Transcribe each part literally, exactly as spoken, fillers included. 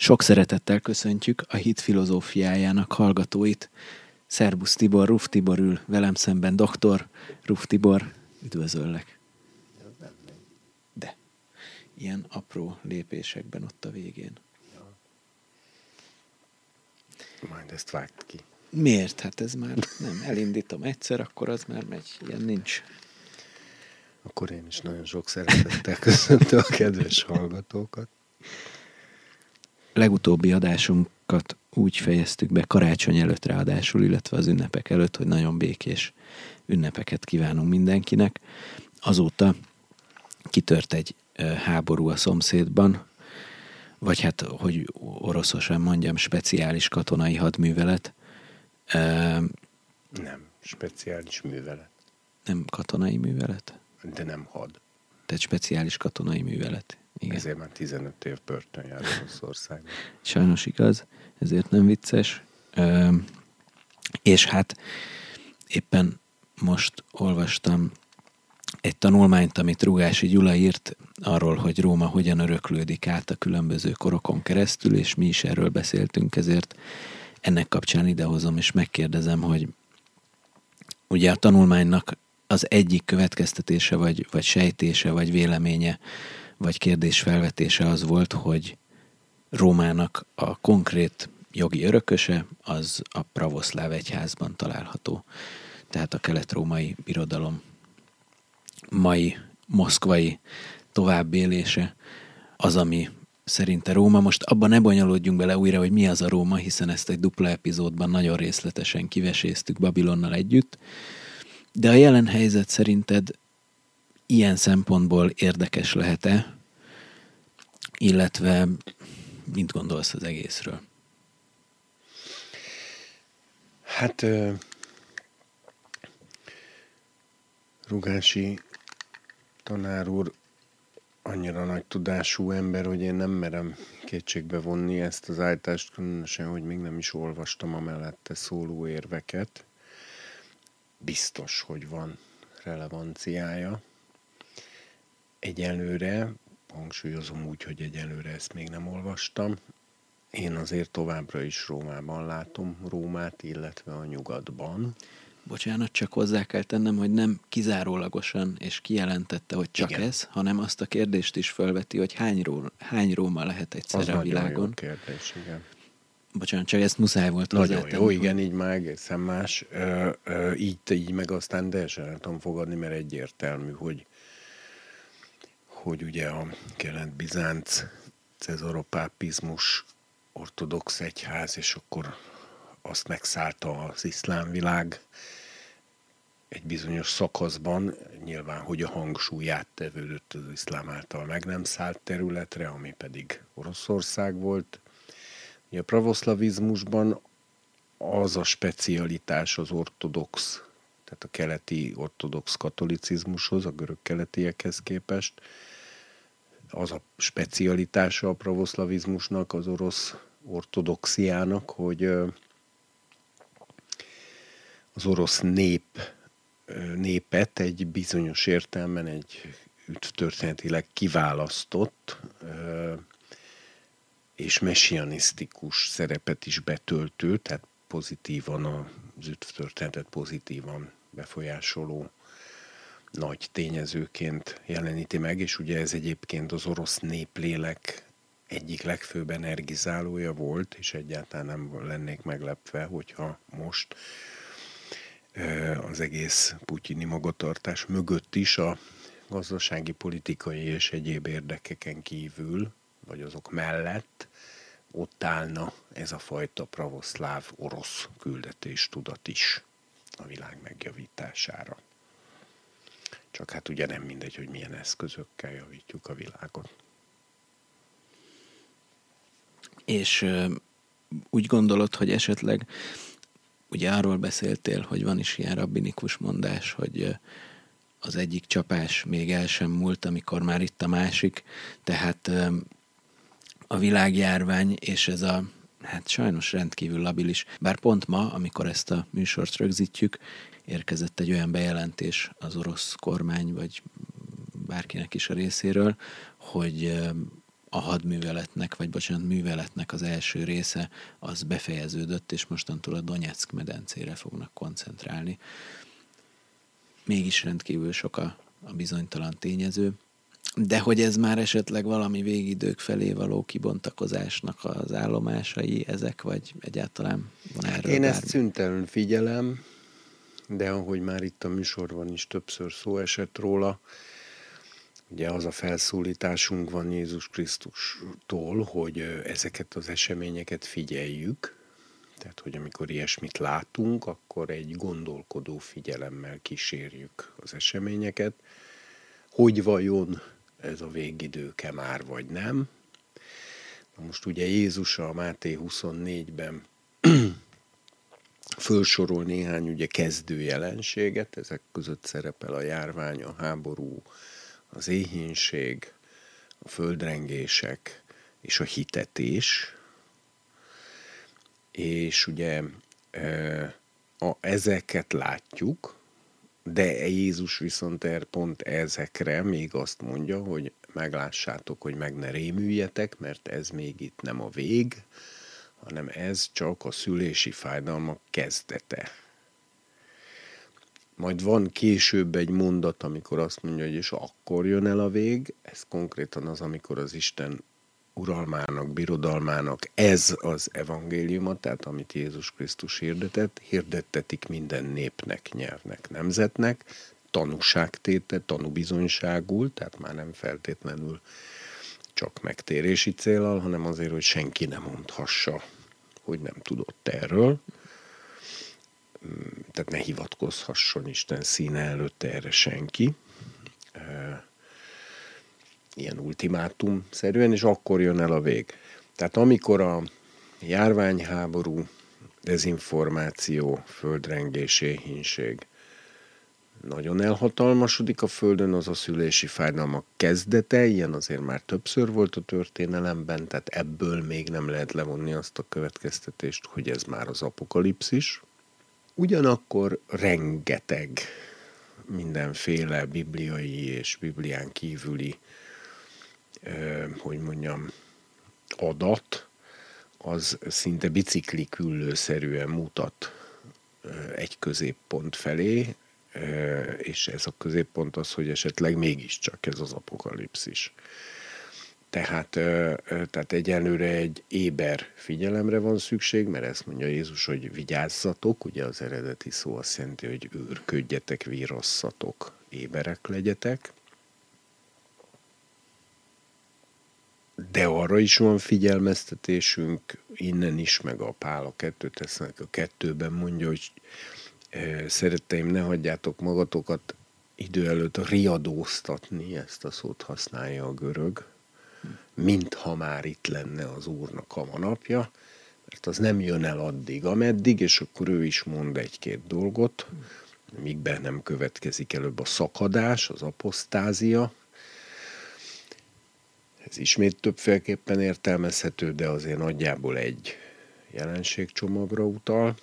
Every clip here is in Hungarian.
Sok szeretettel köszöntjük a hit filozófiájának hallgatóit. Szerbusz Tibor, Ruf Tibor ül velem szemben, doktor Ruf Tibor, üdvözöllek. De, ilyen apró lépésekben ott a végén. Majd ezt vágd ki. Miért? Hát ez már nem, elindítom egyszer, akkor az már megy. Ilyen nincs. Akkor én is nagyon sok szeretettel köszöntöm a kedves hallgatókat. Legutóbbi adásunkat úgy fejeztük be karácsony előtt ráadásul, illetve az ünnepek előtt, hogy nagyon békés ünnepeket kívánunk mindenkinek. Azóta kitört egy háború a szomszédban, vagy hát, hogy oroszosan mondjam, speciális katonai hadművelet. Nem, speciális művelet. Nem katonai művelet? De nem had. Tehát speciális katonai művelet. Igen. Ezért már tizenöt év börtön jár Oroszországban. Sajnos igaz, ezért nem vicces. Ö, és hát éppen most olvastam egy tanulmányt, amit Rugási Gyula írt arról, hogy Róma hogyan öröklődik át a különböző korokon keresztül, és mi is erről beszéltünk, ezért ennek kapcsán idehozom, és megkérdezem, hogy ugye a tanulmánynak az egyik következtetése, vagy, vagy sejtése, vagy véleménye, vagy kérdésfelvetése az volt, hogy Rómának a konkrét jogi örököse az a pravoszláv egyházban található. Tehát a kelet-római birodalom mai moszkvai továbbélése az, ami szerinte Róma. Most abban ne bonyolódjunk bele újra, hogy mi az a Róma, hiszen ezt egy dupla epizódban nagyon részletesen kiveséztük Babilonnal együtt. De a jelen helyzet szerinted ilyen szempontból érdekes lehet-e, illetve mit gondolsz az egészről? Hát uh, Rugási tanár úr annyira nagy tudású ember, hogy én nem merem kétségbe vonni ezt az állítást, különösen, hogy még nem is olvastam a mellette szóló érveket. Biztos, hogy van relevanciája. Egyelőre, hangsúlyozom úgy, hogy egyelőre ezt még nem olvastam, én azért továbbra is Rómában látom Rómát, illetve a nyugatban. Bocsánat, csak hozzá kell tennem, hogy nem kizárólagosan és kijelentette, hogy csak igen. Ez, hanem azt a kérdést is felveti, hogy hány, Ró- hány Róma lehet egyszerre a világon. Az nagyon jó kérdés, igen. Bocsánat, csak ezt muszáj volt nagyon hozzátenni. Jó, igen, így már egészen más. Ö, ö, így, így meg aztán teljesen nem tudom fogadni, mert egyértelmű, hogy hogy ugye a kelet-bizánc, cezaropápizmus, ortodox egyház, és akkor azt megszállta az iszlám világ egy bizonyos szakaszban, nyilván, hogy a hangsúly áttevődött az iszlám által meg nem szállt területre, ami pedig Oroszország volt. Ugye a pravoszlavizmusban az a specialitás az ortodox, tehát a keleti ortodox katolicizmushoz, a görög keletiekhez képest, az a specialitása a pravoszlavizmusnak, az orosz ortodoxiának, hogy az orosz nép, népet egy bizonyos értelemben egy történetileg kiválasztott és messianisztikus szerepet is betöltő, tehát pozitívan az üdvtörténetet pozitívan befolyásoló nagy tényezőként jeleníti meg, és ugye ez egyébként az orosz néplélek egyik legfőbb energizálója volt, és egyáltalán nem lennék meglepve, hogyha most az egész putyini magatartás mögött is a gazdasági, politikai és egyéb érdekeken kívül, vagy azok mellett ott állna ez a fajta pravoszláv orosz küldetéstudat is a világ megjavítására. Csak hát ugye nem mindegy, hogy milyen eszközökkel javítjuk a világot. És ö, úgy gondolod, hogy esetleg, ugye arról beszéltél, hogy van is ilyen rabbinikus mondás, hogy ö, az egyik csapás még el sem múlt, amikor már itt a másik, tehát ö, a világjárvány és ez a, hát sajnos rendkívül labilis, bár pont ma, amikor ezt a műsort rögzítjük, érkezett egy olyan bejelentés az orosz kormány, vagy bárkinek is a részéről, hogy a hadműveletnek, vagy bocsánat, műveletnek az első része, az befejeződött, és mostantól a Donyeck medencére fognak koncentrálni. Mégis rendkívül sok a, a bizonytalan tényező, de hogy ez már esetleg valami végidők felé való kibontakozásnak az állomásai ezek, vagy egyáltalán van erről Én bármi? ezt szüntelenül figyelem, de ahogy már itt a műsorban is többször szó esett róla, ugye az a felszólításunk van Jézus Krisztustól, hogy ezeket az eseményeket figyeljük, tehát hogy amikor ilyesmit látunk, akkor egy gondolkodó figyelemmel kísérjük az eseményeket, hogy vajon ez a végidőke már vagy nem. Na most ugye Jézus a Máté huszonnégyben fölsorol néhány ugye kezdő jelenséget, ezek között szerepel a járvány, a háború, az éhínség, a földrengések és a hitetés. És ugye a, ezeket látjuk, de Jézus viszont pont ezekre még azt mondja, hogy meglássátok, hogy meg ne rémüljetek, mert ez még itt nem a vég, hanem ez csak a szülési fájdalmak kezdete. Majd van később egy mondat, amikor azt mondja, hogy és akkor jön el a vég, ez konkrétan az, amikor az Isten uralmának, birodalmának ez az evangéliuma, tehát amit Jézus Krisztus hirdetett, hirdettetik minden népnek, nyelvnek, nemzetnek, tanúságtéte, tanúbizonyságul, tehát már nem feltétlenül csak megtérési céllal, hanem azért, hogy senki nem mondhassa, hogy nem tudott erről. Tehát ne hivatkozhasson Isten színe előtt erre senki. Ilyen ultimátum-szerűen, és akkor jön el a vég. Tehát amikor a járványháború, dezinformáció, földrengés, éhínség nagyon elhatalmasodik a Földön, az a szülési fájdalmak kezdete, ilyen azért már többször volt a történelemben, tehát ebből még nem lehet levonni azt a következtetést, hogy ez már az apokalipszis. Ugyanakkor rengeteg mindenféle bibliai és biblián kívüli, eh, hogy mondjam, adat, az szinte bicikli küllőszerűen mutat eh, egy középpont felé, eh, és ez a középpont az, hogy esetleg mégiscsak ez az apokalipszis. Tehát, eh, tehát egyelőre egy éber figyelemre van szükség, mert ezt mondja Jézus, hogy vigyázzatok, ugye az eredeti szó azt jelenti, hogy őrködjetek, vírasszatok, éberek legyetek. De arra is van figyelmeztetésünk, innen is, meg a Pál a kettőt tesznek a kettőben mondja, hogy e, szeretteim, ne hagyjátok magatokat idő előtt riadóztatni, ezt a szót használja a görög, mintha már itt lenne az Úrnak a napja, mert az nem jön el addig, ameddig, és akkor ő is mond egy-két dolgot, míg be nem következik előbb a szakadás, az apostázia. Ez ismét többféleképpen értelmezhető, de azért nagyjából egy jelenségcsomagra utal,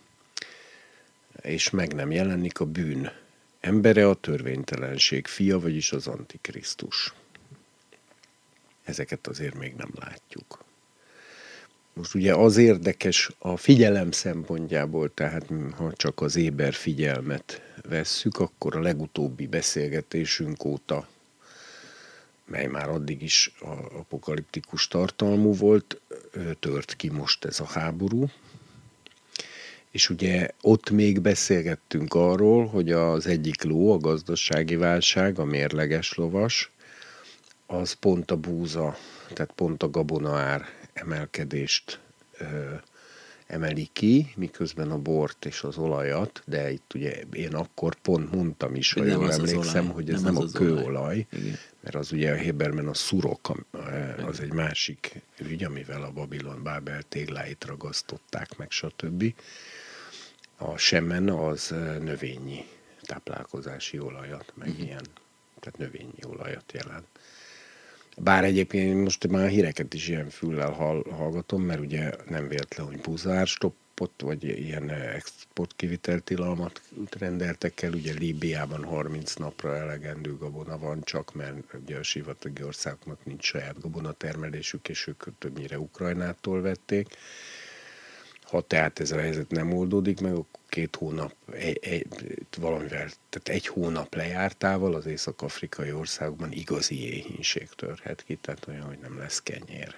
és meg nem jelenik a bűn embere, a törvénytelenség fia, vagyis az Antikrisztus. Ezeket azért még nem látjuk. Most ugye az érdekes a figyelem szempontjából, tehát ha csak az éber figyelmet vesszük, akkor a legutóbbi beszélgetésünk óta, mely már addig is apokaliptikus tartalmú volt, tört ki most ez a háború. És ugye ott még beszélgettünk arról, hogy az egyik ló, a gazdasági válság, a mérleges lovas, az pont a búza, tehát pont a gabonaár emelkedést ö, emeli ki, miközben a bort és az olajat, de itt ugye én akkor pont mondtam is, ha jól emlékszem, hogy ez nem, nem a kőolaj, mert az ugye a Héberben a szurok, az egy másik ügy, amivel a Babilon Bábel tégláit ragasztották meg, stb. A semen az növényi táplálkozási olajat, meg uh-huh. ilyen, tehát növényi olajat jelent. Bár egyébként most már a híreket is ilyen füllel hall, hallgatom, mert ugye nem véletlen, hogy buzárstopp kapott, vagy ilyen exportkiviteltilalmat rendeltek el. Ugye Líbiában harminc napra elegendő gabona van csak, mert ugye a sivatagi országoknak nincs saját gabonatermelésük, és ők többnyire Ukrajnától vették. Ha tehát ez a helyzet nem oldódik meg, akkor két hónap, egy, egy, valamivel, tehát egy hónap lejártával az észak-afrikai országokban igazi éhínség törhet ki, tehát olyan, hogy nem lesz kenyér.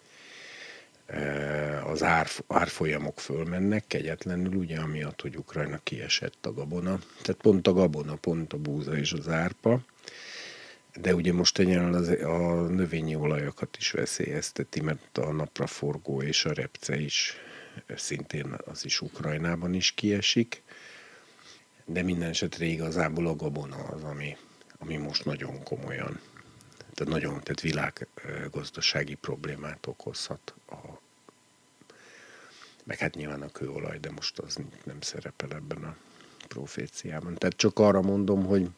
Az ár, árfolyamok fölmennek kegyetlenül, ugye amiatt, hogy Ukrajna kiesett a gabona. Tehát pont a gabona, pont a búza és az árpa. De ugye most egyenlően az, a növényi olajokat is veszélyezteti, mert a napraforgó és a repce is szintén az is Ukrajnában is kiesik. De minden esetre igazából a gabona az, ami, ami most nagyon komolyan, tehát nagyon, tehát világgazdasági problémát okozhat. A, meg hát nyilván a kőolaj, de most az nem szerepel ebben a proféciában. Tehát csak arra mondom, hogy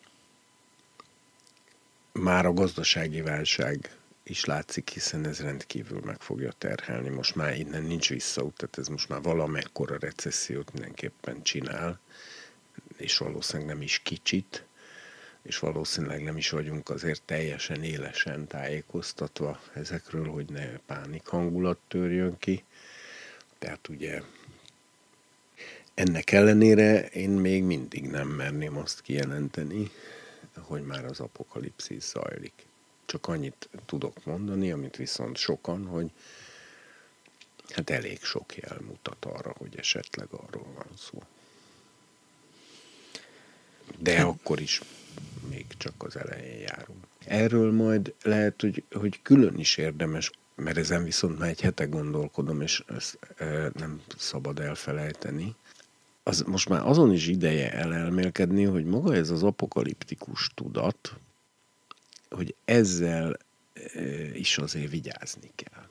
már a gazdasági válság is látszik, hiszen ez rendkívül meg fogja terhelni. Most már innen nincs visszaút, tehát ez most már valamekkora recessziót mindenképpen csinál, és valószínűleg nem is kicsit, és valószínűleg nem is vagyunk azért teljesen élesen tájékoztatva ezekről, hogy ne pánik hangulat törjön ki. Tehát ugye ennek ellenére én még mindig nem merném azt kijelenteni, hogy már az apokalipszis zajlik. Csak annyit tudok mondani, amit viszont sokan, hogy hát elég sok jel mutat arra, hogy esetleg arról van szó. De hát akkor is még csak az elején járunk. Erről majd lehet, hogy, hogy külön is érdemes, mert ezen viszont már egy hete gondolkodom, és ezt e, nem szabad elfelejteni. Az most már azon is ideje elelmélkedni, hogy maga ez az apokaliptikus tudat, hogy ezzel e, is azért vigyázni kell.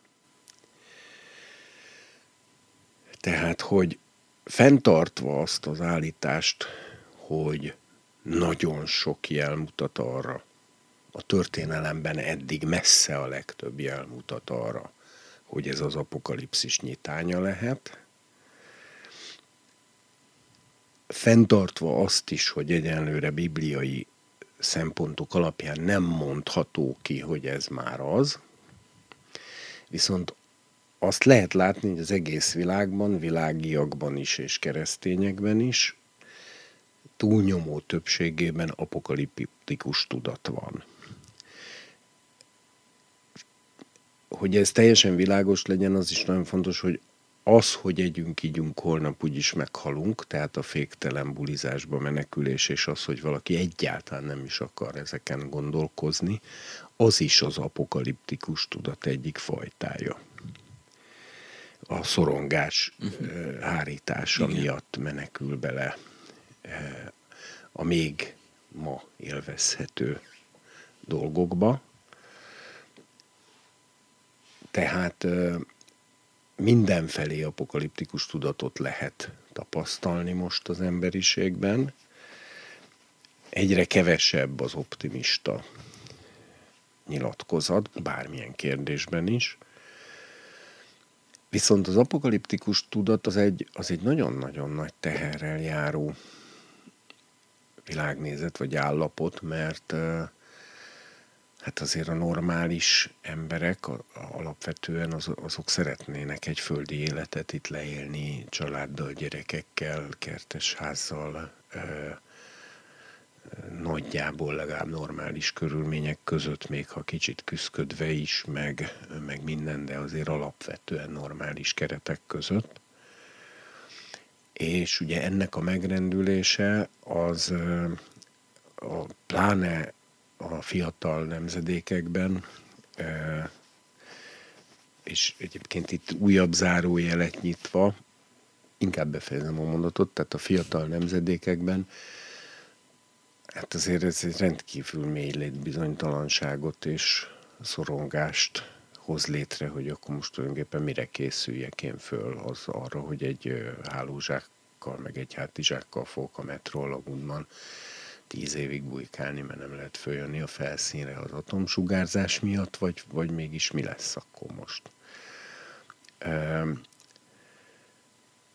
Tehát, hogy fenntartva azt az állítást, hogy nagyon sok jel mutat arra, a történelemben eddig messze a legtöbb jel mutat arra, hogy ez az apokalipszis nyitánya lehet. Fenntartva azt is, hogy egyenlőre bibliai szempontok alapján nem mondható ki, hogy ez már az, viszont azt lehet látni, hogy az egész világban, világiakban is és keresztényekben is túlnyomó többségében apokaliptikus tudat van. Hogy ez teljesen világos legyen, az is nagyon fontos, hogy az, hogy együnk, ígyunk, holnap úgyis meghalunk, tehát a féktelen bulizásba menekülés, és az, hogy valaki egyáltalán nem is akar ezeken gondolkozni, az is az apokaliptikus tudat egyik fajtája. A szorongás uh-huh. hárítása Igen. miatt menekül bele a még ma élvezhető dolgokba. Tehát mindenfelé apokaliptikus tudatot lehet tapasztalni most az emberiségben. Egyre kevesebb az optimista nyilatkozat, bármilyen kérdésben is. Viszont az apokaliptikus tudat az egy, az egy nagyon-nagyon nagy teherrel járó világnézet vagy állapot, mert hát azért a normális emberek a, a, alapvetően az, azok szeretnének egy földi életet itt leélni, családdal, gyerekekkel, kertes házzal, ö, nagyjából legalább normális körülmények között, még ha kicsit küszködve is, meg, meg minden, de azért alapvetően normális keretek között. És ugye ennek a megrendülése az a, pláne a fiatal nemzedékekben, és egyébként itt újabb zárójelet nyitva, inkább befejezem a mondatot, tehát a fiatal nemzedékekben, hát azért ez egy rendkívül mély létbizonytalanságot és szorongást hoz létre, hogy akkor most tulajdonképpen mire készüljek én föl, az arra, hogy egy hálózsákkal, meg egy hátizsákkal fogok a metrólagúnban tíz évig bujkálni, mert nem lehet följönni a felszínre az atomsugárzás miatt, vagy, vagy mégis mi lesz akkor most.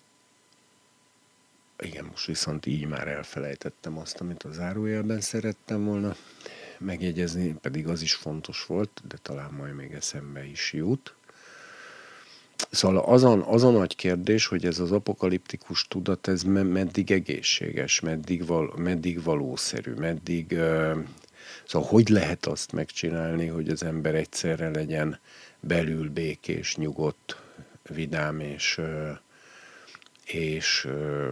most viszont így már elfelejtettem azt, amit a zárójelben szerettem volna megjegyezni, pedig az is fontos volt, de talán majd még eszembe is jut. Szóval az a, az a nagy kérdés, hogy ez az apokaliptikus tudat, ez meddig egészséges, meddig, val, meddig valószerű, meddig... Uh, szóval hogy lehet azt megcsinálni, hogy az ember egyszerre legyen belül békés, nyugodt, vidám és, uh, és uh,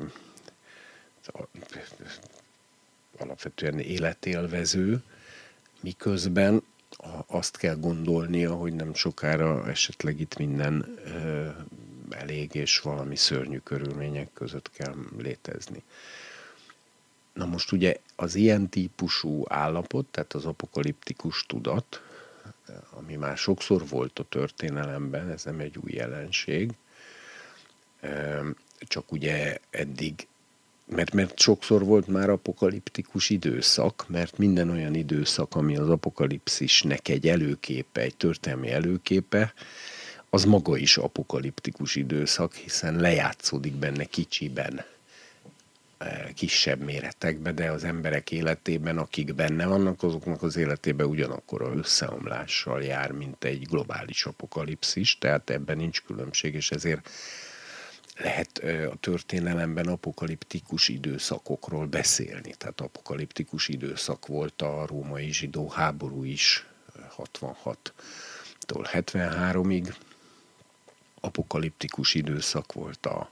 alapvetően életélvező, miközben azt kell gondolnia, hogy nem sokára esetleg itt minden ö, elég és valami szörnyű körülmények között kell létezni. Na most ugye az ilyen típusú állapot, tehát az apokaliptikus tudat, ami már sokszor volt a történelemben, ez nem egy új jelenség, ö, csak ugye eddig Mert, mert sokszor volt már apokaliptikus időszak, mert minden olyan időszak, ami az apokalipszisnek egy előképe, egy történelmi előképe, az maga is apokaliptikus időszak, hiszen lejátszódik benne kicsiben, kisebb méretekben, de az emberek életében, akik benne vannak, azoknak az életében ugyanakkor a összeomlással jár, mint egy globális apokalipszis, tehát ebben nincs különbség, és ezért lehet a történelemben apokaliptikus időszakokról beszélni. Tehát apokaliptikus időszak volt a római zsidó háború is hatvanhattól hetvenháromig. Apokaliptikus időszak volt a,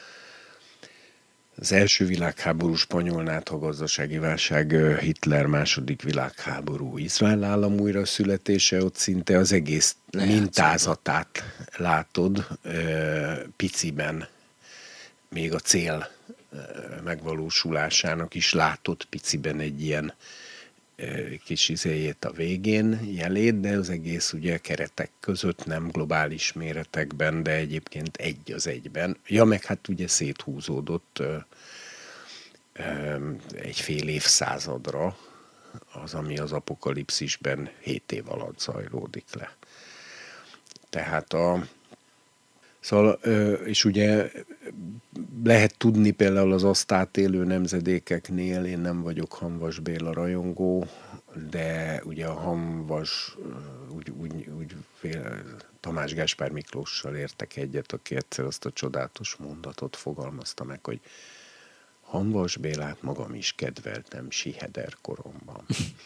az első világháború, spanyol nátha gazdasági válság, Hitler második világháború, Izrael állam újra születése, ott szinte az egész mintázatát látod piciben, még a cél megvalósulásának is látott piciben egy ilyen kis izéjét a végén, jelét, de az egész ugye keretek között, nem globális méretekben, de egyébként egy az egyben. Ja, meg hát ugye széthúzódott egy fél évszázadra az, ami az apokalipszisben hét év alatt zajlódik le. Tehát a Szóval, és ugye lehet tudni például az azt átélő nemzedékeknél, én nem vagyok Hamvas Béla rajongó, de ugye a Hamvas, úgy, úgy, úgy Tamás Gáspár Miklóssal értek egyet, aki egyszer azt a csodálatos mondatot fogalmazta meg, hogy Hamvas Bélát magam is kedveltem siheder koromban.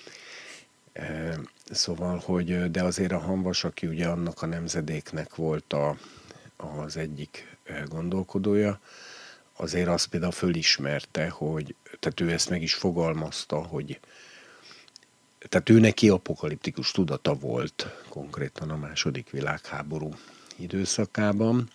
Szóval, hogy de azért a Hamvas, aki ugye annak a nemzedéknek volt a az egyik gondolkodója, azért azt például fölismerte, hogy, tehát ő ezt meg is fogalmazta, hogy tehát ő neki apokaliptikus tudata volt konkrétan a második világháború időszakában,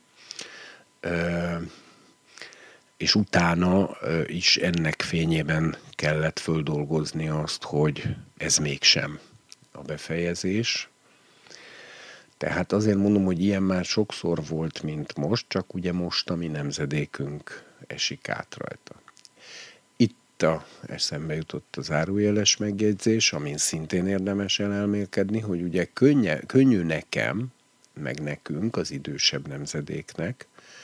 és utána is ennek fényében kellett földolgozni azt, hogy ez mégsem a befejezés. Tehát azért mondom, hogy ilyen már sokszor volt, mint most, csak ugye most a mi nemzedékünk esik át rajta. Itt a eszembe jutott a zárójeles megjegyzés, amin szintén érdemes elelmélkedni, hogy ugye könnye, könnyű nekem, meg nekünk, az idősebb nemzedéknek,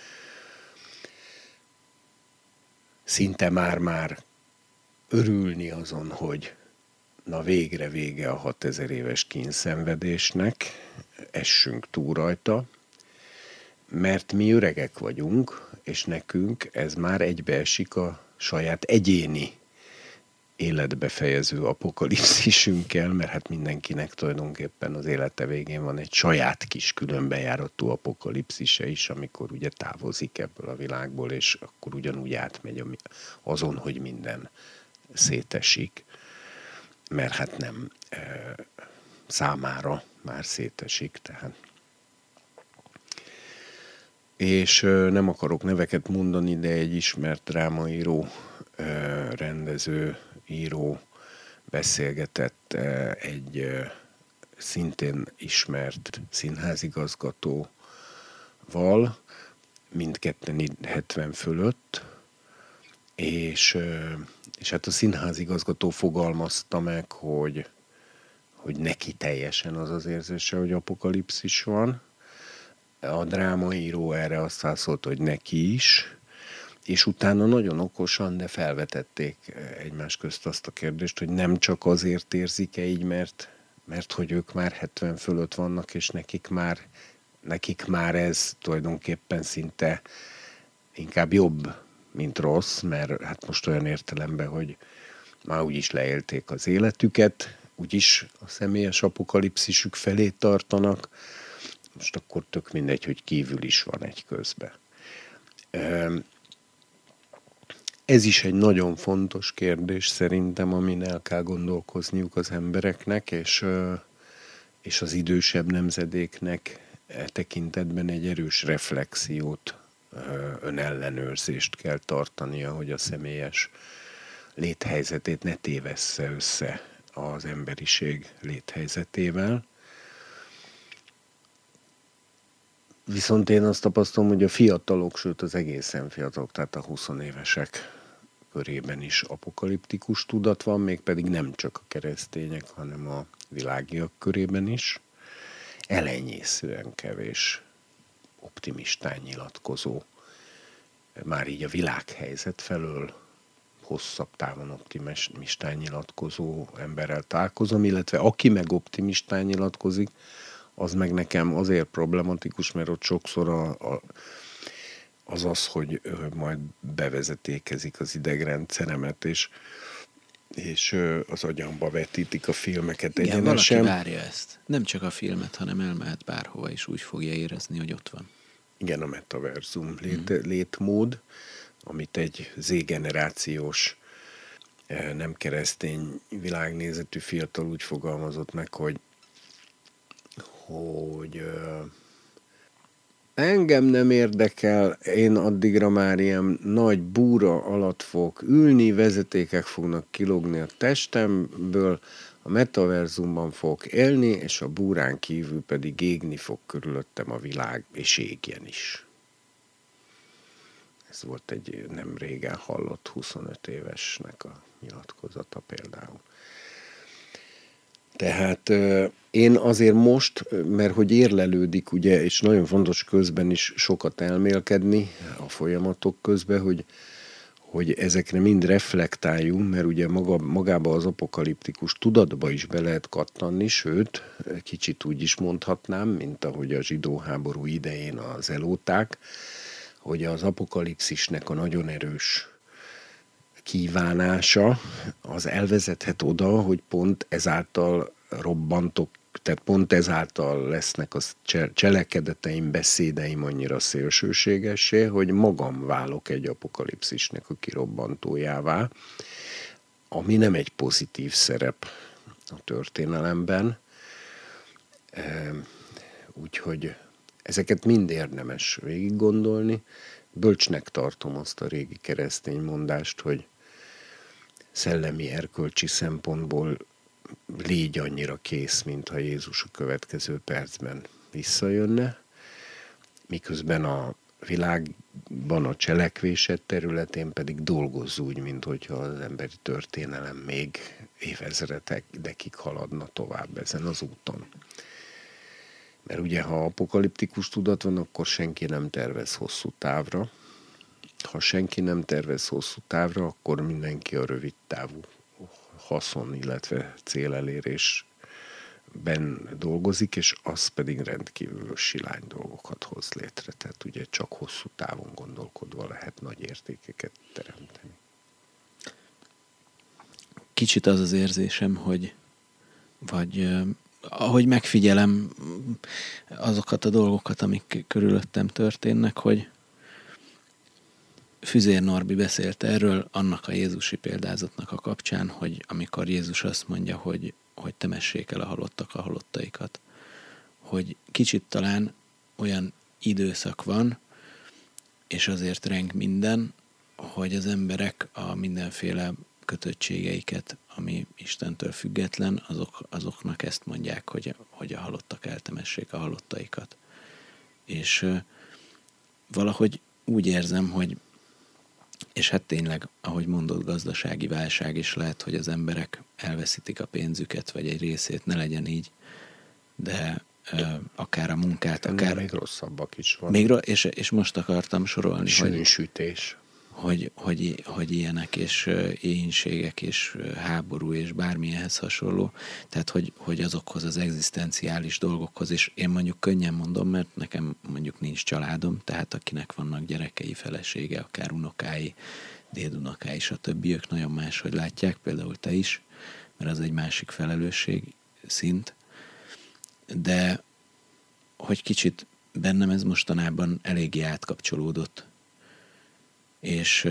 szinte már-már örülni azon, hogy na végre vége a hatezer éves kínszenvedésnek, essünk túl rajta, mert mi öregek vagyunk, és nekünk ez már egybeesik a saját egyéni életbe fejező apokalipszisünkkel, mert hát mindenkinek tulajdonképpen az élete végén van egy saját kis különbejáratú apokalipszise is, amikor ugye távozik ebből a világból, és akkor ugyanúgy átmegy azon, hogy minden szétesik, mert hát nem e, számára már szétesik, tehát. És e, nem akarok neveket mondani, de egy ismert drámaíró, e, rendező, író beszélgetett e, egy e, szintén ismert színházigazgatóval, mindketten hetven fölött, és, és hát a színházigazgató fogalmazta meg, hogy, hogy neki teljesen az az érzése, hogy apokalipszis van. A drámaíró erre azt válaszolt, hogy neki is, és utána nagyon okosan, de felvetették egymás közt azt a kérdést, hogy nem csak azért érzik-e így, mert, mert hogy ők már hetven fölött vannak, és nekik már, nekik már ez tulajdonképpen szinte inkább jobb, mint rossz, mert hát most olyan értelemben, hogy már úgyis leélték az életüket, úgyis a személyes apokalipszisük felé tartanak, most akkor tök mindegy, hogy kívül is van egy közben. Ez is egy nagyon fontos kérdés szerintem, amin el kell gondolkozniuk az embereknek, és, és az idősebb nemzedéknek e tekintetben egy erős reflexiót, önellenőrzést kell tartania, hogy a személyes léthelyzetét ne tévessze össze az emberiség léthelyzetével. Viszont én azt tapasztalom, hogy a fiatalok, sőt az egészen fiatalok, tehát a huszonévesek körében is apokaliptikus tudat van, mégpedig nem csak a keresztények, hanem a világiak körében is. Elenyészően kevés optimistán nyilatkozó, már így a világhelyzet felől hosszabb távon optimistán nyilatkozó emberrel találkozom, illetve aki meg optimistán nyilatkozik, az meg nekem azért problematikus, mert ott sokszor a, a, az az, hogy majd bevezetékezik az idegrendszeremet, és, és az agyamba vetítik a filmeket egyenesen. egyenesen. Valaki várja ezt. Nem csak a filmet, hanem elmehet bárhova, és úgy fogja érezni, hogy ott van. Igen, a metaverzum lét, mm. létmód, amit egy Z-generációs, nem keresztény világnézetű fiatal úgy fogalmazott meg, hogy hogy uh, engem nem érdekel, én addigra már ilyen nagy búra alatt fogok ülni, vezetékek fognak kilógni a testemből, a metaverzumban fogok élni, és a búrán kívül pedig égni fog körülöttem a világ, és égjen is. Ez volt egy nem régen hallott huszonöt évesnek a nyilatkozata például. Tehát én azért most, mert hogy érlelődik, ugye, és nagyon fontos közben is sokat elmélkedni a folyamatok közben, hogy, hogy ezekre mind reflektáljunk, mert ugye maga, magába az apokaliptikus tudatba is be lehet kattanni, sőt, kicsit úgy is mondhatnám, mint ahogy a zsidó háború idején az elóták, hogy az apokalipszisnek a nagyon erős kívánása az elvezethet oda, hogy pont ezáltal robbantok, tehát pont ezáltal lesznek a cselekedeteim, beszédeim annyira szélsőségessé, hogy magam válok egy apokalipszisnek a kirobbantójává, ami nem egy pozitív szerep a történelemben. Úgyhogy ezeket mind érdemes végig gondolni. Bölcsnek tartom azt a régi keresztény mondást, hogy szellemi, erkölcsi szempontból légy annyira kész, mintha Jézus a következő percben visszajönne, miközben a világban a cselekvésed területén pedig dolgozz úgy, mintha az emberi történelem még évezredekig haladna tovább ezen az úton. Mert ugye, ha apokaliptikus tudat van, akkor senki nem tervez hosszú távra. Ha senki nem tervez hosszú távra, akkor mindenki a rövid távú haszon, illetve célelérésben dolgozik, és az pedig rendkívül silány dolgokat hoz létre. Tehát ugye csak hosszú távon gondolkodva lehet nagy értékeket teremteni. Kicsit az az érzésem, hogy vagy ahogy megfigyelem azokat a dolgokat, amik körülöttem történnek, hogy Füzér Norbi beszélt erről annak a jézusi példázatnak a kapcsán, hogy amikor Jézus azt mondja, hogy, hogy temessék el a halottak a halottaikat, hogy kicsit talán olyan időszak van, és azért reng minden, hogy az emberek a mindenféle kötöttségeiket, ami Istentől független, azok, azoknak ezt mondják, hogy, hogy a halottak eltemessék a halottaikat. És uh, valahogy úgy érzem, hogy és hát tényleg, ahogy mondod, gazdasági válság is lehet, hogy az emberek elveszítik a pénzüket, vagy egy részét, ne legyen így, de uh, akár a munkát, akár... Még rosszabbak is van. Még ro- és, és most akartam sorolni, Sűnsütés. hogy, hogy, hogy ilyenek, és éhínségek, és háború, és bármilyenhez hasonló. Tehát, hogy, hogy azokhoz az egzisztenciális dolgokhoz, és én mondjuk könnyen mondom, mert nekem mondjuk nincs családom, tehát akinek vannak gyerekei, felesége, akár unokái, dédunokái, stb. Ők nagyon máshogy látják, például te is, mert az egy másik felelősség szint. De hogy kicsit bennem ez mostanában eléggé átkapcsolódott. És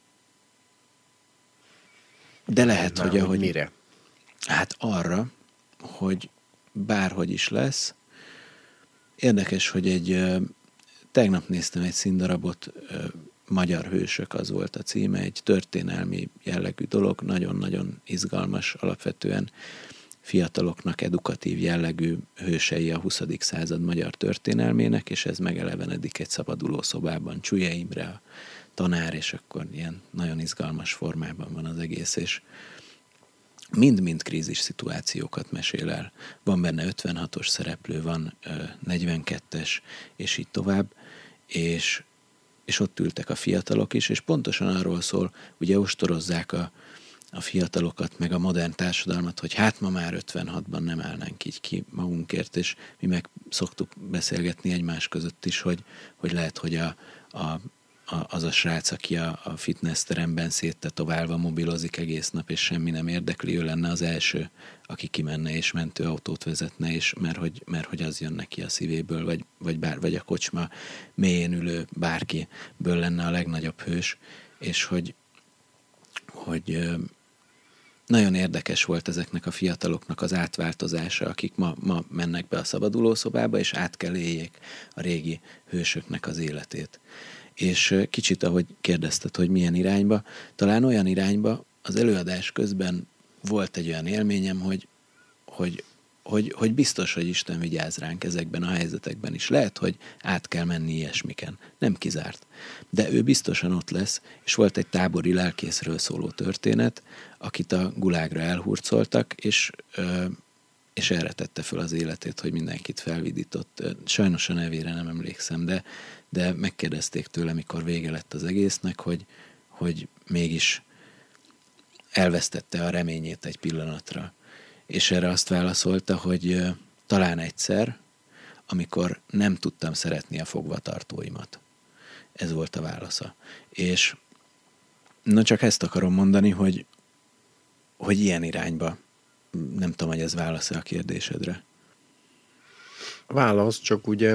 de lehet, Na, hogy ahogy... mire? Hát arra, hogy bárhogy is lesz. Érdekes, hogy egy tegnap néztem egy színdarabot, Magyar hősök, az volt a címe, egy történelmi jellegű dolog, nagyon-nagyon izgalmas, alapvetően fiataloknak edukatív jellegű hősei a huszadik század magyar történelmének, és ez megelevenedik egy szabaduló szobában. Csúlya Imre a tanár, és akkor ilyen nagyon izgalmas formában van az egész, és mind-mind krízis szituációkat mesél el. Van benne ötvenhatos szereplő, van negyvenkettes, és így tovább, és, és ott ültek a fiatalok is, és pontosan arról szól, ugye ostorozzák a, a fiatalokat, meg a modern társadalmat, hogy hát ma már ötvenhatban nem állnánk így ki magunkért, és mi meg szoktuk beszélgetni egymás között is, hogy, hogy lehet, hogy a, a az a srác, aki a, a fitnessteremben széttetoválva mobilozik egész nap, és semmi nem érdekli, ő lenne az első, aki kimenne és mentőautót vezetne, és mert hogy, mert hogy az jön neki a szívéből, vagy, vagy, bár, vagy a kocsma mélyén ülő bárkiből lenne a legnagyobb hős, és hogy, hogy nagyon érdekes volt ezeknek a fiataloknak az átváltozása, akik ma, ma mennek be a szabadulószobába, és át kell éljék a régi hősöknek az életét. És kicsit, ahogy kérdezted, hogy milyen irányba, talán olyan irányba, az előadás közben volt egy olyan élményem, hogy, hogy, hogy, hogy biztos, hogy Isten vigyáz ránk ezekben a helyzetekben is. Lehet, hogy át kell menni ilyesmiken. Nem kizárt. De ő biztosan ott lesz, és volt egy tábori lelkészről szóló történet, akit a gulágra elhurcoltak, és, és erre tette föl az életét, hogy mindenkit felvidított. Sajnos a nevére nem emlékszem, de de megkérdezték tőle, mikor vége lett az egésznek, hogy, hogy mégis elvesztette a reményét egy pillanatra. És erre azt válaszolta, hogy talán egyszer, amikor nem tudtam szeretni a fogvatartóimat. Ez volt a válasza. És na csak ezt akarom mondani, hogy, hogy ilyen irányba, nem tudom, hogy ez válasz a kérdésedre. Válasz, csak ugye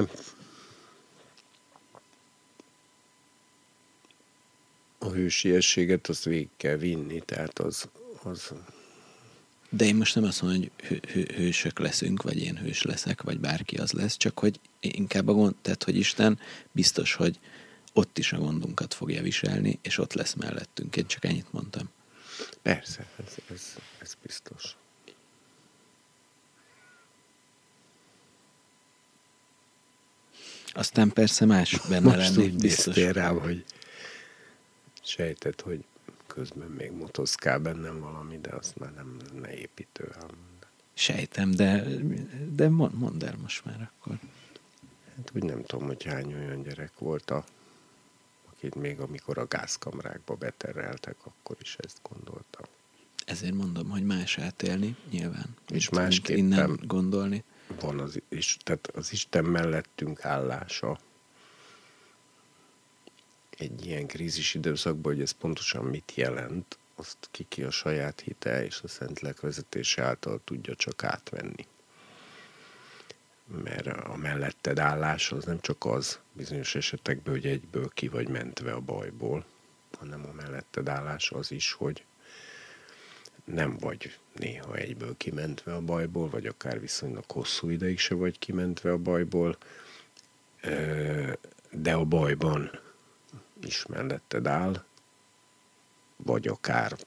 a hősiességet azt végig kell vinni, tehát az, az... De én most nem azt mondom, hogy hő, hő, hősök leszünk, vagy én hős leszek, vagy bárki az lesz, csak hogy inkább a gond, tehát hogy Isten biztos, hogy ott is a gondunkat fogja viselni, és ott lesz mellettünk. Én csak ennyit mondtam. Persze, ez, ez, ez biztos. Aztán persze más benne most lenni. úgy biztos. rám, hogy sejtett, hogy közben még motoszkál bennem valami, de azt már nem lenne építő. Sejtem, de, de mondd el most már akkor. Hát úgy nem tudom, hogy hány olyan gyerek volt, a, akit még amikor a gázkamrákba betereltek, akkor is ezt gondoltam. Ezért mondom, hogy más átélni, nyilván. És másképpen innen gondolni. Van az, és, tehát az Isten mellettünk állása egy ilyen krízis időszakban, hogy ez pontosan mit jelent, azt kiki a saját hite és a Szentlélek vezetése által tudja csak átvenni. Mert a melletted állás az nem csak az bizonyos esetekben, hogy egyből ki vagy mentve a bajból, hanem a melletted állás az is, hogy nem vagy néha egyből kimentve a bajból, vagy akár viszonylag hosszú ideig se vagy kimentve a bajból, de a bajban is melletted áll, vagy akár,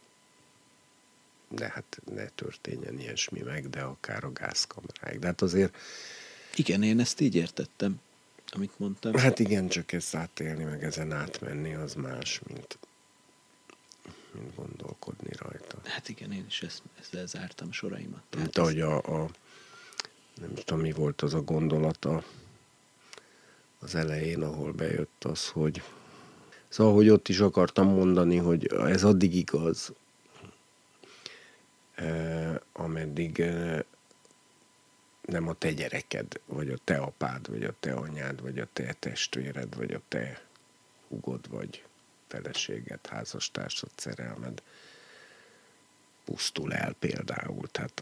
de hát ne történjen ilyesmi meg, de akár a gázkamráig. De hát azért... Igen, én ezt így értettem, amit mondtam. Hát igen, csak ezt átélni, meg ezen átmenni, az más, mint, mint gondolkodni rajta. Hát igen, én is ezt, ezzel zártam soraimat. Mint ahogy a, a, nem tudom, mi volt az a gondolata az elején, ahol bejött az, hogy Szóval, hogy ott is akartam mondani, hogy ez addig igaz, ameddig nem a te gyereked, vagy a te apád, vagy a te anyád, vagy a te testvéred, vagy a te hugod, vagy feleséged, házastársad, szerelmed pusztul el például. Tehát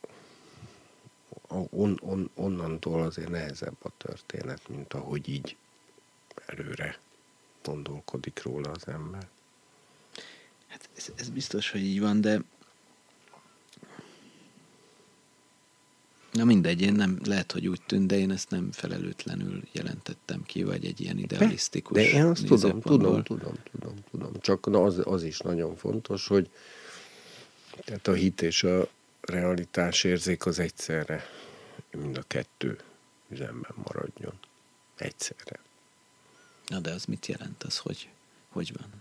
on, on, onnantól azért nehezebb a történet, mint ahogy így előre gondolkodik róla az ember. Hát ez, ez biztos, hogy így van, de na mindegy, én nem, lehet, hogy úgy tűnt, de én ezt nem felelőtlenül jelentettem ki, vagy egy ilyen idealisztikus de én azt tudom, nézőpontból. tudom, tudom, tudom, tudom. Csak az, az is nagyon fontos, hogy tehát a hit és a realitás érzék az egyszerre, mind a kettő üzemben maradjon. Egyszerre. Na de az mit jelent az, hogy hogy van?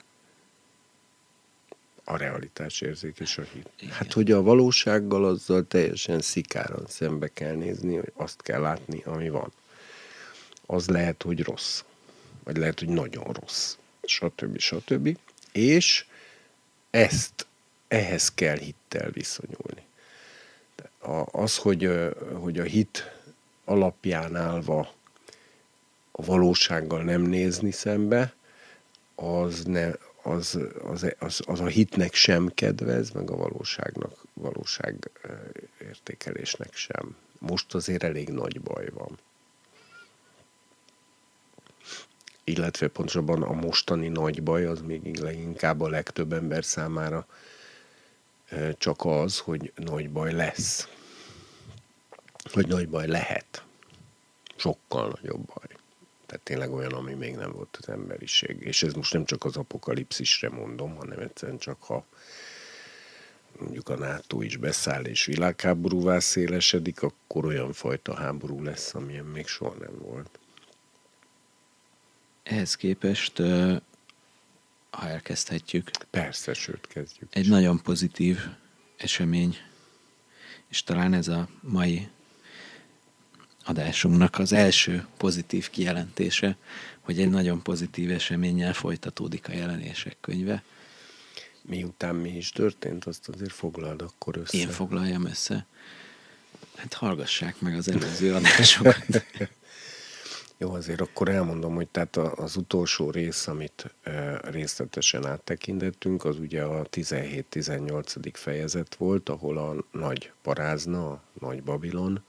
A realitás érzék és a hit. Igen. Hát, hogy a valósággal azzal teljesen szikáran szembe kell nézni, hogy azt kell látni, ami van. Az lehet, hogy rossz. Vagy lehet, hogy nagyon rossz. Stb. Stb. És ezt, ehhez kell hittel viszonyulni. Az, hogy, hogy a hit alapján állva a valósággal nem nézni szembe, az, ne, az, az, az, az a hitnek sem kedvez, meg a valóságnak, valóság értékelésnek sem. Most azért elég nagy baj van. Illetve pontosabban a mostani nagy baj az még leginkább a legtöbb ember számára csak az, hogy nagy baj lesz. Hogy nagy baj lehet. Sokkal nagyobb baj. Tehát tényleg olyan, ami még nem volt az emberiség. És ez most nem csak az apokalipszisre mondom, hanem egyszerűen csak ha mondjuk a NATO is beszáll és világháborúvá szélesedik, akkor olyan fajta háború lesz, amilyen még soha nem volt. Ehhez képest, ha elkezdhetjük. Persze, sőt, kezdjük. Egy is. nagyon pozitív esemény, és talán ez a mai adásunknak az első pozitív kijelentése, hogy egy nagyon pozitív eseménnyel folytatódik a Jelenések könyve. Miután mi is történt, azt azért foglald akkor össze. Én foglaljam össze. Hát hallgassák meg az előző adásokat. Jó, azért akkor elmondom, hogy tehát az utolsó rész, amit részletesen áttekintettünk, az ugye a tizenhét-tizennyolcadik fejezet volt, ahol a nagy parázna, a nagy Babilon,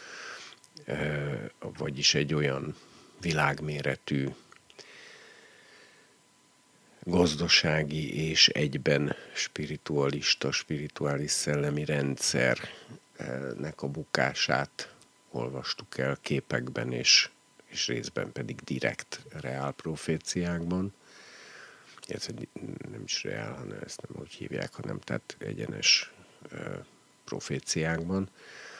vagyis egy olyan világméretű gazdasági és egyben spiritualista, spirituális szellemi rendszernek a bukását olvastuk el képekben és, és részben pedig direkt reál proféciákban. Ez nem is reál, hanem ezt nem úgy hívják, hanem tehát egyenes proféciákban.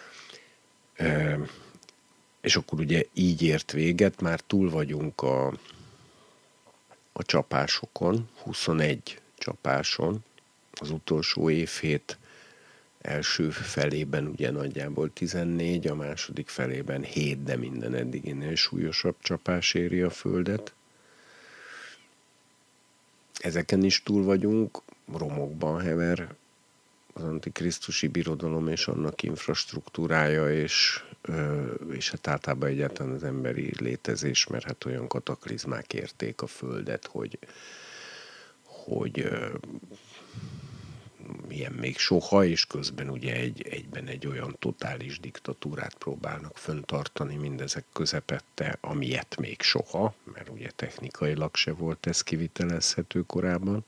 És akkor ugye így ért véget, már túl vagyunk a, a csapásokon, huszonegy csapáson, az utolsó évhét első felében ugye nagyjából tizennégy, a második felében hét, de minden eddiginél súlyosabb csapás éri a Földet. Ezeken is túl vagyunk, romokban hever az antikrisztusi birodalom és annak infrastruktúrája, és, és hát általában egyáltalán az emberi létezés, mert hát olyan kataklizmák érték a Földet, hogy, hogy ilyen még soha, és közben ugye egy, egyben egy olyan totális diktatúrát próbálnak fenntartani mindezek közepette, amilyet még soha, mert ugye technikailag se volt ez kivitelezhető korábban.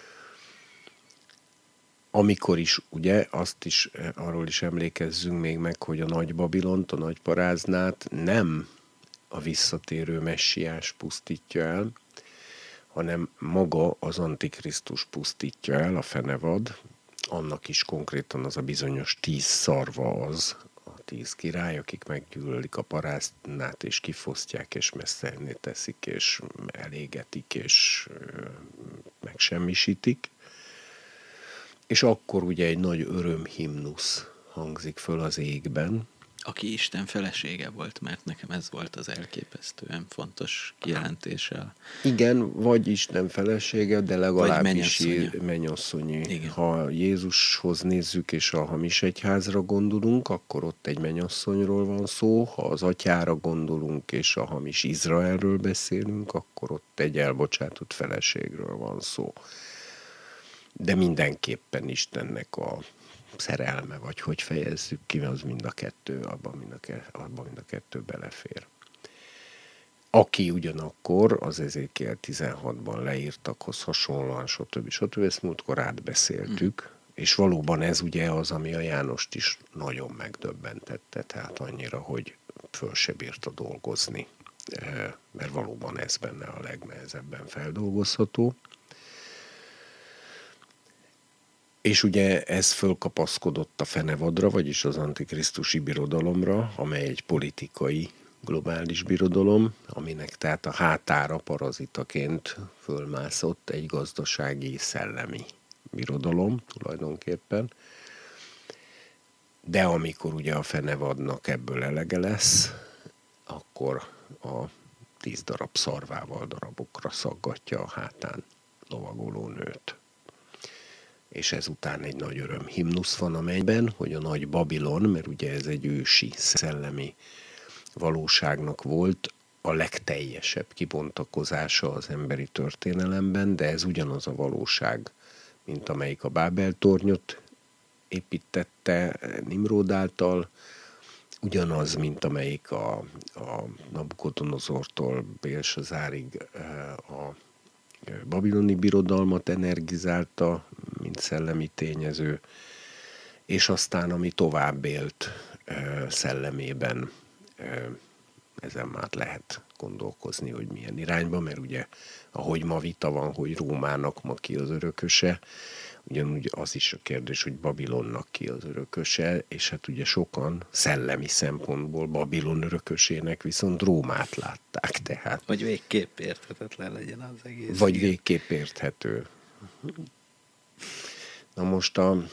Amikor is, ugye, azt is, arról is emlékezzünk még meg, hogy a nagy Babilont, a nagy paráznát nem a visszatérő messiás pusztítja el, hanem maga az Antikrisztus pusztítja el, a fenevad, annak is konkrétan az a bizonyos tíz szarva az, a tíz király, akik meggyűlölik a paráznát, és kifosztják, és messzené teszik, és elégetik, és megsemmisítik. És akkor ugye egy nagy örömhimnusz hangzik föl az égben. aki Isten felesége volt, mert nekem ez volt az elképesztően fontos kijelentése. Igen, vagy Isten felesége, de legalábbis mennyasszonya. mennyasszonyi. Igen. Ha Jézushoz nézzük, és a hamis egyházra gondolunk, akkor ott egy mennyasszonyról van szó. Ha az atyára gondolunk, és a hamis Izraelről beszélünk, akkor ott egy elbocsátott feleségről van szó. De mindenképpen Istennek a szerelme, vagy hogy fejezzük ki, az mind a kettő, abban mind a, ke, abban mind a kettő belefér. Aki ugyanakkor az Ezékiel tizenhatban leírtakhoz hasonlóan, stb. stb. Ezt múltkor átbeszéltük, mm. és valóban ez ugye az, ami a Jánost is nagyon megdöbbentette, tehát annyira, hogy föl se bírta dolgozni, mert valóban ez benne a legnehezebben feldolgozható. És ugye ez fölkapaszkodott a fenevadra, vagyis az antikrisztusi birodalomra, amely egy politikai globális birodalom, aminek tehát a hátára parazitaként fölmászott egy gazdasági, szellemi birodalom tulajdonképpen. De amikor ugye a fenevadnak ebből elege lesz, akkor a tíz darab szarvával darabokra szaggatja a hátán lovagoló nőt. És ezután egy nagy öröm himnusz van a mennyben, hogy a nagy Babilon, mert ugye ez egy ősi szellemi valóságnak volt a legteljesebb kibontakozása az emberi történelemben, de ez ugyanaz a valóság, mint amelyik a Bábel-tornyot építette Nimród által, ugyanaz, mint amelyik a, a Nabukodonozortól Bélsazárig a babiloni birodalmat energizálta, mint szellemi tényező, és aztán, ami tovább élt szellemében, ezen már lehet gondolkozni, hogy milyen irányba, mert ugye, ahogy ma vita van, hogy Rómának ma ki az örököse, ugyanúgy az is a kérdés, hogy Babilonnak ki az örököse, és hát ugye sokan szellemi szempontból Babilon örökösének viszont Rómát látták, tehát. Vagy végképp érthetetlen legyen az egész. Vagy végképp érthető. Na most a...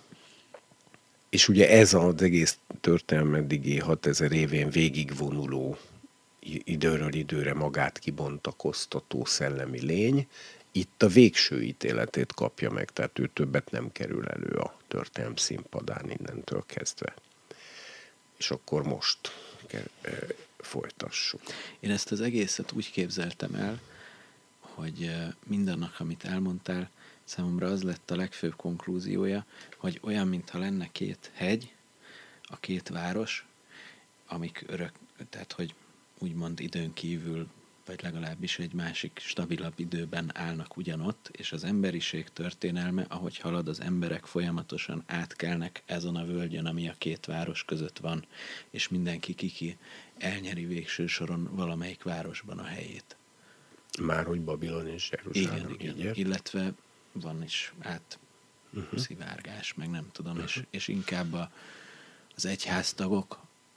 És ugye ez az egész történelem eddigi hatezer évén végigvonuló, időről időre magát kibontakoztató szellemi lény, itt a végső ítéletét kapja meg, tehát ő többet nem kerül elő a történelem színpadán innentől kezdve. És akkor most kell, e, folytassuk. Én ezt az egészet úgy képzeltem el, hogy mindannak, amit elmondtál, számomra az lett a legfőbb konklúziója, hogy olyan, mintha lenne két hegy, a két város, amik örök, tehát hogy úgymond időn kívül, vagy legalábbis egy másik stabilabb időben állnak ugyanott, és az emberiség történelme, ahogy halad, az emberek folyamatosan átkelnek ezen a völgyön, ami a két város között van, és mindenki kiki elnyeri végső soron valamelyik városban a helyét. Már hogy Babilon és Jeruzsálem. Igen, igen. Illetve van is át uh-huh. szivárgás, meg nem tudom, uh-huh. és, és inkább a, az egyháztagok,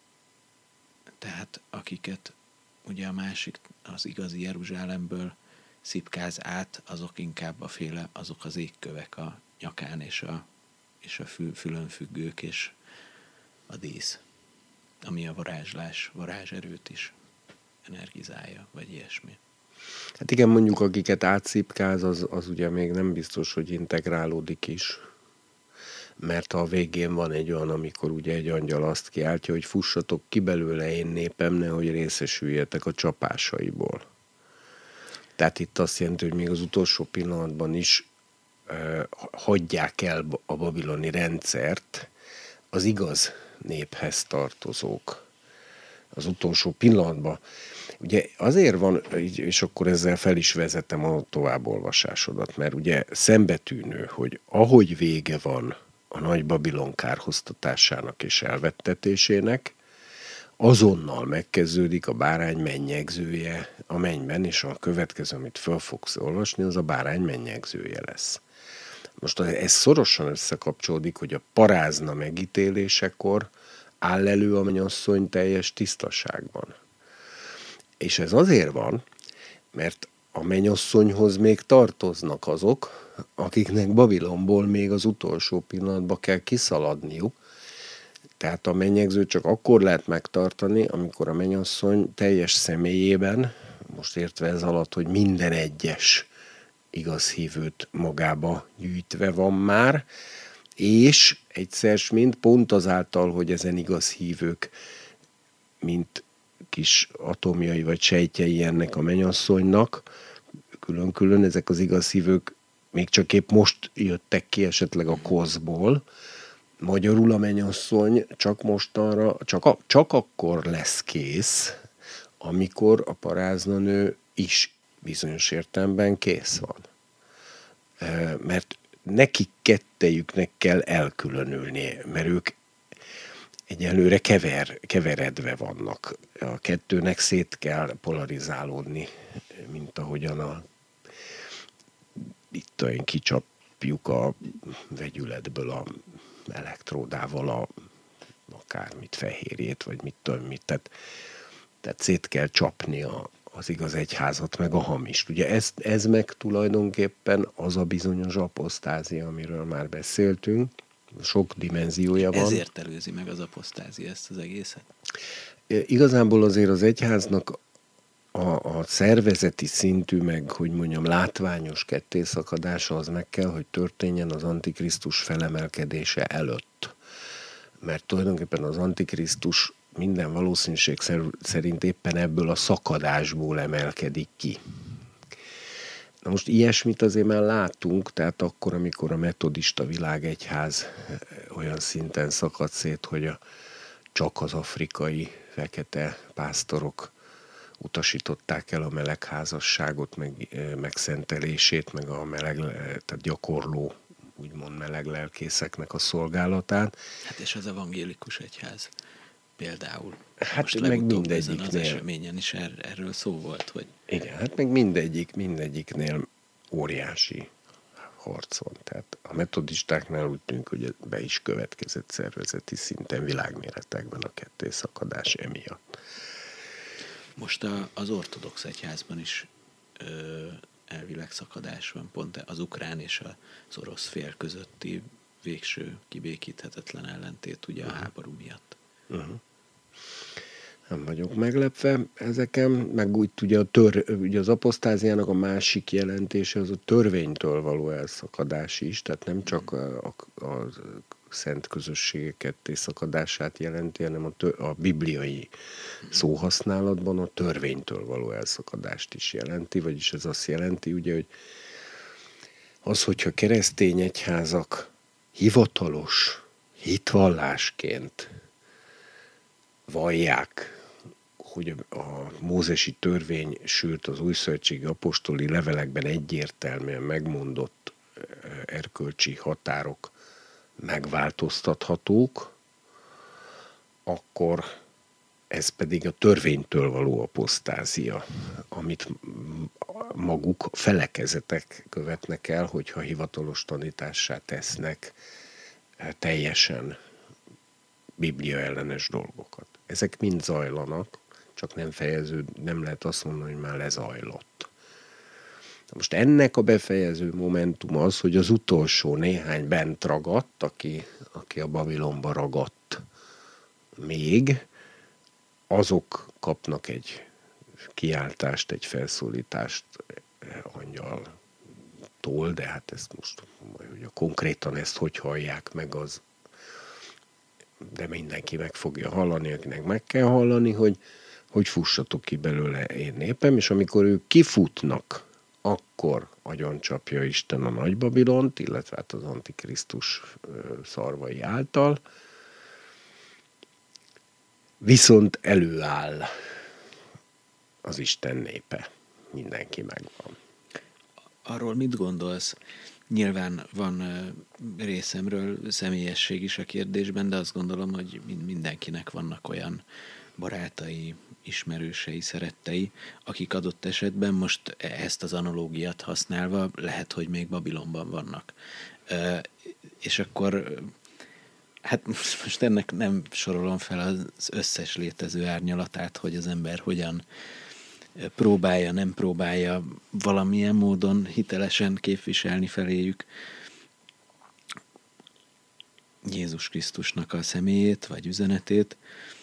tehát akiket ugye a másik, az igazi Jeruzsálemből szipkáz át, azok inkább a féle, azok az égkövek a nyakán, és a, és a fül, fülön függők, és a dísz, ami a varázslás, varázserőt is energizálja, vagy ilyesmi. Hát igen, mondjuk akiket átszipkáz, az, az ugye még nem biztos, hogy integrálódik is. Mert a végén van egy olyan, amikor ugye egy angyal azt kiáltja, hogy fussatok ki belőle, én népem, nehogy részesüljetek a csapásaiból. Tehát itt azt jelenti, hogy még az utolsó pillanatban is uh, hagyják el a babiloni rendszert az igaz néphez tartozók. Az utolsó pillanatban. Ugye azért van, és akkor ezzel fel is vezetem a továbbolvasásodat, mert ugye szembetűnő, hogy ahogy vége van a nagy Babilon kárhoztatásának és elvettetésének, azonnal megkezdődik a bárány mennyegzője a mennyben, és a következő, amit föl fogsz olvasni, az a bárány mennyegzője lesz. Most ez szorosan összekapcsolódik, hogy a parázna megítélésekor áll elő a mennyasszony teljes tisztaságban. És ez azért van, mert a mennyasszonyhoz még tartoznak azok, akiknek Babilonból még az utolsó pillanatban kell kiszaladniuk. Tehát a mennyegzőt csak akkor lehet megtartani, amikor a mennyasszony teljes személyében, most értve ez alatt, hogy minden egyes igaz hívőt magába gyűjtve van már, és egyszer mind pont azáltal, hogy ezen igaz hívők, mint kis atomjai vagy sejtjei ennek a mennyasszonynak, külön-külön ezek az igaz hívők még csak épp most jöttek ki esetleg a koszból. Magyarul a mennyasszony csak mostanra, csak, a, csak akkor lesz kész, amikor a paráznanő is bizonyos értelemben kész van. Mert nekik kettejüknek kell elkülönülnie, mert ők egyelőre kever, keveredve vannak. A kettőnek szét kell polarizálódni, mint ahogyan a, itt olyan kicsapjuk a vegyületből a elektródával a akármit, fehérjét, vagy mit tudom mit. Tehát, tehát szét kell csapni a, az igaz egyházat, meg a hamist. Ugye ez, ez meg tulajdonképpen az a bizonyos apostázia, amiről már beszéltünk. Sok dimenziója van. Ezért előzi meg az apostázia ezt az egészet? Igazából azért az egyháznak a, a szervezeti szintű, meg hogy mondjam, látványos kettészakadása az meg kell, hogy történjen az Antikrisztus felemelkedése előtt. Mert tulajdonképpen az Antikrisztus minden valószínűség szerint éppen ebből a szakadásból emelkedik ki. Na most ilyesmit azért már látunk, tehát akkor, amikor a metodista világegyház olyan szinten szakadt szét, hogy a, csak az afrikai fekete pásztorok utasították el a melegházasságot, meg megszentelését, meg a meleg, tehát gyakorló, úgymond meleg lelkészeknek a szolgálatát. Hát és az evangélikus egyház például. Hát most meg mindegyiknél. Az eseményen is er, erről szó volt, hogy... Igen, hát meg mindegyik, mindegyiknél óriási harc van. Tehát a metodistáknál úgy tűnik, hogy be is következett szervezeti szinten világméretekben a kettészakadás emiatt. Most a, az ortodox egyházban is ö, elvileg szakadás van, pont az ukrán és az orosz fél közötti végső kibékíthetetlen ellentét ugye a uh-huh. háború miatt. Uh-huh. Nem vagyok meglepve ezeken, meg úgy ugye, a tör, ugye az apostáziának a másik jelentése az a törvénytől való elszakadás is, tehát nem csak a, a, a szent közösségek kettészakadását jelenti, hanem a, tör, a bibliai szóhasználatban a törvénytől való elszakadást is jelenti, vagyis ez azt jelenti, ugye, hogy az, hogyha keresztény egyházak hivatalos hitvallásként vallják, hogy a mózesi törvény, sőt az újszövetségi apostoli levelekben egyértelműen megmondott erkölcsi határok megváltoztathatók, akkor ez pedig a törvénytől való apostázia, amit maguk felekezetek követnek el, hogyha hivatalos tanítássá tesznek teljesen biblia ellenes dolgokat. Ezek mind zajlanak, csak nem fejező, nem lehet azt mondani, hogy már lezajlott. Most ennek a befejező momentum az, hogy az utolsó néhány bent ragadt, aki, aki a Babilonba ragadt még, azok kapnak egy kiáltást, egy felszólítást angyaltól, de hát ezt most, hogy konkrétan ezt hogy hallják meg, az de mindenki meg fogja hallani, akinek meg kell hallani, hogy, hogy fussatok ki belőle én népem, és amikor ők kifutnak, akkor agyoncsapja Isten a Nagy Babilont, illetve hát az Antikrisztus szarvai által, viszont előáll az Isten népe. Mindenki megvan. Arról mit gondolsz? Nyilván van részemről személyesség is a kérdésben, de azt gondolom, hogy mindenkinek vannak olyan barátai, ismerősei, szerettei, akik adott esetben most ezt az analógiát használva lehet, hogy még Babilonban vannak. És akkor hát most ennek nem sorolom fel az összes létező árnyalatát, hogy az ember hogyan próbálja, nem próbálja valamilyen módon hitelesen képviselni feléjük Jézus Krisztusnak a személyét, vagy üzenetét.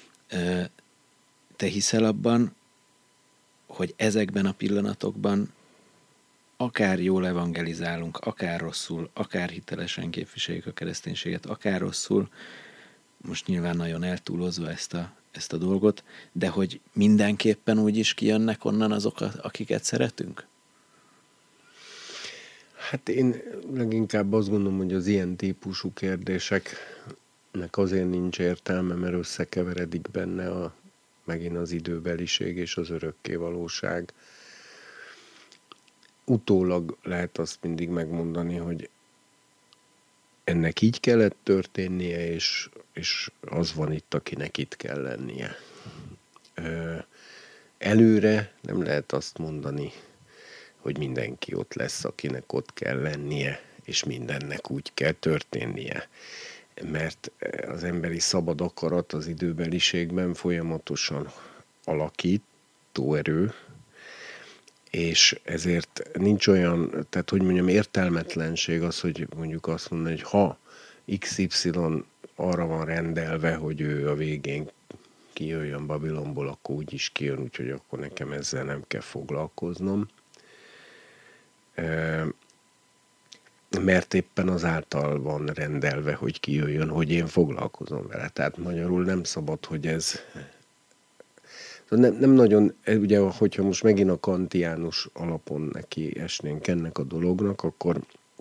Te hiszel abban, hogy ezekben a pillanatokban akár jól evangelizálunk, akár rosszul, akár hitelesen képviseljük a kereszténységet, akár rosszul, most nyilván nagyon eltúlozva ezt a, ezt a dolgot, de hogy mindenképpen úgy is kijönnek onnan azok, akiket szeretünk? Hát én leginkább azt gondolom, hogy az ilyen típusú kérdéseknek azért nincs értelme, mert összekeveredik benne a, megint az időbeliség és az örökké valóság. Utólag lehet azt mindig megmondani, hogy ennek így kellett történnie, és, és az van itt, akinek itt kell lennie. Előre nem lehet azt mondani, hogy mindenki ott lesz, akinek ott kell lennie, és mindennek úgy kell történnie. Mert az emberi szabad akarat az időbeliségben folyamatosan alakító erő, és ezért nincs olyan, tehát hogy mondjam, értelmetlenség az, hogy mondjuk azt mondani, hogy ha iksz ipszilon arra van rendelve, hogy ő a végén kijöjjön Babilonból, akkor úgy is kijön, úgyhogy akkor nekem ezzel nem kell foglalkoznom. Mert éppen azáltal van rendelve, hogy kijöjjön, hogy én foglalkozom vele. Tehát magyarul nem szabad, hogy ez... Nem, nem nagyon, ugye, hogyha most megint a kantiánus alapon neki esnénk ennek a dolognak, akkor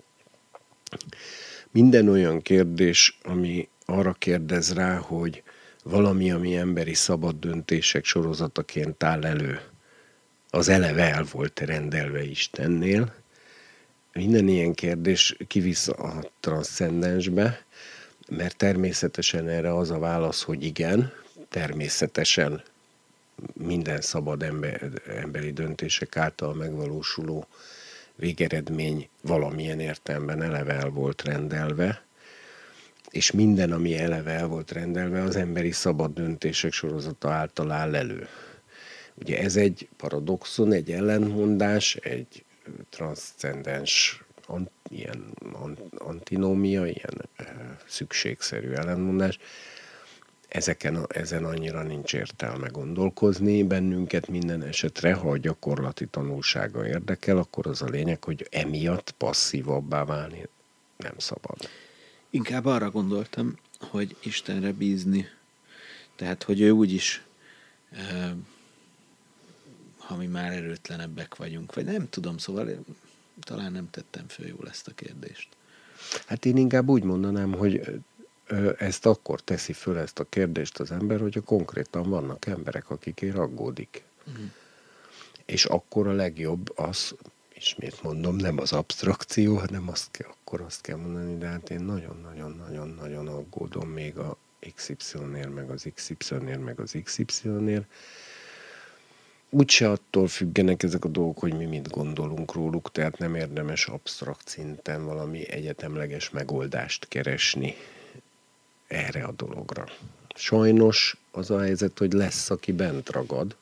minden olyan kérdés, ami arra kérdez rá, hogy valami, ami emberi szabad döntések sorozataként áll elő, az eleve el volt rendelve Istennél. Minden ilyen kérdés kivisz a transzcendensbe, mert természetesen erre az a válasz, hogy igen, természetesen minden szabad ember, emberi döntések által megvalósuló végeredmény valamilyen értelemben eleve el volt rendelve, és minden, ami eleve el volt rendelve, az emberi szabad döntések sorozata által áll elő. Ugye ez egy paradoxon, egy ellentmondás, egy transzcendens an, ilyen an, antinómia, ilyen e, szükségszerű ellentmondás. Ezeken, ezen annyira nincs értelme gondolkozni. Bennünket minden esetre, ha a gyakorlati tanulsága érdekel, akkor az a lényeg, hogy emiatt passzívabbá válni nem szabad. Inkább arra gondoltam, hogy Istenre bízni. Tehát, hogy ő úgyis, e, ha mi már erőtlenebbek vagyunk, vagy nem tudom, szóval talán nem tettem föl jól ezt a kérdést. Hát én inkább úgy mondanám, hogy ezt akkor teszi föl ezt a kérdést az ember, hogyha konkrétan vannak emberek, akikért aggódik. Uh-huh. És akkor a legjobb az, ismét mondom, nem az absztrakció, hanem azt kell, akkor azt kell mondani, de hát én nagyon-nagyon-nagyon-nagyon aggódom még a iksz ipszilonért, meg az iksz ipszilonért, meg az iksz ipszilonért. Úgyse attól függenek ezek a dolgok, hogy mi mit gondolunk róluk, tehát nem érdemes absztrakt szinten valami egyetemleges megoldást keresni erre a dologra. Sajnos az a helyzet, hogy lesz, aki bent ragad,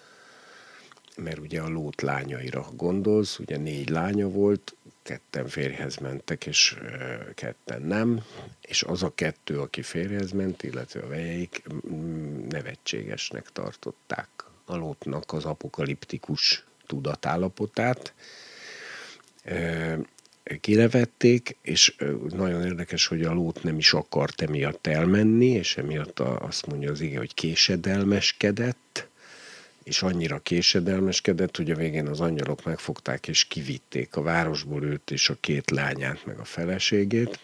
mert ugye a Lót lányaira gondolsz, ugye négy lánya volt, ketten férjhez mentek, és e, ketten nem, és az a kettő, aki férjhez ment, illetve a vejeik nevetségesnek tartották a Lótnak az apokaliptikus tudatállapotát. E, kinevették, és nagyon érdekes, hogy a Lót nem is akart emiatt elmenni, és emiatt azt mondja az ige, hogy késedelmeskedett, és annyira késedelmeskedett, hogy a végén az angyalok megfogták, és kivitték a városból őt és a két lányát, meg a feleségét,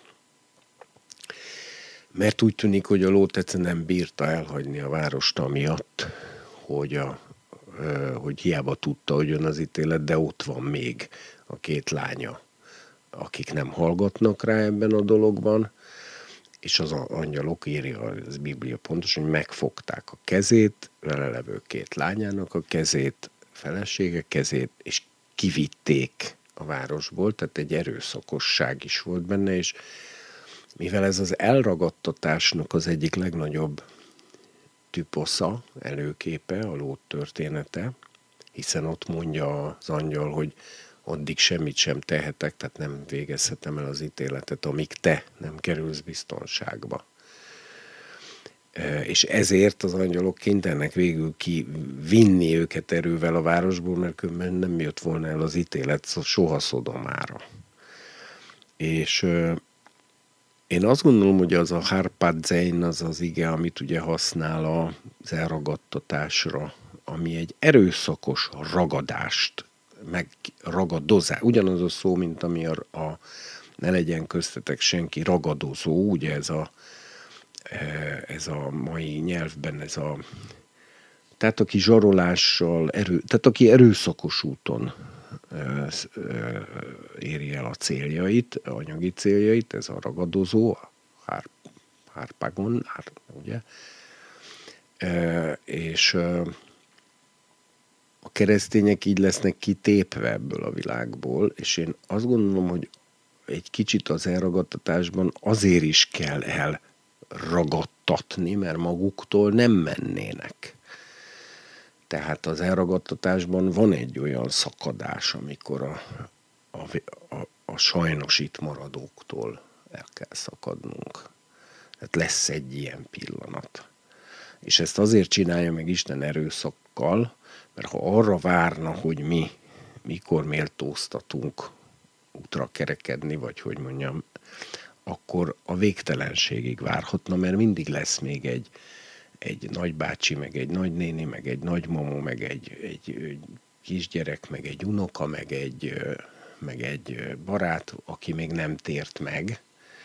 mert úgy tűnik, hogy a Lót egyszerűen nem bírta elhagyni a várost amiatt, hogy, a, hogy hiába tudta, hogy jön az ítélet, de ott van még a két lánya, akik nem hallgatnak rá ebben a dologban, és az angyalok, írja az Biblia pontosan, hogy megfogták a kezét, vele levő két lányának a kezét, felesége kezét, és kivitték a városból, tehát egy erőszakosság is volt benne, és mivel ez az elragadtatásnak az egyik legnagyobb tüposza, előképe, a Lót története, hiszen ott mondja az angyal, hogy addig semmit sem tehetek, tehát nem végezhetem el az ítéletet, amíg te nem kerülsz biztonságba. És ezért az angyalok kénytelenek végül kivinni őket erővel a városból, mert különben nem jött volna el az ítélet soha Szodomára. És én azt gondolom, hogy az a harpazein, az az ige, amit ugye használ az elragadtatásra, ami egy erőszakos ragadást, meg ragadozás. Ugyanaz a szó, mint ami a, a ne legyen köztetek senki ragadozó, ugye ez a, ez a mai nyelvben, ez a, tehát aki zsarolással, erő, tehát aki erőszakos úton éri el a céljait, anyagi céljait, ez a ragadozó, a hár, hárpagon, hár, ugye? E, és a keresztények így lesznek kitépve ebből a világból, és én azt gondolom, hogy egy kicsit az elragadtatásban azért is kell elragadtatni, mert maguktól nem mennének. Tehát az elragadtatásban van egy olyan szakadás, amikor a, a, a, a sajnos itt maradóktól el kell szakadnunk. Tehát lesz egy ilyen pillanat. És ezt azért csinálja meg Isten erőszakkal, mert ha arra várna, hogy mi mikor méltóztatunk útra kerekedni, vagy hogy mondjam, akkor a végtelenségig várhatna, mert mindig lesz még egy egy nagybácsi, meg egy nagynéni, meg egy nagymamó, meg egy, egy kisgyerek, meg egy unoka, meg egy, meg egy barát, aki még nem tért meg.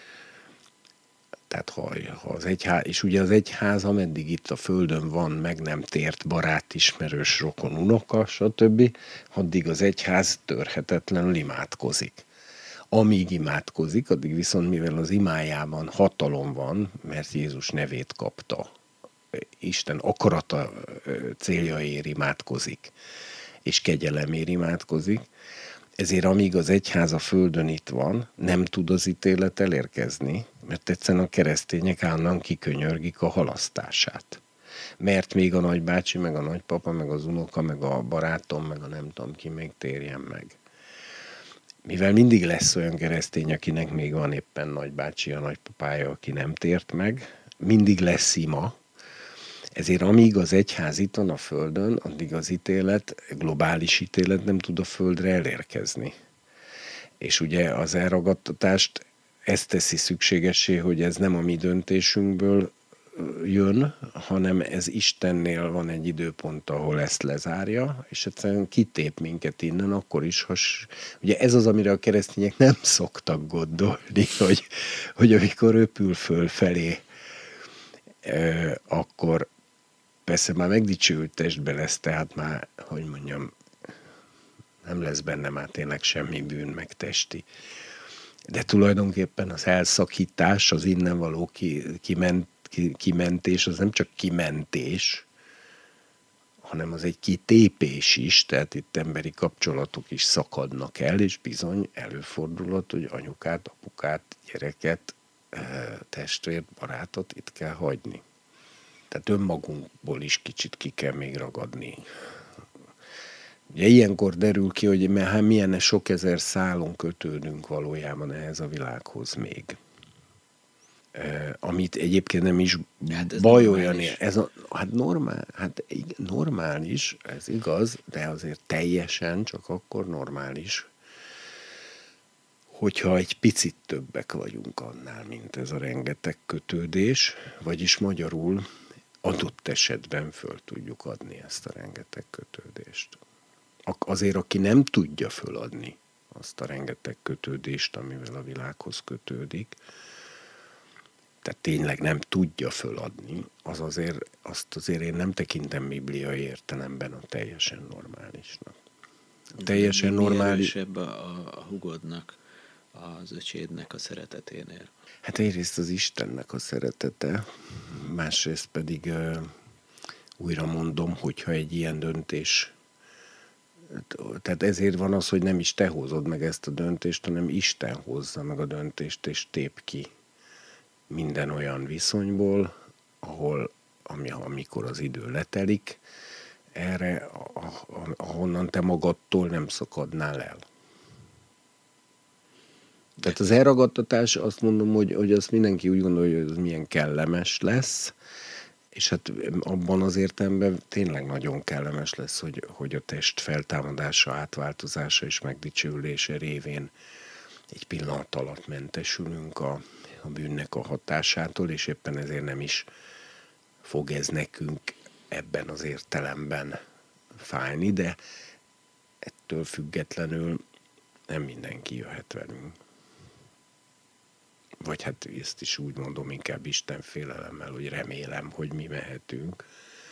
Tehát ha, ha az egyház, és ugye az egyház, ameddig itt a földön van, meg nem tért barát, ismerős, rokon, unoka, stb., addig az egyház törhetetlenül imádkozik. Amíg imádkozik, addig viszont, mivel az imájában hatalom van, mert Jézus nevét kapta, Isten akarata céljaért imádkozik, és kegyelemért imádkozik, ezért amíg az egyház a földön itt van, nem tud az ítélet elérkezni, mert egyszerűen a keresztények állandóan kikönyörgik a halasztását. Mert még a nagybácsi, meg a nagypapa, meg az unoka, meg a barátom, meg a nem tudom ki még térjen meg. Mivel mindig lesz olyan keresztény, akinek még van éppen nagybácsi, a nagypapája, aki nem tért meg, mindig lesz ima. Ezért amíg az egyház itt van a földön, addig az ítélet, globális ítélet nem tud a földre elérkezni. És ugye az elragadtatást ezt teszi szükségessé, hogy ez nem a mi döntésünkből jön, hanem ez Istennél van egy időpont, ahol ezt lezárja, és egyszerűen kitép minket innen, akkor is, ha... Ugye ez az, amire a keresztények nem szoktak gondolni, hogy, hogy amikor röpül fölfelé, eh, akkor persze már megdicsőült testben lesz, tehát már, hogy mondjam, nem lesz benne már tényleg semmi bűn, meg testi. De tulajdonképpen az elszakítás, az innen való ki, kiment, ki, kimentés, az nem csak kimentés, hanem az egy kitépés is, tehát itt emberi kapcsolatok is szakadnak el, és bizony előfordulhat, hogy anyukát, apukát, gyereket, testvért, barátot itt kell hagyni. Tehát önmagunkból is kicsit ki kell még ragadni. Ugye ilyenkor derül ki, hogy hát milyen sok ezer szálon kötődünk valójában ehhez a világhoz még. E, amit egyébként nem is hát baj olyan. Ez a, hát, normál, hát normális, ez igaz, de azért teljesen csak akkor normális, hogyha egy picit többek vagyunk annál, mint ez a rengeteg kötődés, vagyis magyarul adott esetben föl tudjuk adni ezt a rengeteg kötődést. Azért, aki nem tudja föladni azt a rengeteg kötődést, amivel a világhoz kötődik, tehát tényleg nem tudja föladni, az azért, azt azért én nem tekintem bibliai értelemben a teljesen normálisnak. A teljesen mi, mi normális... erősebb a, a hugodnak, az öcsédnek a szereteténél? Hát egyrészt az Istennek a szeretete, másrészt pedig uh, újra mondom, hogyha egy ilyen döntés, tehát ezért van az, hogy nem is te hozod meg ezt a döntést, hanem Isten hozza meg a döntést, és tép ki minden olyan viszonyból, ahol, ami, amikor az idő letelik, erre, ahonnan te magadtól nem szakadnál el. Tehát az elragadtatás, azt mondom, hogy, hogy azt mindenki úgy gondolja, hogy ez milyen kellemes lesz, és hát abban az értelemben tényleg nagyon kellemes lesz, hogy, hogy a test feltámadása, átváltozása és megdicsőülése révén egy pillanat alatt mentesülünk a, a bűnnek a hatásától, és éppen ezért nem is fog ez nekünk ebben az értelemben fájni, de ettől függetlenül nem mindenki jöhet velünk. Vagy hát ezt is úgy mondom, inkább Isten félelemmel, hogy remélem, hogy mi mehetünk.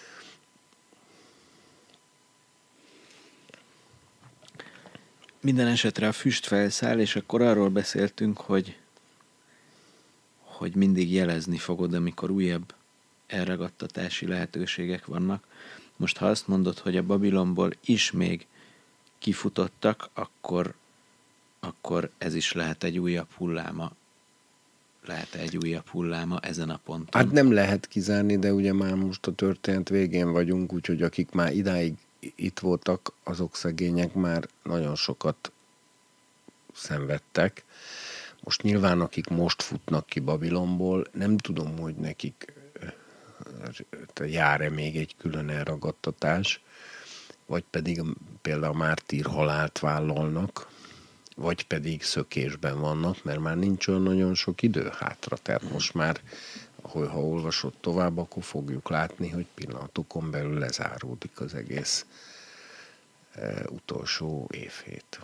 Minden esetre a füst felszáll, és akkor arról beszéltünk, hogy, hogy mindig jelezni fogod, amikor újabb elragadtatási lehetőségek vannak. Most ha azt mondod, hogy a Babilonból is még kifutottak, akkor, akkor ez is lehet egy újabb hulláma. Lehet egy újabb hulláma ezen a ponton. Hát nem lehet kizárni, de ugye már most a történet végén vagyunk, úgyhogy akik már idáig itt voltak, azok szegények már nagyon sokat szenvedtek. Most nyilván, akik most futnak ki Babilonból, nem tudom, hogy nekik jár-e még egy külön elragadtatás, vagy pedig például mártír halált vállalnak, vagy pedig szökésben vannak, mert már nincs olyan nagyon sok idő hátra. Tehát most már, ahogy ha olvasod tovább, akkor fogjuk látni, hogy pillanatokon belül lezáródik az egész e, utolsó évhét.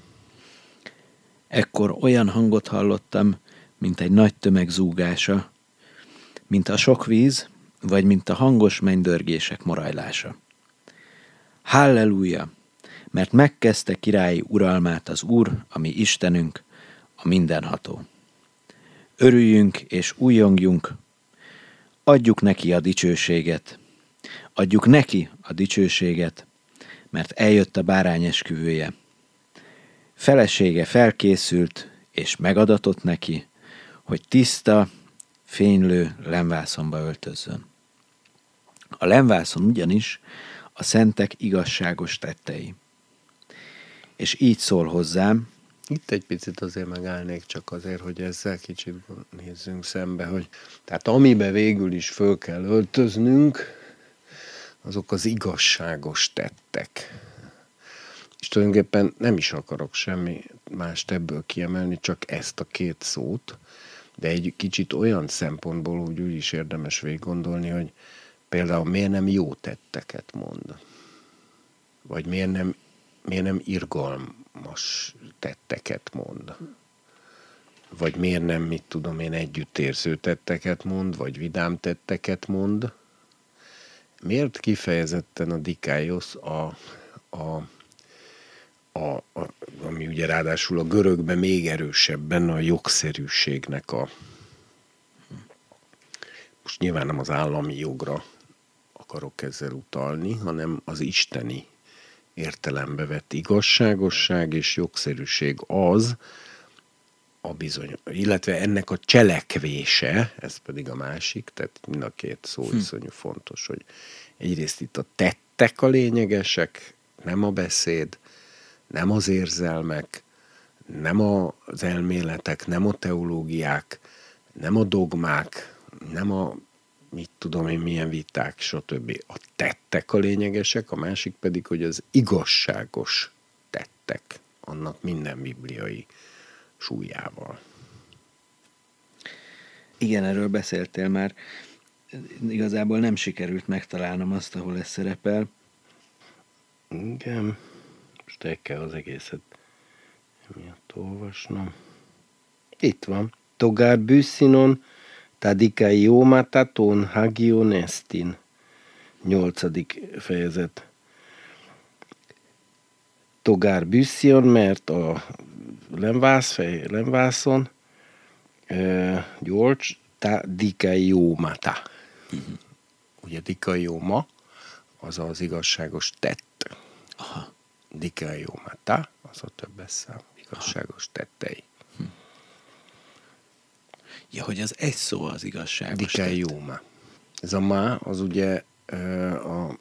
Ekkor olyan hangot hallottam, mint egy nagy tömeg zúgása, mint a sok víz, vagy mint a hangos mennydörgések morajlása. Halleluja! Mert megkezdte királyi uralmát az Úr, a mi Istenünk, a mindenható. Örüljünk és újjongjunk, adjuk neki a dicsőséget, adjuk neki a dicsőséget, mert eljött a bárány esküvője. Felesége felkészült és megadatott neki, hogy tiszta, fénylő lemvászonba öltözzön. A lemvászon ugyanis a szentek igazságos tettei. És így szól hozzám. Itt egy picit azért megállnék csak azért, hogy ezzel kicsit nézzünk szembe, hogy tehát amiben végül is föl kell öltöznünk, azok az igazságos tettek. És tulajdonképpen nem is akarok semmi mást ebből kiemelni, csak ezt a két szót, de egy kicsit olyan szempontból, hogy úgy is érdemes végig gondolni, hogy például miért nem jó tetteket mond, vagy miért nem, miért nem irgalmas tetteket mond, vagy miért nem, mit tudom én, együttérző tetteket mond, vagy vidám tetteket mond. Miért kifejezetten a dikáiosz, a, a, a, a, ami ugye ráadásul a görögben még erősebben a jogszerűségnek a, most nyilván nem az állami jogra akarok ezzel utalni, hanem az isteni értelembe vett igazságosság és jogszerűség az, a bizony, illetve ennek a cselekvése, ez pedig a másik, tehát mind a két szó hm. iszonyú fontos, hogy egyrészt itt a tettek a lényegesek, nem a beszéd, nem az érzelmek, nem az elméletek, nem a teológiák, nem a dogmák, nem a mit tudom én, milyen viták, stb. A tettek a lényegesek, a másik pedig, hogy az igazságos tettek, annak minden bibliai súlyával. Igen, erről beszéltél már. Igazából nem sikerült megtalálnom azt, ahol ez szerepel. Igen. Most el kell az egészet miatt olvasnom. Itt van. Togár bűszinon tadikai jómataton hagion estin. Nyolcadik fejezet. Togár bűszion, mert a lemvász, fej, lemvászon e, gyors, ta dikai jómata. Uh-huh. Ugye dikai jóma, az az igazságos tett. Aha. Dikai jómata, az a többes szám, igazságos Aha. tettei. Hm. Ja, hogy az egy szó az igazságos Dikai jóma. Ez a ma, az ugye a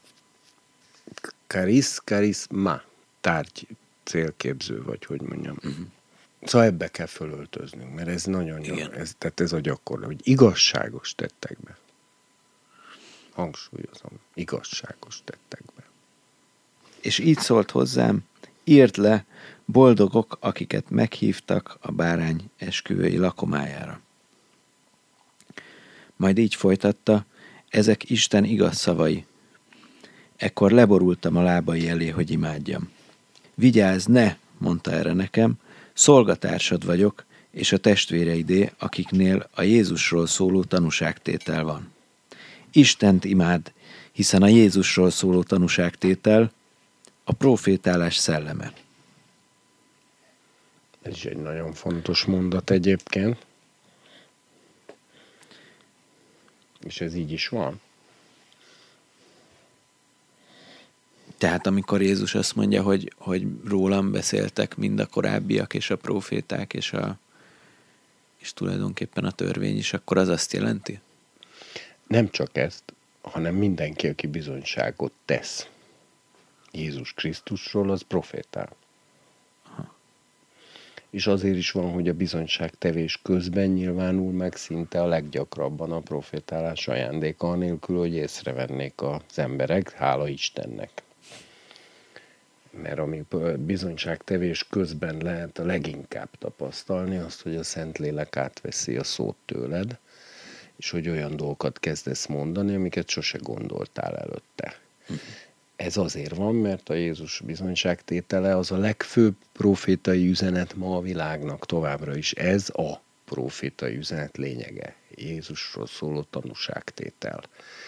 karisz, karisz ma, tárgy célképző, vagy hogy mondjam. Uh-huh. Szóval ebbe kell fölöltöznünk, mert ez nagyon jó. Ez, tehát ez a gyakorlat, hogy igazságos tettekbe. Hangsúlyozom, igazságos tettekbe. És így szólt hozzám, írd le, boldogok, akiket meghívtak a bárány esküvői lakomájára. Majd így folytatta, ezek Isten igaz szavai. Ekkor leborultam a lábai elé, hogy imádjam. Vigyázz, ne, mondta erre nekem, szolgatársad vagyok, és a testvéreidé, akiknél a Jézusról szóló tanúságtétel van. Istent imád, hiszen a Jézusról szóló tanúságtétel a profétálás szelleme. Ez is egy nagyon fontos mondat egyébként. És ez így is van. Tehát amikor Jézus azt mondja, hogy, hogy rólam beszéltek mind a korábbiak, és a proféták, és, a, és tulajdonképpen a törvény is, akkor az azt jelenti? Nem csak ezt, hanem mindenki, aki bizonyságot tesz Jézus Krisztusról, az profétál. Aha. És azért is van, hogy a bizonyságtevés közben nyilvánul meg szinte a leggyakrabban a profétálás ajándéka, anélkül, hogy észrevennék az emberek, hála Istennek. Mert ami bizonyságtevés közben lehet a leginkább tapasztalni, azt, hogy a Szentlélek átveszi a szót tőled, és hogy olyan dolgokat kezdesz mondani, amiket sose gondoltál előtte. Uh-huh. Ez azért van, mert a Jézus bizonyságtétele az a legfőbb profétai üzenet ma a világnak továbbra is. Ez a profétai üzenet lényege. Jézusról szóló tanúságtétel.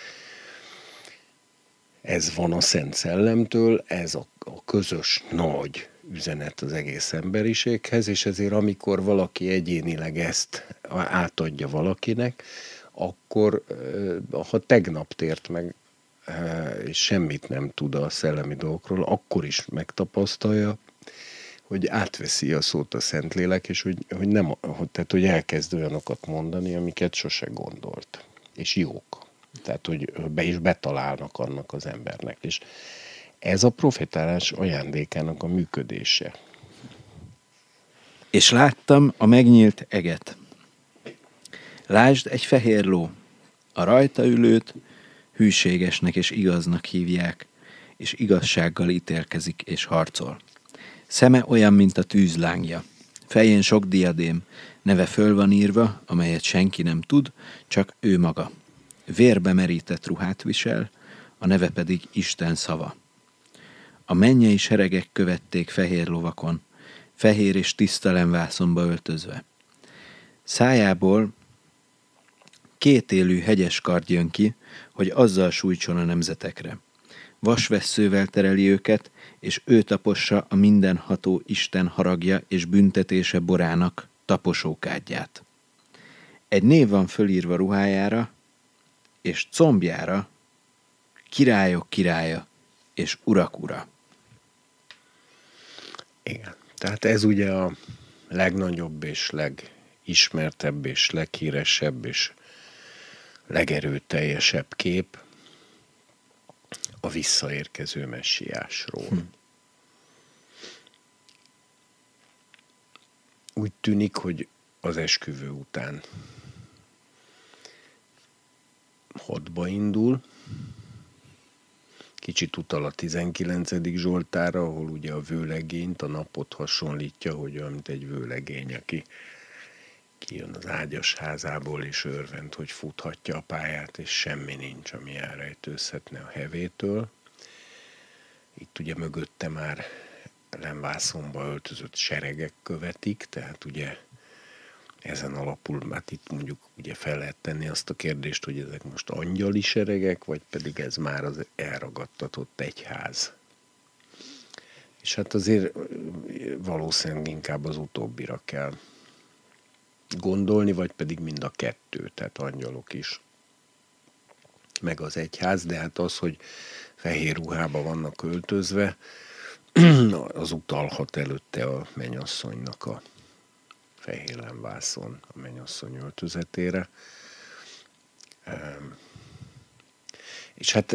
Ez van a Szent Szellemtől, ez a, a közös nagy üzenet az egész emberiséghez, és ezért amikor valaki egyénileg ezt átadja valakinek, akkor ha tegnap tért meg, és semmit nem tud a szellemi dolgokról, akkor is megtapasztalja, hogy átveszi a szót a Szentlélek, és hogy, hogy, nem, tehát, hogy elkezd olyanokat mondani, amiket sose gondolt. És jók. Tehát, hogy be is betalálnak annak az embernek. És ez a profétálás ajándékának a működése. És láttam a megnyílt eget. Lásd, egy fehér ló. A rajta ülőt hűségesnek és igaznak hívják, és igazsággal ítélkezik és harcol. Szeme olyan, mint a tűzlángja. Fején sok diadém, neve föl van írva, amelyet senki nem tud, csak ő maga. Vérbe merített ruhát visel, a neve pedig Isten szava. A mennyei seregek követték fehér lovakon, fehér és tisztelen vászonba öltözve. Szájából kétélű hegyes kard jön ki, hogy azzal sújtson a nemzetekre. Vasvesszővel tereli őket, és ő tapossa a mindenható Isten haragja és büntetése borának taposókádját. Egy név van fölírva ruhájára, és combjára, királyok királya, és urak ura. Igen. Tehát ez ugye a legnagyobb és legismertebb és leghíresebb és legerőteljesebb kép a visszaérkező messiásról. Hm. Úgy tűnik, hogy az esküvő után hadba indul, kicsit utal a tizenkilencedik Zsoltárra, ahol ugye a vőlegényt, a napot hasonlítja, hogy olyan, mint egy vőlegény, aki kijön az ágyas házából, és örvend, hogy futhatja a pályát, és semmi nincs, ami elrejtőzhetne a hevétől. Itt ugye mögötte már lemvászonba öltözött seregek követik, tehát ugye ezen alapul, hát itt mondjuk ugye fel lehet tenni azt a kérdést, hogy ezek most angyali seregek, vagy pedig ez már az elragadtatott egyház. És hát azért valószínűleg inkább az utóbbira kell gondolni, vagy pedig mind a kettő, tehát angyalok is, meg az egyház, de hát az, hogy fehér ruhába vannak öltözve, az utalhat előtte a mennyasszonynak a fehér lemvászon a mennyasszony öltözetére. És hát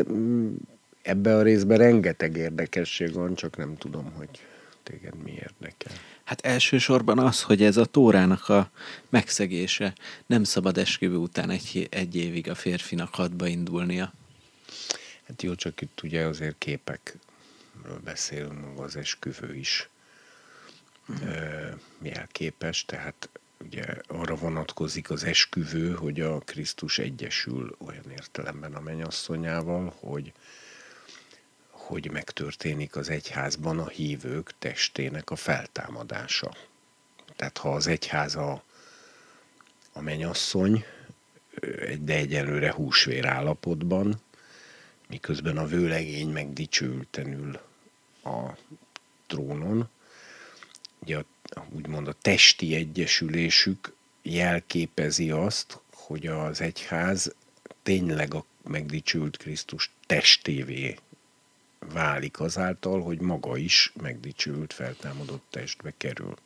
ebbe a részben rengeteg érdekesség van, csak nem tudom, hogy téged mi érdekel. Hát elsősorban az, hogy ez a Tórának a megszegése. Nem szabad esküvő után egy, egy évig a férfinak hadba indulnia. Hát jó, csak itt ugye azért képekről beszélünk, az esküvő is mm. jelképes, tehát ugye arra vonatkozik az esküvő, hogy a Krisztus egyesül olyan értelemben a mennyasszonyával, hogy hogy megtörténik az egyházban a hívők testének a feltámadása. Tehát ha az egyház a, a mennyasszony, de egyelőre húsvér állapotban, miközben a vőlegény meg dicsőülten ül a trónon, ugye a, úgymond a testi egyesülésük jelképezi azt, hogy az egyház tényleg a megdicsült Krisztus testévé válik azáltal, hogy maga is megdicsőült, feltámadott testbe kerül.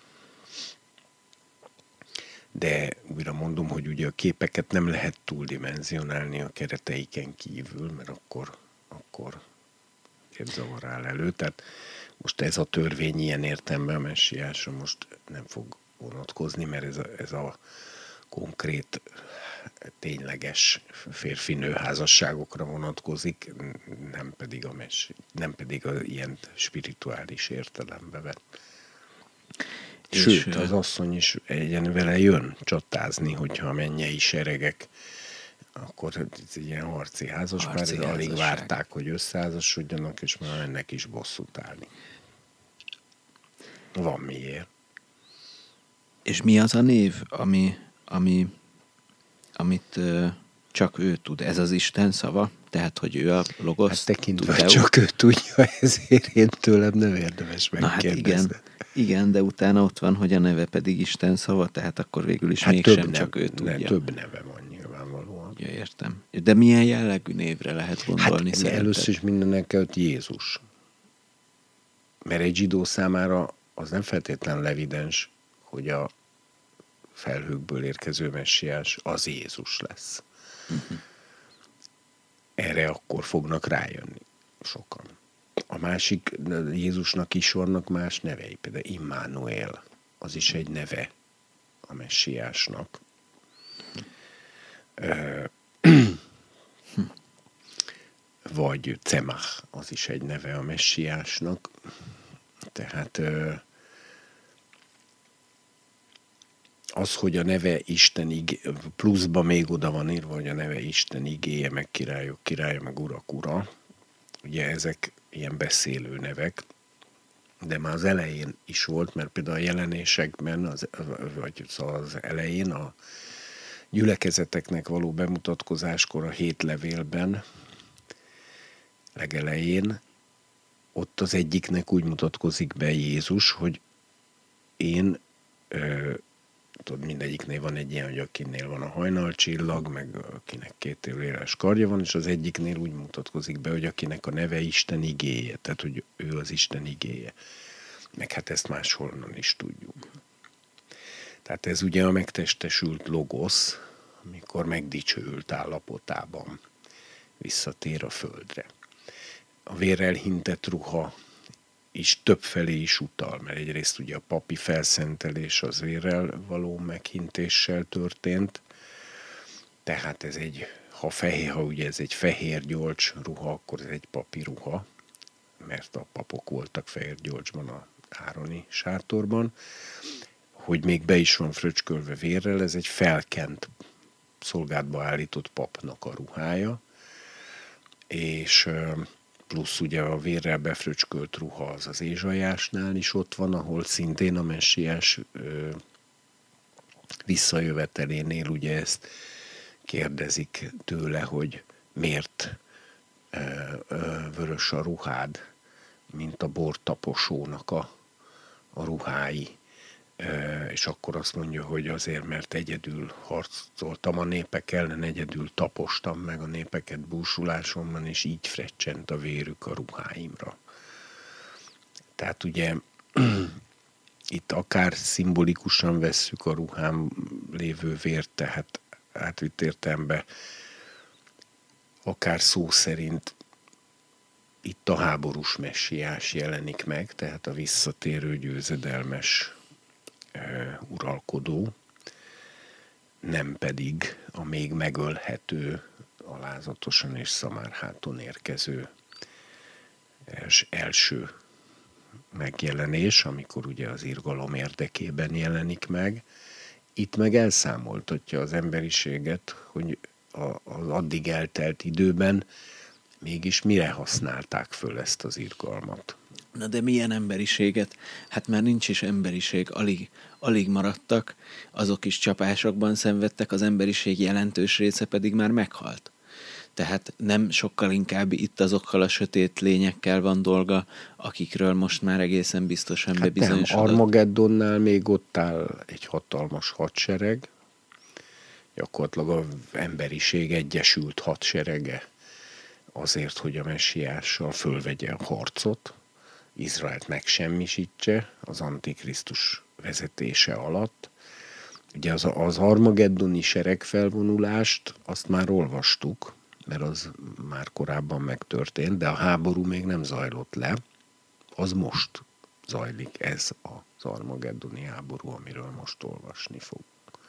De újra mondom, hogy ugye a képeket nem lehet túldimenzionálni a kereteiken kívül, mert akkor, akkor zavar áll elő. Tehát most ez a törvény ilyen értelemben a messiásra most nem fog vonatkozni, mert ez a, ez a konkrét, tényleges férfi-nő házasságokra vonatkozik, nem pedig a messi, nem pedig a ilyen spirituális értelembe vett. Sőt, az asszony is egyen vele jön csatázni, hogyha a mennyei seregek, akkor ez ilyen harci házaspár, alig várták, hogy összeházasodjanak, és már ennek is bosszút állni. Van miért. És mi az a név, ami, ami, amit uh, csak ő tud? Ez az Isten szava? Tehát, hogy ő a logos? Hát tekintve, hogy csak ő tudja, ezért én tőlem nem érdemes megkérdezni. Na hát igen, igen, de utána ott van, hogy a neve pedig Isten szava, tehát akkor végül is hát mégsem csak ő tudja. Ne, több neve van nyilvánvalóan. Ja, értem. De milyen jellegű névre lehet gondolni? Hát először is mindenek előtt Jézus. Mert egy zsidó számára az nem feltétlenül evidens, hogy a felhőkből érkező messiás az Jézus lesz. Uh-huh. Erre akkor fognak rájönni sokan. A másik, Jézusnak is vannak más nevei, például Immanuel, az is egy neve a messiásnak. Vagy Cemach, az is egy neve a messiásnak. Tehát az, hogy a neve Isten igé, pluszba még oda van írva, hogy a neve Isten igéje, meg királyok királya, meg urak ura. Ugye ezek ilyen beszélő nevek, de már az elején is volt, mert például a jelenésekben, az, vagy az elején a gyülekezeteknek való bemutatkozáskor a hét levélben, legelején, ott az egyiknek úgy mutatkozik be Jézus, hogy én, ö, tudod, mindegyiknél van egy ilyen, hogy akinél van a hajnalcsillag, meg akinek két éles kardja van, és az egyiknél úgy mutatkozik be, hogy akinek a neve Isten igéje, tehát hogy ő az Isten igéje. Meg hát ezt máshonnan is tudjuk. Tehát ez ugye a megtestesült logosz, amikor megdicsőült állapotában visszatér a földre. A vérrel hintett ruha is többfelé is utal, mert egyrészt ugye a papi felszentelés az vérrel való meghintéssel történt, tehát ez egy, ha fehér, ha ugye ez egy fehér gyolcs ruha, akkor ez egy papi ruha, mert a papok voltak fehér gyolcsban a ároni sátorban, hogy még be is van fröcskölve vérrel, ez egy felkent, szolgálatba állított papnak a ruhája, és plusz ugye a vérrel befröcskölt ruha az az Ézsaiásnál is ott van, ahol szintén a messiás ö, visszajövetelénél ugye ezt kérdezik tőle, hogy miért ö, ö, vörös a ruhád, mint a bortaposónak a, a ruhái. És akkor azt mondja, hogy azért, mert egyedül harcoltam a népek ellen, egyedül tapostam meg a népeket búsulásomban, és így frecsent a vérük a ruháimra. Tehát ugye itt akár szimbolikusan vesszük a ruhám lévő vért, tehát átvitt értelemben, akár szó szerint itt a háborús messiás jelenik meg, tehát a visszatérő győzedelmes e, uralkodó, nem pedig a még megölhető, alázatosan és szamárháton érkező els, első megjelenés, amikor ugye az irgalom érdekében jelenik meg. Itt meg elszámoltatja az emberiséget, hogy az addig eltelt időben mégis mire használták föl ezt az irgalmat. Na de milyen emberiséget? Hát már nincs is emberiség, alig, alig maradtak, azok is csapásokban szenvedtek, az emberiség jelentős része pedig már meghalt. Tehát nem sokkal inkább itt azokkal a sötét lényekkel van dolga, akikről most már egészen biztosan hát bebizonyosodott. Nem, Armageddonnál még ott áll egy hatalmas hadsereg, gyakorlatilag az emberiség egyesült hadserege azért, hogy a messiással fölvegye a harcot, Izraelt megsemmisítse az Antikrisztus vezetése alatt. Ugye az, az armageddoni seregfelvonulást azt már olvastuk, mert az már korábban megtörtént, de a háború még nem zajlott le. Az most zajlik, ez az armageddoni háború, amiről most olvasni fog.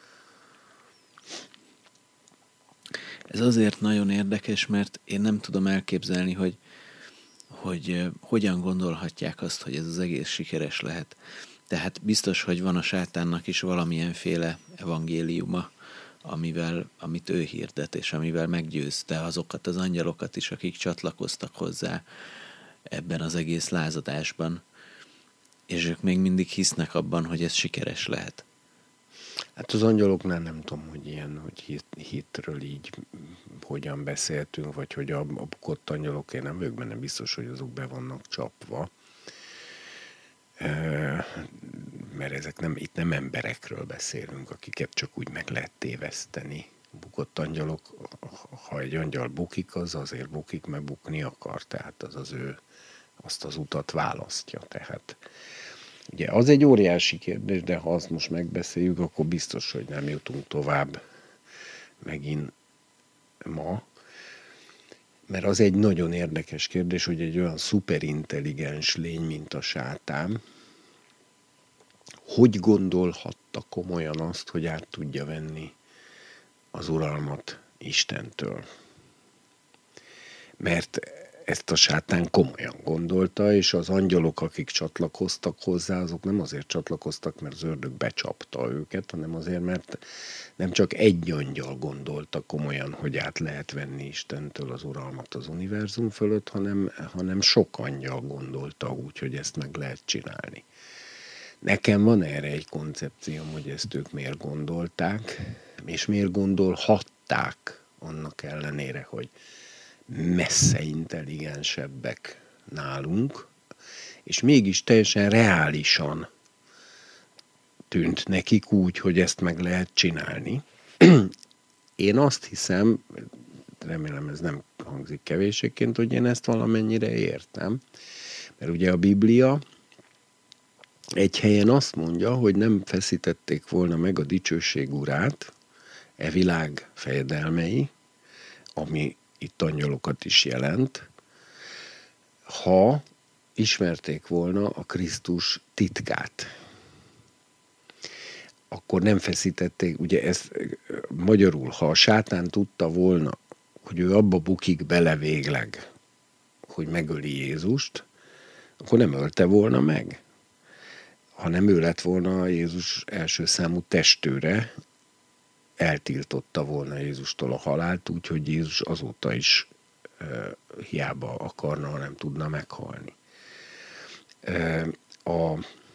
Ez azért nagyon érdekes, mert én nem tudom elképzelni, hogy, hogy hogyan gondolhatják azt, hogy ez az egész sikeres lehet. Tehát biztos, hogy van a sátánnak is valamilyenféle evangéliuma, amivel, amit ő hirdet, és amivel meggyőzte azokat az angyalokat is, akik csatlakoztak hozzá ebben az egész lázadásban, és ők még mindig hisznek abban, hogy ez sikeres lehet. Hát az angyaloknál nem tudom, hogy ilyen, hogy hit, hitről így hogyan beszéltünk, vagy hogy a, a bukott angyalok, én nem vagyok benne biztos, hogy azok be vannak csapva. E, mert ezek nem, itt nem emberekről beszélünk, akiket csak úgy meg lehet téveszteni. Bukott angyalok, ha egy angyal bukik, az azért bukik, mert bukni akar, tehát az az ő, azt az utat választja, tehát ugye az egy óriási kérdés, de ha azt most megbeszéljük, akkor biztos, hogy nem jutunk tovább megint ma. Mert az egy nagyon érdekes kérdés, hogy egy olyan szuperintelligens lény, mint a sátán, hogy gondolhatta komolyan azt, hogy át tudja venni az uralmat Istentől. Mert ezt a sátán komolyan gondolta, és az angyalok, akik csatlakoztak hozzá, azok nem azért csatlakoztak, mert az ördög becsapta őket, hanem azért, mert nem csak egy angyal gondolta komolyan, hogy át lehet venni Istentől az uralmat az univerzum fölött, hanem, hanem sok angyal gondolta úgy, hogy ezt meg lehet csinálni. Nekem van erre egy koncepcióm, hogy ezt ők miért gondolták, és miért gondolhatták annak ellenére, hogy messze intelligensebbek nálunk, és mégis teljesen reálisan tűnt nekik úgy, hogy ezt meg lehet csinálni. Én azt hiszem, remélem ez nem hangzik kevéséként, hogy én ezt valamennyire értem, mert ugye a Biblia egy helyen azt mondja, hogy nem feszítették volna meg a dicsőség urát, e világ fejedelmei, ami itt angyalokat is jelent, ha ismerték volna a Krisztus titkát. Akkor nem feszítették, ugye ez magyarul, ha a sátán tudta volna, hogy ő abba bukik bele végleg, hogy megöli Jézust, akkor nem ölte volna meg. Ha nem ő lett volna Jézus első számú testőre, eltiltotta volna Jézustól a halált, úgyhogy Jézus azóta is e, hiába akarna, nem tudna meghalni. E, a,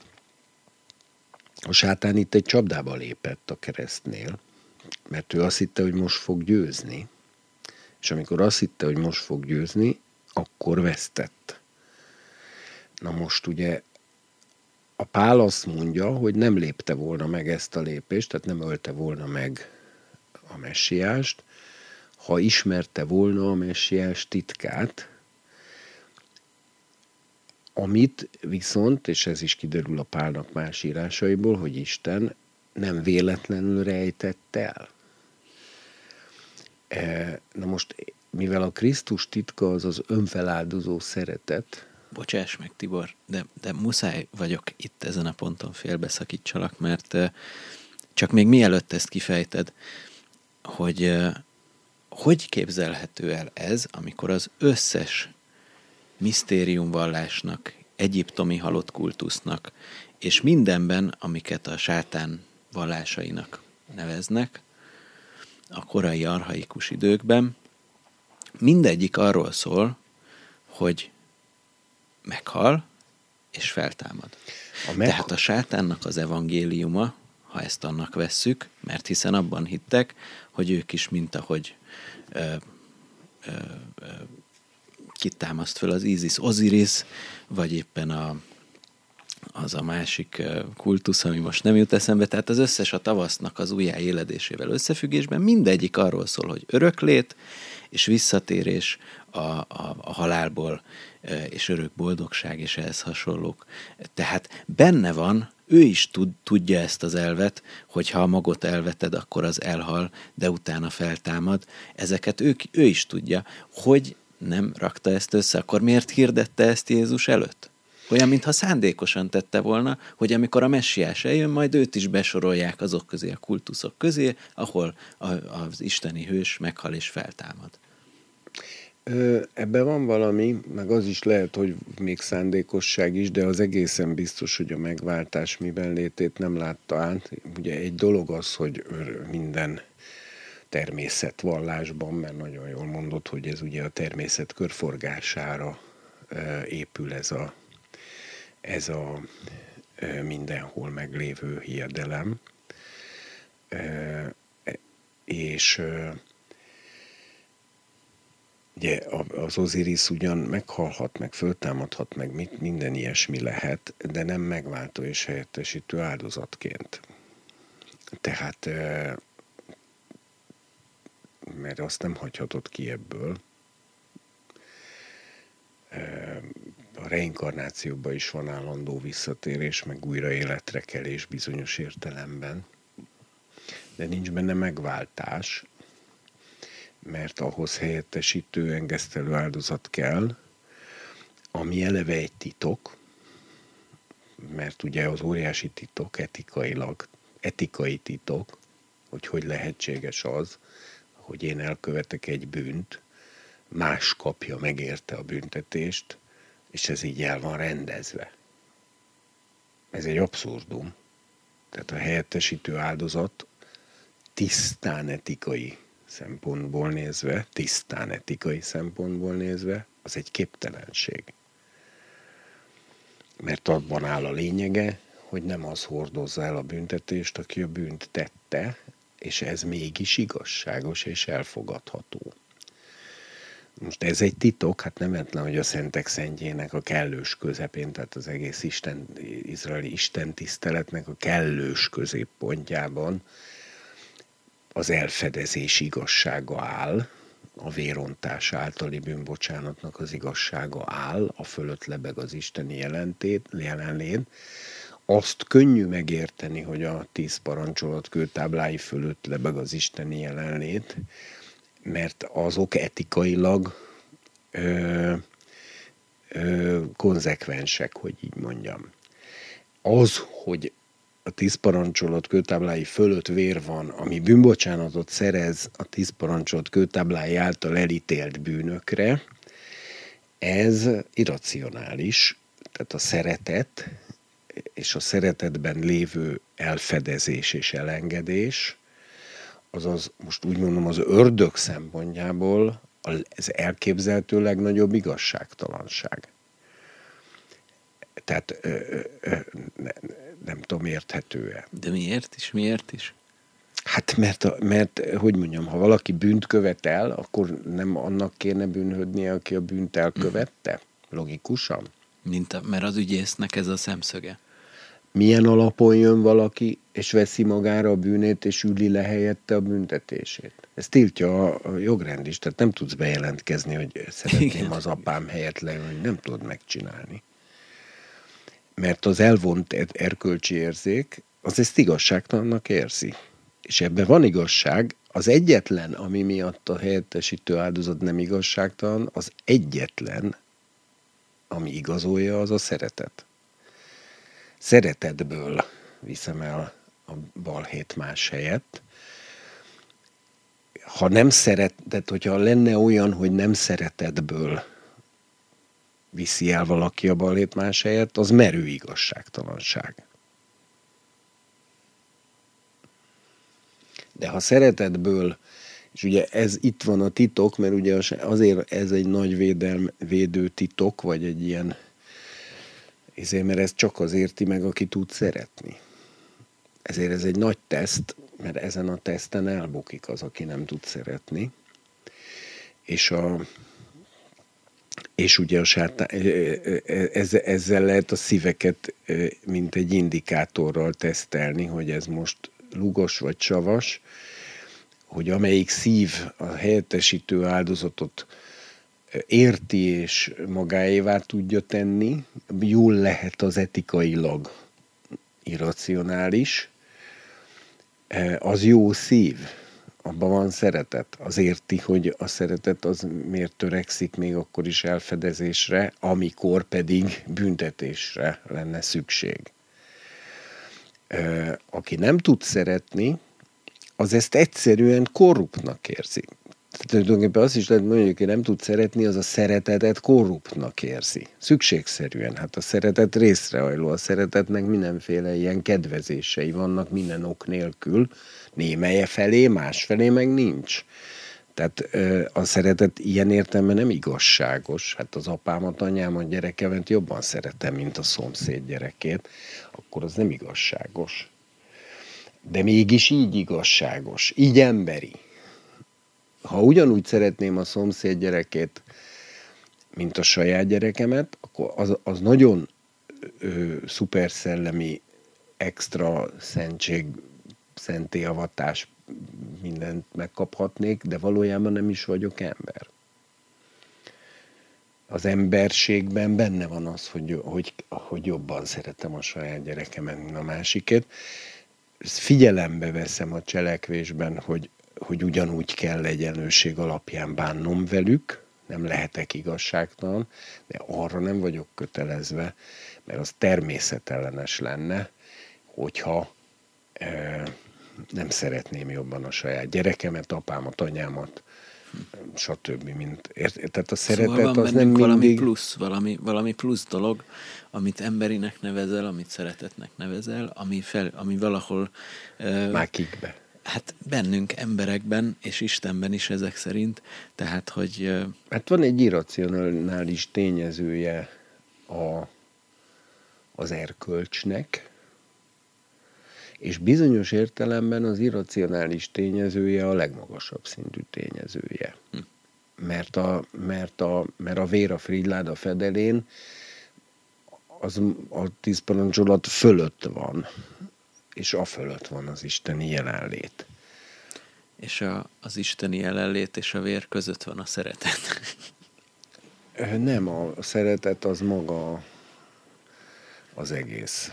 a sátán itt egy csapdába lépett a keresztnél, mert ő azt hitte, hogy most fog győzni, és amikor azt hitte, hogy most fog győzni, akkor vesztett. Na most ugye a Pál azt mondja, hogy nem lépte volna meg ezt a lépést, tehát nem ölte volna meg a messiást, ha ismerte volna a messiás titkát, amit viszont, és ez is kiderül a Pálnak más írásaiból, hogy Isten nem véletlenül rejtett el. Na most mivel a Krisztus titka az az önfeláldozó szeretet. Bocsáss meg, Tibor, de, de muszáj vagyok itt ezen a ponton félbeszakítsalak, mert csak még mielőtt ezt kifejted, hogy hogy képzelhető el ez, amikor az összes misztériumvallásnak, egyiptomi halott kultusznak, és mindenben, amiket a sátán vallásainak neveznek, a korai archaikus időkben, mindegyik arról szól, hogy meghal és feltámad. A meg... Tehát a sátánnak az evangéliuma, ha ezt annak vesszük, mert hiszen abban hittek, hogy ők is, mint ahogy ö, ö, ö, kitámaszt föl az Isis Osiris, vagy éppen a, az a másik kultusz, ami most nem jut eszembe, tehát az összes a tavasznak az újjáéledésével összefüggésben mindegyik arról szól, hogy öröklét és visszatérés a, a, a halálból, és örök boldogság, és ehhez hasonlók. Tehát benne van, ő is tud, tudja ezt az elvet, hogy ha a magot elveted, akkor az elhal, de utána feltámad. Ezeket ő, ő is tudja. Hogy nem rakta ezt össze, akkor miért hirdette ezt Jézus előtt? Olyan, mintha szándékosan tette volna, hogy amikor a messiás eljön, majd őt is besorolják azok közé, a kultuszok közé, ahol a, az isteni hős meghal és feltámad. Ebben van valami, meg az is lehet, hogy még szándékosság is, de az egészen biztos, hogy a megváltás miben létét nem látta át. Ugye egy dolog az, hogy minden természetvallásban, mert nagyon jól mondod, hogy ez ugye a természet körforgására épül ez a, ez a mindenhol meglévő hiedelem. És ugye az Osiris ugyan meghalhat, meg föltámadhat, meg mit, minden ilyesmi lehet, de nem megváltó és helyettesítő áldozatként. Tehát, mert azt nem hagyhatod ki ebből. A reinkarnációban is van állandó visszatérés, meg újra életre kelés bizonyos értelemben, de nincs benne megváltás, mert ahhoz helyettesítő, engesztelő áldozat kell, ami eleve egy titok, mert ugye az óriási titok etikailag, etikai titok, hogy hogy lehetséges az, hogy én elkövetek egy bűnt, más kapja meg érte a büntetést, és ez így el van rendezve. Ez egy abszurdum. Tehát a helyettesítő áldozat tisztán etikai szempontból nézve, tisztán etikai szempontból nézve, az egy képtelenség. Mert abban áll a lényege, hogy nem az hordozza el a büntetést, aki a bűnt tette, és ez mégis igazságos és elfogadható. Most ez egy titok, hát nem véletlen, hogy a szentek szentjének a kellős közepén, tehát az egész Isten, izraeli Isten tiszteletnek a kellős középpontjában az elfedezés igazsága áll, a vérontás általi bűnbocsánatnak az igazsága áll, a fölött lebeg az isteni jelentét, jelenlét. Azt könnyű megérteni, hogy a tíz parancsolat kőtáblái fölött lebeg az isteni jelenlét, mert azok etikailag ö, ö, konzekvensek, hogy így mondjam. Az, hogy a tíz parancsolat kőtáblái fölött vér van, ami bűnbocsánatot szerez a tíz parancsolat kőtáblái által elítélt bűnökre, ez irracionális, tehát a szeretet és a szeretetben lévő elfedezés és elengedés, azaz most úgy mondom az ördög szempontjából az elképzelhető legnagyobb igazságtalanság. Tehát ö, ö, ne, nem tudom, érthető-e. De miért is? Miért is? Hát mert, mert, hogy mondjam, ha valaki bűnt követel, akkor nem annak kéne bűnhődnie, aki a bűnt elkövette? Logikusan? Mint a, mert az ügyésznek ez a szemszöge. Milyen alapon jön valaki, és veszi magára a bűnét, és üli le helyette a büntetését? Ez tiltja a jogrend is, tehát nem tudsz bejelentkezni, hogy szeretném Igen. az apám helyett leülni, nem tudod megcsinálni. Mert az elvont erkölcsi érzék, az ezt igazságtalannak érzi. És ebben van igazság, az egyetlen, ami miatt a helyettesítő áldozat nem igazságtalan, az egyetlen, ami igazolja, az a szeretet. Szeretetből viszem el a balhét más helyett. Ha nem szeret, tehát hogyha lenne olyan, hogy nem szeretetből viszi el valaki a balhét más helyett, az merő igazságtalanság. De ha szeretetből, és ugye ez itt van a titok, mert ugye azért ez egy nagy védelm, védő titok, vagy egy ilyen, ezért, mert ez csak az érti meg, aki tud szeretni. Ezért ez egy nagy teszt, mert ezen a teszten elbukik az, aki nem tud szeretni. És, a, és ugye a sátán, ezzel lehet a szíveket, mint egy indikátorral tesztelni, hogy ez most lugos vagy savas, hogy amelyik szív a helyettesítő áldozatot érti és magáévá tudja tenni, jól lehet az etikailag irracionális, az jó szív, abban van szeretet. Az érti, hogy a szeretet az miért törekszik még akkor is elfedezésre, amikor pedig büntetésre lenne szükség. Aki nem tud szeretni, az ezt egyszerűen korruptnak érzi. Tulajdonképpen azt is lehet mondani, hogy aki nem tud szeretni, az a szeretetet korruptnak érzi. Szükségszerűen. Hát a szeretet részrehajló. A szeretetnek mindenféle ilyen kedvezései vannak minden ok nélkül. Némelye felé, más felé meg nincs. Tehát a szeretet ilyen értelemben nem igazságos. Hát az apámat, anyámat, gyerekemet jobban szeretem, mint a szomszéd gyerekét. Akkor az nem igazságos. De mégis így igazságos. Így emberi. Ha ugyanúgy szeretném a szomszéd gyerekét, mint a saját gyerekemet, akkor az, az nagyon ö, szuperszellemi, extra szentség, szentélyavatás, mindent megkaphatnék, de valójában nem is vagyok ember. Az emberségben benne van az, hogy, hogy, hogy jobban szeretem a saját gyerekemet, mint a másiket. Figyelembe veszem a cselekvésben, hogy hogy ugyanúgy kell egyenlőség alapján bánnom velük, nem lehetek igazságtalan, de arra nem vagyok kötelezve, mert az természetellenes lenne, hogyha e, nem szeretném jobban a saját gyerekemet, apámat, anyámat, stb. Mint, tehát a szeretet szóval van az nem valami mindig... plusz, valami, valami plusz dolog, amit emberinek nevezel, amit szeretetnek nevezel, ami, fel, ami valahol... Uh, Már kikbe. Hát bennünk, emberekben, és Istenben is ezek szerint, tehát, hogy... Uh, hát van egy irracionális tényezője a, az erkölcsnek, és bizonyos értelemben az irracionális tényezője a legmagasabb szintű tényezője. Hm. Mert, a, mert, a, mert a vér a frigyláda fedelén az a tíz parancsolat fölött van, és a fölött van az isteni jelenlét. És a, az isteni jelenlét és a vér között van a szeretet. Nem, a szeretet az maga az egész.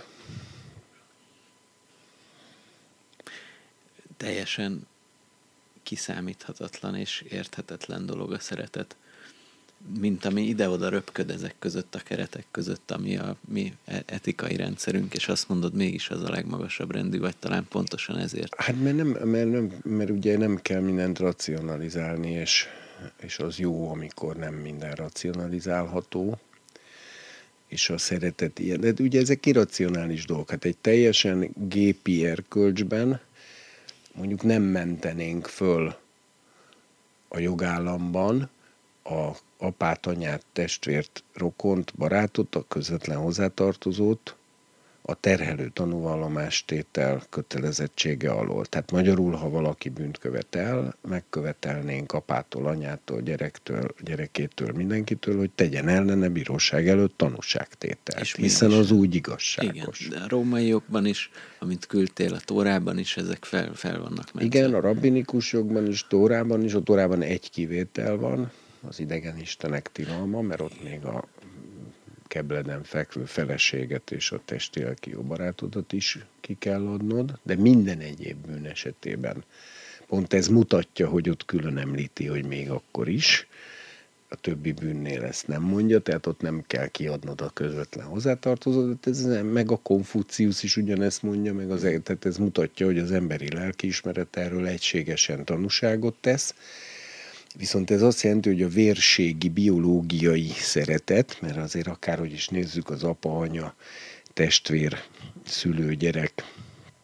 Teljesen kiszámíthatatlan és érthetetlen dolog a szeretet. Mint ami ide-oda röpköd ezek között, a keretek között, ami a mi etikai rendszerünk, és azt mondod, mégis az a legmagasabb rendű, vagy talán pontosan ezért. Hát mert, nem, mert, nem, mert ugye nem kell mindent racionalizálni, és, és az jó, amikor nem minden racionalizálható, és a szeretet ilyen. De ugye ezek irracionális dolgok. Hát egy teljesen gépi erkölcsben mondjuk nem mentenénk föl a jogállamban a apát, anyát, testvért, rokont, barátot, a közvetlen hozzátartozót a terhelő tanúvallomástétel kötelezettsége alól. Tehát magyarul, ha valaki bűnt követel, megkövetelnénk apától, anyától, gyerektől, gyerekétől, mindenkitől, hogy tegyen ellene bíróság előtt tanúságtételt, és hiszen az úgy igazságos. Igen, de a rómaiokban is, amit küldtél a Tórában is, ezek fel, fel vannak meg. Igen, a rabbinikus jogban is, Tórában is, a Tórában egy kivétel van, az idegen istenek tilalma, mert ott még a kebleden fekvő feleséget és a testi-lelki jó barátodat is ki kell adnod, de minden egyéb bűn esetében Pont ez mutatja, hogy ott külön említi, hogy még akkor is. A többi bűnnél ezt nem mondja, tehát ott nem kell kiadnod a közvetlen hozzátartozódat, ez nem, meg a Konfuciusz is ugyanezt mondja, meg az, tehát ez mutatja, hogy az emberi lelkiismeret erről egységesen tanúságot tesz. Viszont ez azt jelenti, hogy a vérségi, biológiai szeretet, mert azért akárhogy is nézzük, az apa, anya, testvér, szülő, gyerek,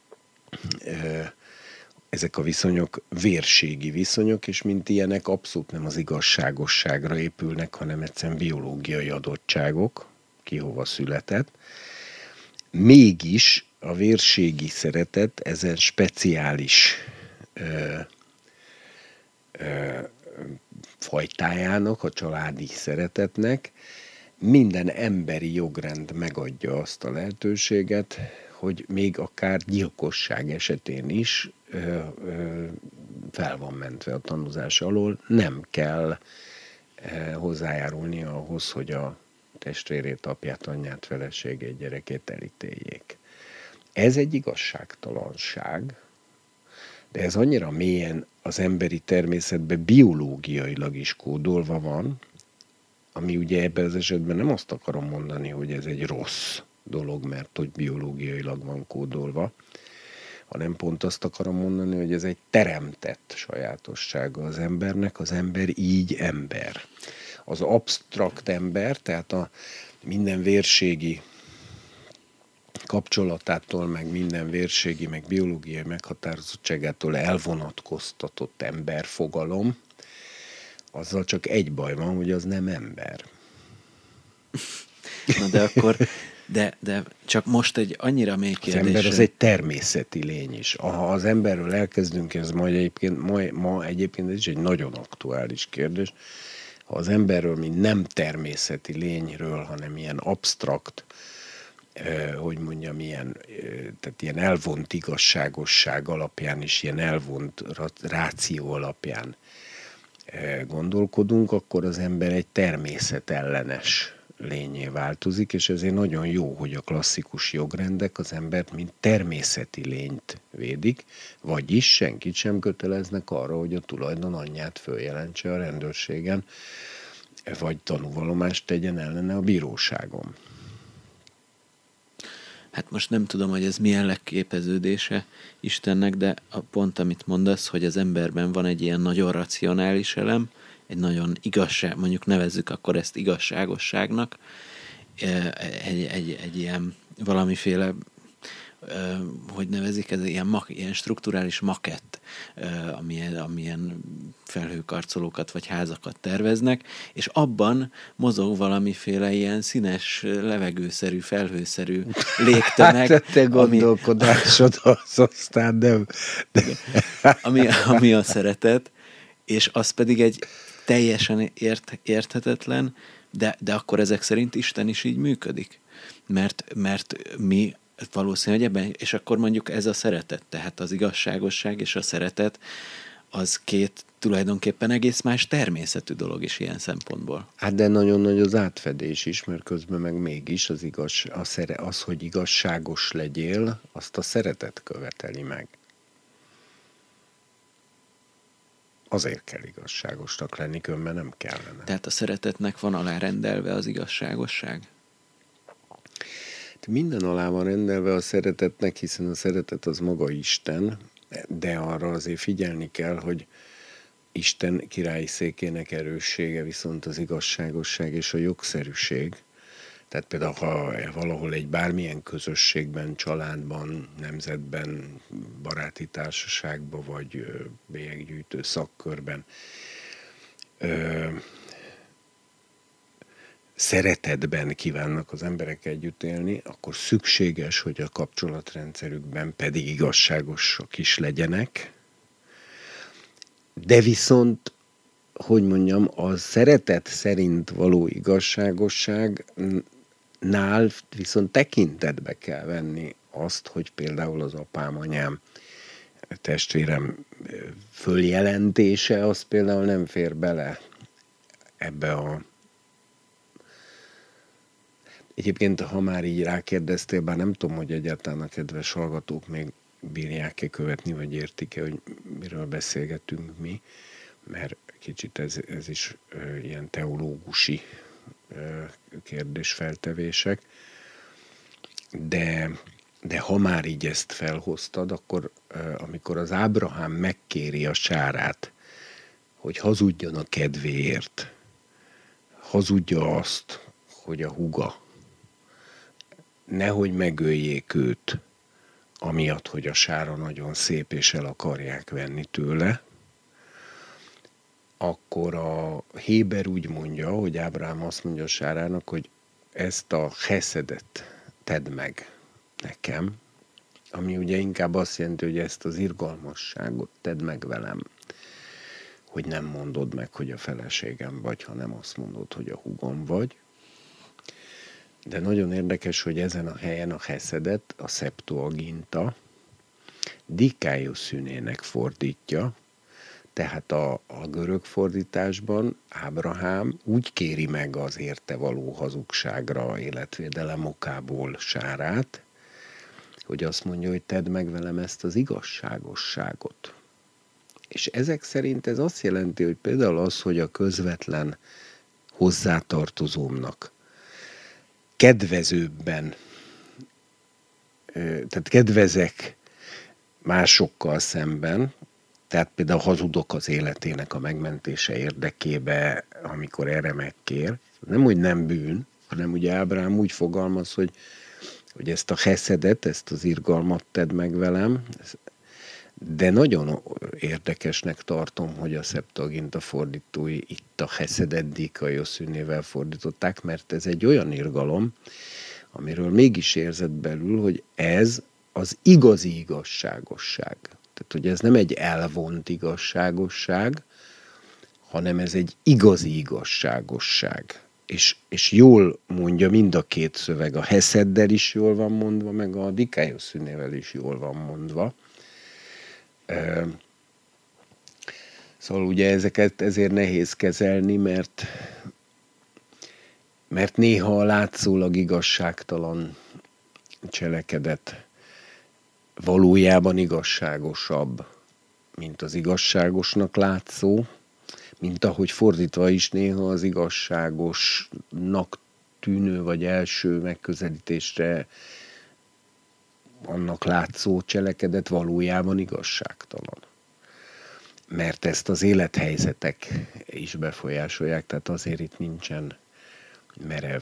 ezek a viszonyok vérségi viszonyok, és mint ilyenek abszolút nem az igazságosságra épülnek, hanem egyszerűen biológiai adottságok, ki hova született. Mégis a vérségi szeretet ezen speciális ö, ö, fajtájának, a családi szeretetnek minden emberi jogrend megadja azt a lehetőséget, hogy még akár gyilkosság esetén is ö, ö, fel van mentve a tanúzás alól, nem kell ö, hozzájárulni ahhoz, hogy a testvérét, apját, anyját, feleségét, gyerekét elítéljék. Ez egy igazságtalanság, de ez annyira mélyen az emberi természetben biológiailag is kódolva van, ami ugye ebben az esetben nem azt akarom mondani, hogy ez egy rossz dolog, mert hogy biológiailag van kódolva, hanem pont azt akarom mondani, hogy ez egy teremtett sajátossága az embernek, az ember így ember. Az absztrakt ember, tehát a minden vérségi kapcsolatától, meg minden vérségi, meg biológiai meghatározottságától elvonatkoztatott emberfogalom, azzal csak egy baj van, hogy az nem ember. Na de akkor, de, de csak most egy annyira mély kérdés. Az ember az egy természeti lény is. Ha az emberről elkezdünk, ez majd egyébként, ma, ma egyébként ez is egy nagyon aktuális kérdés, ha az emberről, mint nem természeti lényről, hanem ilyen absztrakt, eh, hogy mondjam, ilyen, eh, tehát ilyen elvont igazságosság alapján is, ilyen elvont ráció alapján eh, gondolkodunk, akkor az ember egy természetellenes lényé változik, és ezért nagyon jó, hogy a klasszikus jogrendek az embert mint természeti lényt védik, vagyis senkit sem köteleznek arra, hogy a tulajdon anyját följelentse a rendőrségen, vagy tanúvallomást tegyen ellene a bíróságon. Hát most nem tudom, hogy ez milyen legképeződése Istennek, de a pont, amit mondasz, hogy az emberben van egy ilyen nagyon racionális elem, egy nagyon igazság, mondjuk nevezzük akkor ezt igazságosságnak, egy, egy, egy ilyen valamiféle, hogy nevezik, ez ilyen, mak, ilyen strukturális makett, amilyen, amilyen felhőkarcolókat vagy házakat terveznek, és abban mozog valamiféle ilyen színes, levegőszerű, felhőszerű légtömeg. Hát te gondolkodásod ami, az aztán nem. De. Ami, ami a szeretet, és az pedig egy teljesen ért, érthetetlen, de, de akkor ezek szerint Isten is így működik. Mert, mert mi valószínűleg ebben, és akkor mondjuk ez a szeretet, tehát az igazságosság és a szeretet, az két tulajdonképpen egész más természetű dolog is ilyen szempontból. Hát de nagyon nagy az átfedés is, mert közben meg mégis az, igaz, az, az, hogy igazságos legyél, azt a szeretet követeli meg. Azért kell igazságosnak lenni, különben nem kellene. Tehát a szeretetnek van alárendelve az igazságosság? Minden alá van rendelve a szeretetnek, hiszen a szeretet az maga Isten, de arra azért figyelni kell, hogy Isten királyi székének erőssége viszont az igazságosság és a jogszerűség. Tehát például, ha valahol egy bármilyen közösségben, családban, nemzetben, baráti társaságban, vagy bélyeggyűjtő szakkörben ö, szeretetben kívánnak az emberek együtt élni, akkor szükséges, hogy a kapcsolatrendszerükben pedig igazságosak is legyenek, de viszont, hogy mondjam, a szeretet szerint való igazságosságnál viszont tekintetbe kell venni azt, hogy például az apám, anyám, testvérem följelentése, az például nem fér bele ebbe a... Egyébként, ha már így rákérdeztél, bár nem tudom, hogy egyáltalán a kedves hallgatók még bírják-e követni, vagy értik-e, hogy miről beszélgetünk mi, mert kicsit ez, ez is ö, ilyen teológusi ö, kérdésfeltevések. De, de ha már így ezt felhoztad, akkor ö, amikor az Ábrahám megkéri a sárát, hogy hazudjon a kedvéért, hazudja azt, hogy a húga, nehogy megöljék őt, amiatt, hogy a sára nagyon szép, és el akarják venni tőle, akkor a Héber úgy mondja, hogy Ábrahám azt mondja a sárának, hogy ezt a heszedet tedd meg nekem, ami ugye inkább azt jelenti, hogy ezt az irgalmasságot tedd meg velem, hogy nem mondod meg, hogy a feleségem vagy, hanem azt mondod, hogy a húgom vagy. De nagyon érdekes, hogy ezen a helyen a heszedet a Septuaginta dikaiosünének fordítja, tehát a, a görög fordításban Ábrahám úgy kéri meg az érte való hazugságra, életvédelem okából sárát, hogy azt mondja, hogy tedd meg velem ezt az igazságosságot. És ezek szerint ez azt jelenti, hogy például az, hogy a közvetlen hozzátartozómnak kedvezőbben, tehát kedvezek másokkal szemben, tehát például hazudok az életének a megmentése érdekébe, amikor erre megkér. Nem, hogy nem bűn, hanem ugye Ábrahám úgy fogalmaz, hogy, hogy ezt a heszedet, ezt az irgalmat tedd meg velem, de nagyon érdekesnek tartom, hogy a Septuaginta fordítói itt a heszedet dikaiosünével fordították, mert ez egy olyan irgalom, amiről mégis érzed belül, hogy ez az igazi igazságosság. Tehát, hogy ez nem egy elvont igazságosság, hanem ez egy igazi igazságosság. És, és jól mondja mind a két szöveg, a Heseddel is jól van mondva, meg a dikaiosünével is jól van mondva. Szóval ugye ezeket ezért nehéz kezelni, mert, mert néha a látszólag igazságtalan cselekedet valójában igazságosabb, mint az igazságosnak látszó, mint ahogy fordítva is néha az igazságosnak tűnő vagy első megközelítésre annak látszó cselekedet valójában igazságtalan. Mert ezt az élethelyzetek is befolyásolják, tehát azért itt nincsen merev,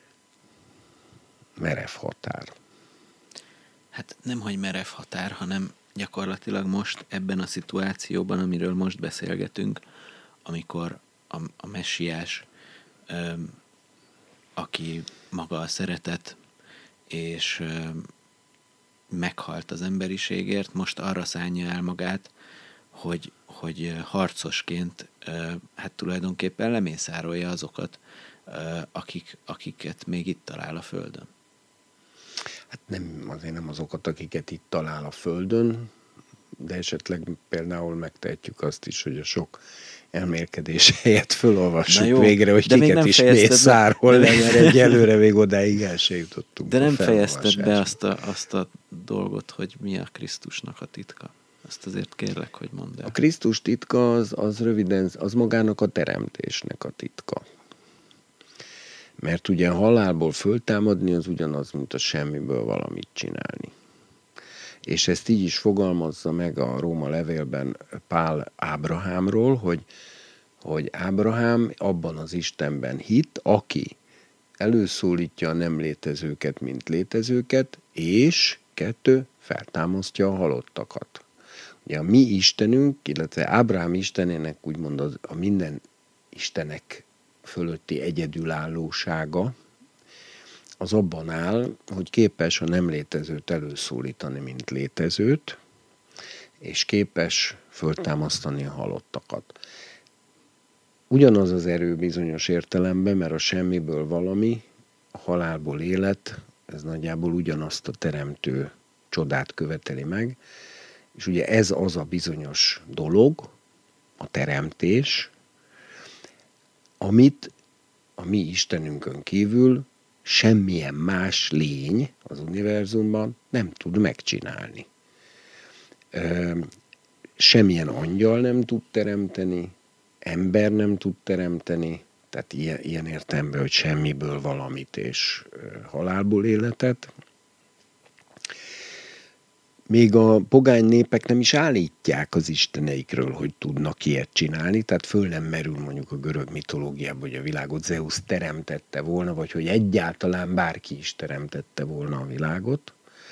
merev határ. Hát nem, hogy merev határ, hanem gyakorlatilag most ebben a szituációban, amiről most beszélgetünk, amikor a, a messiás, öm, aki maga a szeretet, és öm, meghalt az emberiségért, most arra szánja el magát, hogy, hogy harcosként hát tulajdonképpen lemészárolja azokat, akik, akiket még itt talál a Földön. Hát nem, azért nem azokat, akiket itt talál a Földön, de esetleg például megtehetjük azt is, hogy a sok elmélkedés helyett fölolvassuk jó, végre, hogy kiket is mészárol, mert egyelőre még odáig el se jutottunk. De nem fejezted be azt a, azt a dolgot, hogy mi a Krisztusnak a titka. Azt azért kérlek, hogy mondd el. A Krisztus titka az, az röviden, az magának a teremtésnek a titka. Mert ugye halálból föltámadni az ugyanaz, mint a semmiből valamit csinálni. És ezt így is fogalmazza meg a Róma levélben Pál Ábrahámról, hogy, hogy Ábrahám abban az Istenben hitt, aki előszólítja a nem létezőket, mint létezőket, és kettő, feltámasztja a halottakat. Ugye a mi Istenünk, illetve Ábrahám Istenének úgymond az, a minden Istenek fölötti egyedülállósága, az abban áll, hogy képes a nem létezőt előszólítani, mint létezőt, és képes föltámasztani a halottakat. Ugyanaz az erő bizonyos értelemben, mert a semmiből valami, a halálból élet, ez nagyjából ugyanazt a teremtő csodát követeli meg, és ugye ez az a bizonyos dolog, a teremtés, amit a mi Istenünkön kívül semmilyen más lény az univerzumban nem tud megcsinálni. Semmilyen angyal nem tud teremteni, ember nem tud teremteni, tehát ilyen, ilyen értelemben, hogy semmiből valamit és halálból életet. Még a pogány népek nem is állítják az isteneikről, hogy tudnak ilyet csinálni, tehát föl nem merül mondjuk a görög mitológiában, hogy a világot Zeusz teremtette volna, vagy hogy egyáltalán bárki is teremtette volna a világot.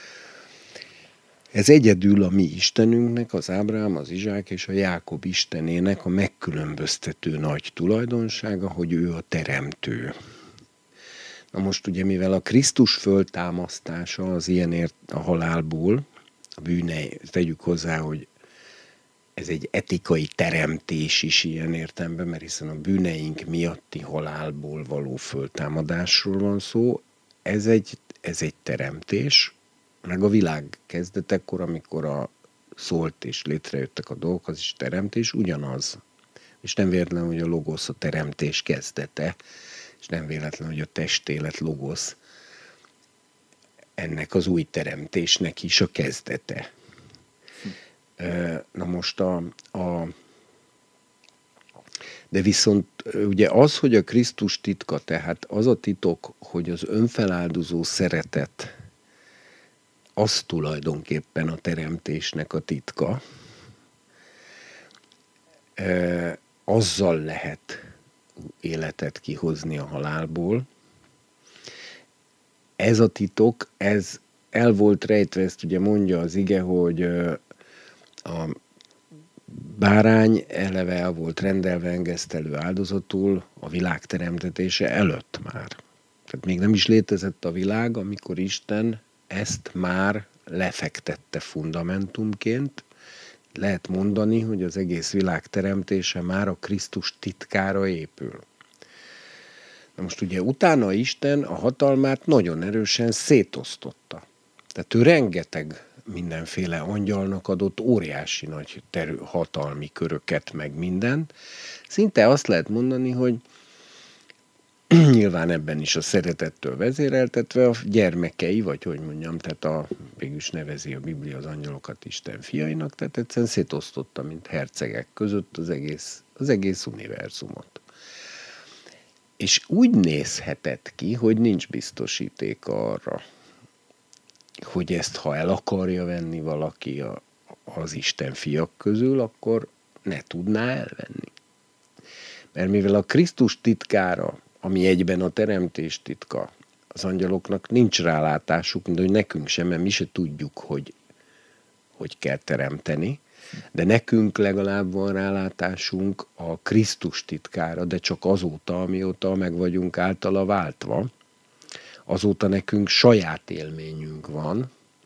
Ez egyedül a mi Istenünknek, az Ábrahám, az Izsák és a Jákob istenének a megkülönböztető nagy tulajdonsága, hogy ő a teremtő. Na most ugye, mivel a Krisztus föltámasztása az ilyenért a halálból, a bűne, tegyük hozzá, hogy ez egy etikai teremtés is ilyen értelemben, mert hiszen a bűneink miatti halálból való föltámadásról van szó, ez egy, ez egy teremtés, meg a világ kezdetekor, amikor a szólt és létrejöttek a dolgok, az is teremtés, ugyanaz. És nem véletlen, hogy a logosz a teremtés kezdete, és nem véletlen, hogy a testélet logosz ennek az új teremtésnek is a kezdete. Na most a, a de viszont ugye az, hogy a Krisztus titka, tehát az a titok, hogy az önfeláldozó szeretet, az tulajdonképpen a teremtésnek a titka, azzal lehet életet kihozni a halálból. Ez a titok, ez el volt rejtve, ezt ugye mondja az ige, hogy a bárány eleve el volt rendelve engesztelő áldozatul a világ teremtetése előtt már. Tehát még nem is létezett a világ, amikor Isten ezt már lefektette fundamentumként. Lehet mondani, hogy az egész világ teremtése már a Krisztus titkára épül. Na most ugye utána Isten a hatalmát nagyon erősen szétosztotta. Tehát ő rengeteg mindenféle angyalnak adott óriási nagy terü, hatalmi köröket, meg mindent. Szinte azt lehet mondani, hogy nyilván ebben is a szeretettől vezéreltetve a gyermekei, vagy hogy mondjam, tehát a, végülis nevezi a Biblia az angyalokat Isten fiainak, tehát egyszerűen szétosztotta, mint hercegek között az egész, az egész univerzumot. És úgy nézhetett ki, hogy nincs biztosíték arra, hogy ezt, ha el akarja venni valaki a, az Isten fiak közül, akkor ne tudná elvenni. Mert mivel a Krisztus titkára, ami egyben a teremtés titka, az angyaloknak nincs rálátásuk, mint hogy nekünk sem, mert mi se tudjuk, hogy hogy kell teremteni, de nekünk legalább van rálátásunk a Krisztus titkára, de csak azóta, amióta meg vagyunk általa váltva, azóta nekünk saját élményünk van.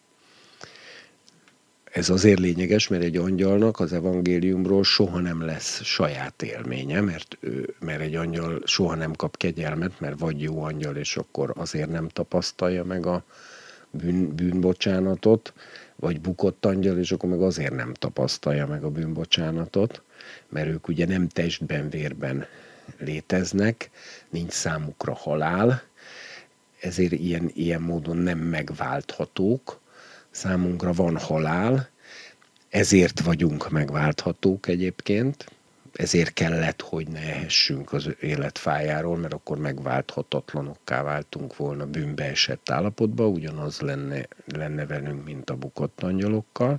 Ez azért lényeges, mert egy angyalnak az evangéliumról soha nem lesz saját élménye, mert, ő, mert egy angyal soha nem kap kegyelmet, mert vagy jó angyal, és akkor azért nem tapasztalja meg a bűn, bűnbocsánatot, vagy bukott angyal, és akkor meg azért nem tapasztalja meg a bűnbocsánatot, mert ők ugye nem testben, vérben léteznek, nincs számukra halál, ezért ilyen, ilyen módon nem megválthatók. Számunkra van halál, ezért vagyunk megválthatók egyébként, ezért kellett, hogy ne ehessünk az életfájáról, mert akkor megválthatatlanokká váltunk volna bűnbe esett állapotba, ugyanaz lenne, lenne velünk, mint a bukott angyalokkal.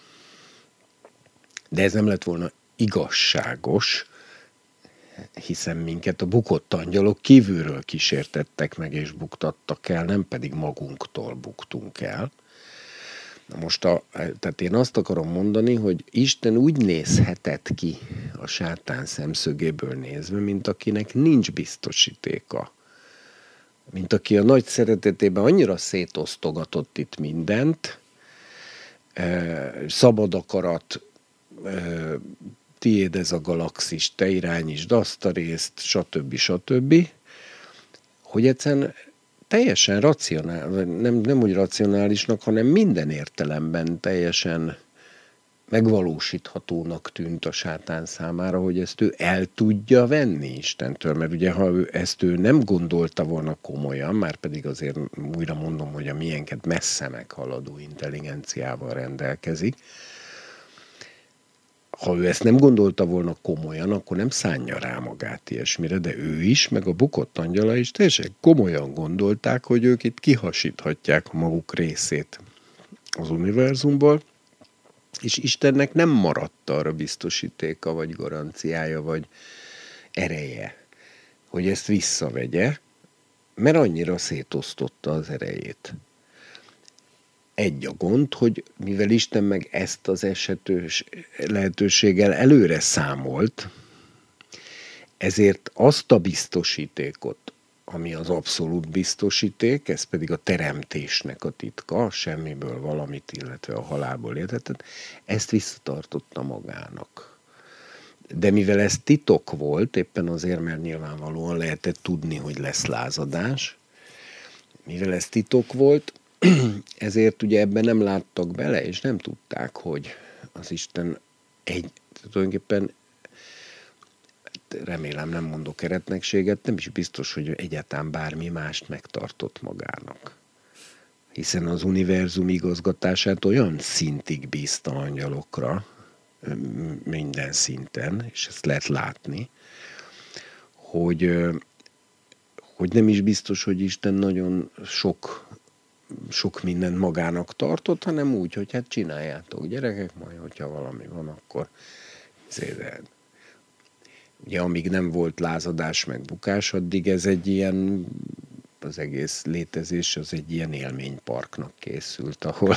De ez nem lett volna igazságos, hiszen minket a bukott angyalok kívülről kísértettek meg és buktattak el, nem pedig magunktól buktunk el. Na most, a, tehát én azt akarom mondani, hogy Isten úgy nézhetett ki a sátán szemszögéből nézve, mint akinek nincs biztosítéka. Mint aki a nagy szeretetében annyira szétosztogatott itt mindent, szabad akarat, tiéd ez a galaxis, te irányítsd azt a részt, stb. stb., hogy egyszerűen teljesen racionális, nem, nem úgy racionálisnak, hanem minden értelemben teljesen megvalósíthatónak tűnt a sátán számára, hogy ezt ő el tudja venni Istentől, mert ugye ha ő, ezt ő nem gondolta volna komolyan, már pedig azért újra mondom, hogy a miénket messze meghaladó intelligenciával rendelkezik, ha ő ezt nem gondolta volna komolyan, akkor nem szánja rá magát ilyesmire, de ő is, meg a bukott angyala is teljesen komolyan gondolták, hogy ők itt kihasíthatják a maguk részét az univerzumból, és Istennek nem maradt arra biztosítéka, vagy garanciája, vagy ereje, hogy ezt visszavegye, mert annyira szétosztotta az erejét. Egy a gond, hogy mivel Isten meg ezt az esetős lehetőséggel előre számolt, ezért azt a biztosítékot, ami az abszolút biztosíték, ez pedig a teremtésnek a titka, semmiből valamit, illetve a halálból értetett, ezt visszatartotta magának. De mivel ez titok volt, éppen azért, mert nyilvánvalóan lehetett tudni, hogy lesz lázadás, mivel ez titok volt, ezért ugye ebben nem láttak bele, és nem tudták, hogy az Isten egy, tulajdonképpen remélem nem mondok keretnegséget, nem is biztos, hogy egyáltalán bármi mást megtartott magának. Hiszen az univerzum igazgatását olyan szintig bízta angyalokra, minden szinten, és ezt lehet látni, hogy, hogy nem is biztos, hogy Isten nagyon sok, sok mindent magának tartott, hanem úgy, hogy hát csináljátok, gyerekek, majd, hogyha valami van, akkor zézed. Ugye, amíg nem volt lázadás meg bukás, addig ez egy ilyen, az egész létezés az egy ilyen élményparknak készült, ahol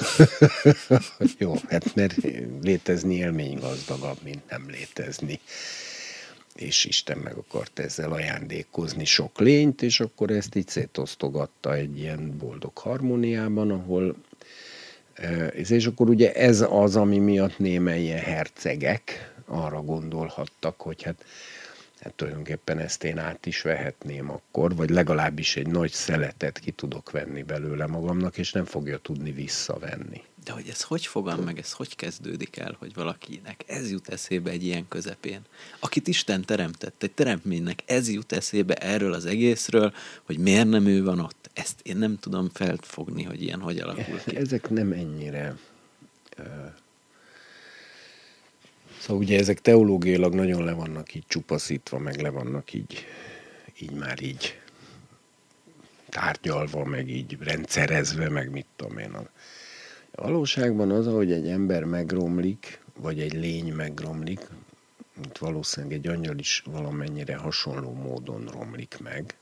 jó, hát mert létezni élménygazdagabb, mint nem létezni. És Isten meg akart ezzel ajándékozni sok lényt, és akkor ezt így szétosztogatta egy ilyen boldog harmóniában, ahol és akkor ugye ez az, ami miatt némely ilyen hercegek arra gondolhattak, hogy hát, hát tulajdonképpen ezt én át is vehetném akkor, vagy legalábbis egy nagy szeletet ki tudok venni belőle magamnak, és nem fogja tudni visszavenni. De hogy ez hogy fogal meg, ez hogy kezdődik el, hogy valakinek ez jut eszébe egy ilyen közepén? Akit Isten teremtett, egy teremtménynek ez jut eszébe erről az egészről, hogy miért nem ő van ott. Ezt én nem tudom felfogni, hogy ilyen hogy alakul ki. Ezek nem ennyire... Szóval ugye ezek teológiailag nagyon le vannak így csupaszítva, meg le vannak így, így már így tárgyalva, meg így rendszerezve, meg mit tudom én. A valóságban az, ahogy egy ember megromlik, vagy egy lény megromlik, mint valószínűleg egy angyal is valamennyire hasonló módon romlik meg.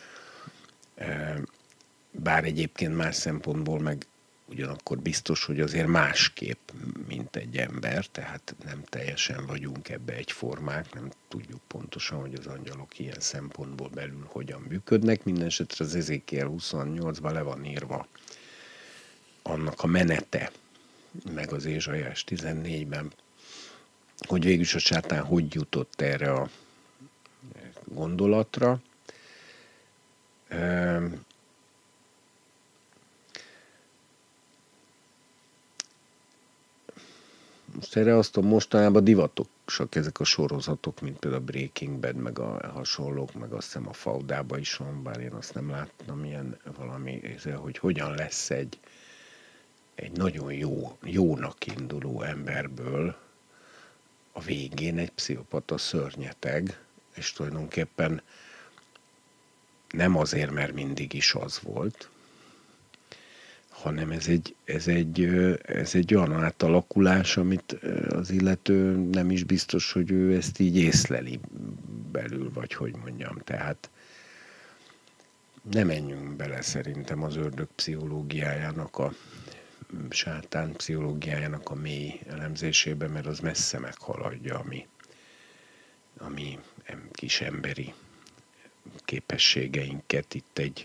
Bár egyébként más szempontból meg ugyanakkor biztos, hogy azért másképp, mint egy ember, tehát nem teljesen vagyunk ebbe egyformák, nem tudjuk pontosan, hogy az angyalok ilyen szempontból belül hogyan működnek. Mindenesetre az Ezékiel huszonnyolcban le van írva annak a menete, meg az Ézsaiás tizennégyben, hogy végülis a sátán hogy jutott erre a gondolatra. Most erre azt a mostanában divatosak ezek a sorozatok, mint például a Breaking Bad, meg a hasonlók, meg azt hiszem a Faudában is van, bár én azt nem láttam ilyen valami, hogy hogyan lesz egy, egy nagyon jó, jónak induló emberből a végén egy pszichopata szörnyeteg, és tulajdonképpen nem azért, mert mindig is az volt, hanem ez egy, ez, egy, ez egy olyan átalakulás, amit az illető nem is biztos, hogy ő ezt így észleli belül, vagy hogy mondjam. Tehát nem menjünk bele szerintem az ördög pszichológiájának, a sátán pszichológiájának a mély elemzésébe, mert az messze meghaladja a mi, a mi kis emberi képességeinket. Itt egy,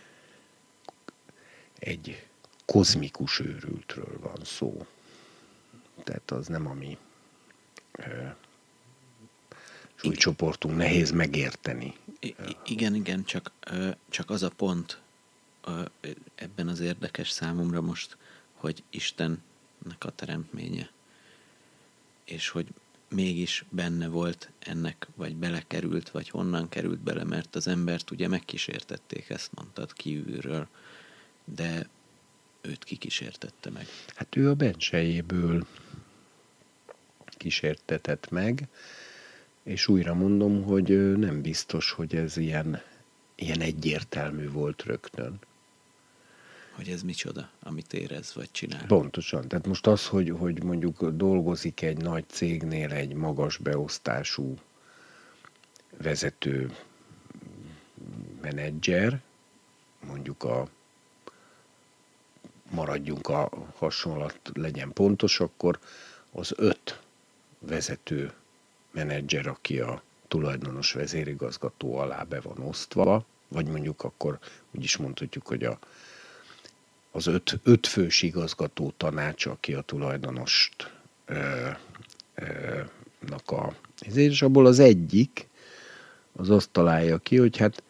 egy kozmikus őrültről van szó. Tehát az nem a mi e, súlycsoportunk, nehéz megérteni. I- igen, igen, csak, csak az a pont ebben az érdekes számomra most, hogy Istennek a teremtménye, és hogy mégis benne volt ennek, vagy belekerült, vagy honnan került bele, mert az embert ugye megkísértették, ezt mondtad kívülről, de őt kikísértette meg. Hát ő a bensejéből kísértetett meg, és újra mondom, hogy nem biztos, hogy ez ilyen, ilyen egyértelmű volt rögtön. Hogy ez micsoda, amit érez, vagy csinál. Pontosan. Tehát most az, hogy, hogy mondjuk dolgozik egy nagy cégnél egy magas beosztású vezető menedzser, mondjuk a maradjunk a hasonlat, legyen pontos, akkor az öt vezető menedzser, aki a tulajdonos vezérigazgató alá be van osztva, vagy mondjuk akkor úgy is mondhatjuk, hogy a, az öt, öt fős igazgató tanács, aki a tulajdonost ö, ö, nak a, és abból az egyik az azt találja ki, hogy hát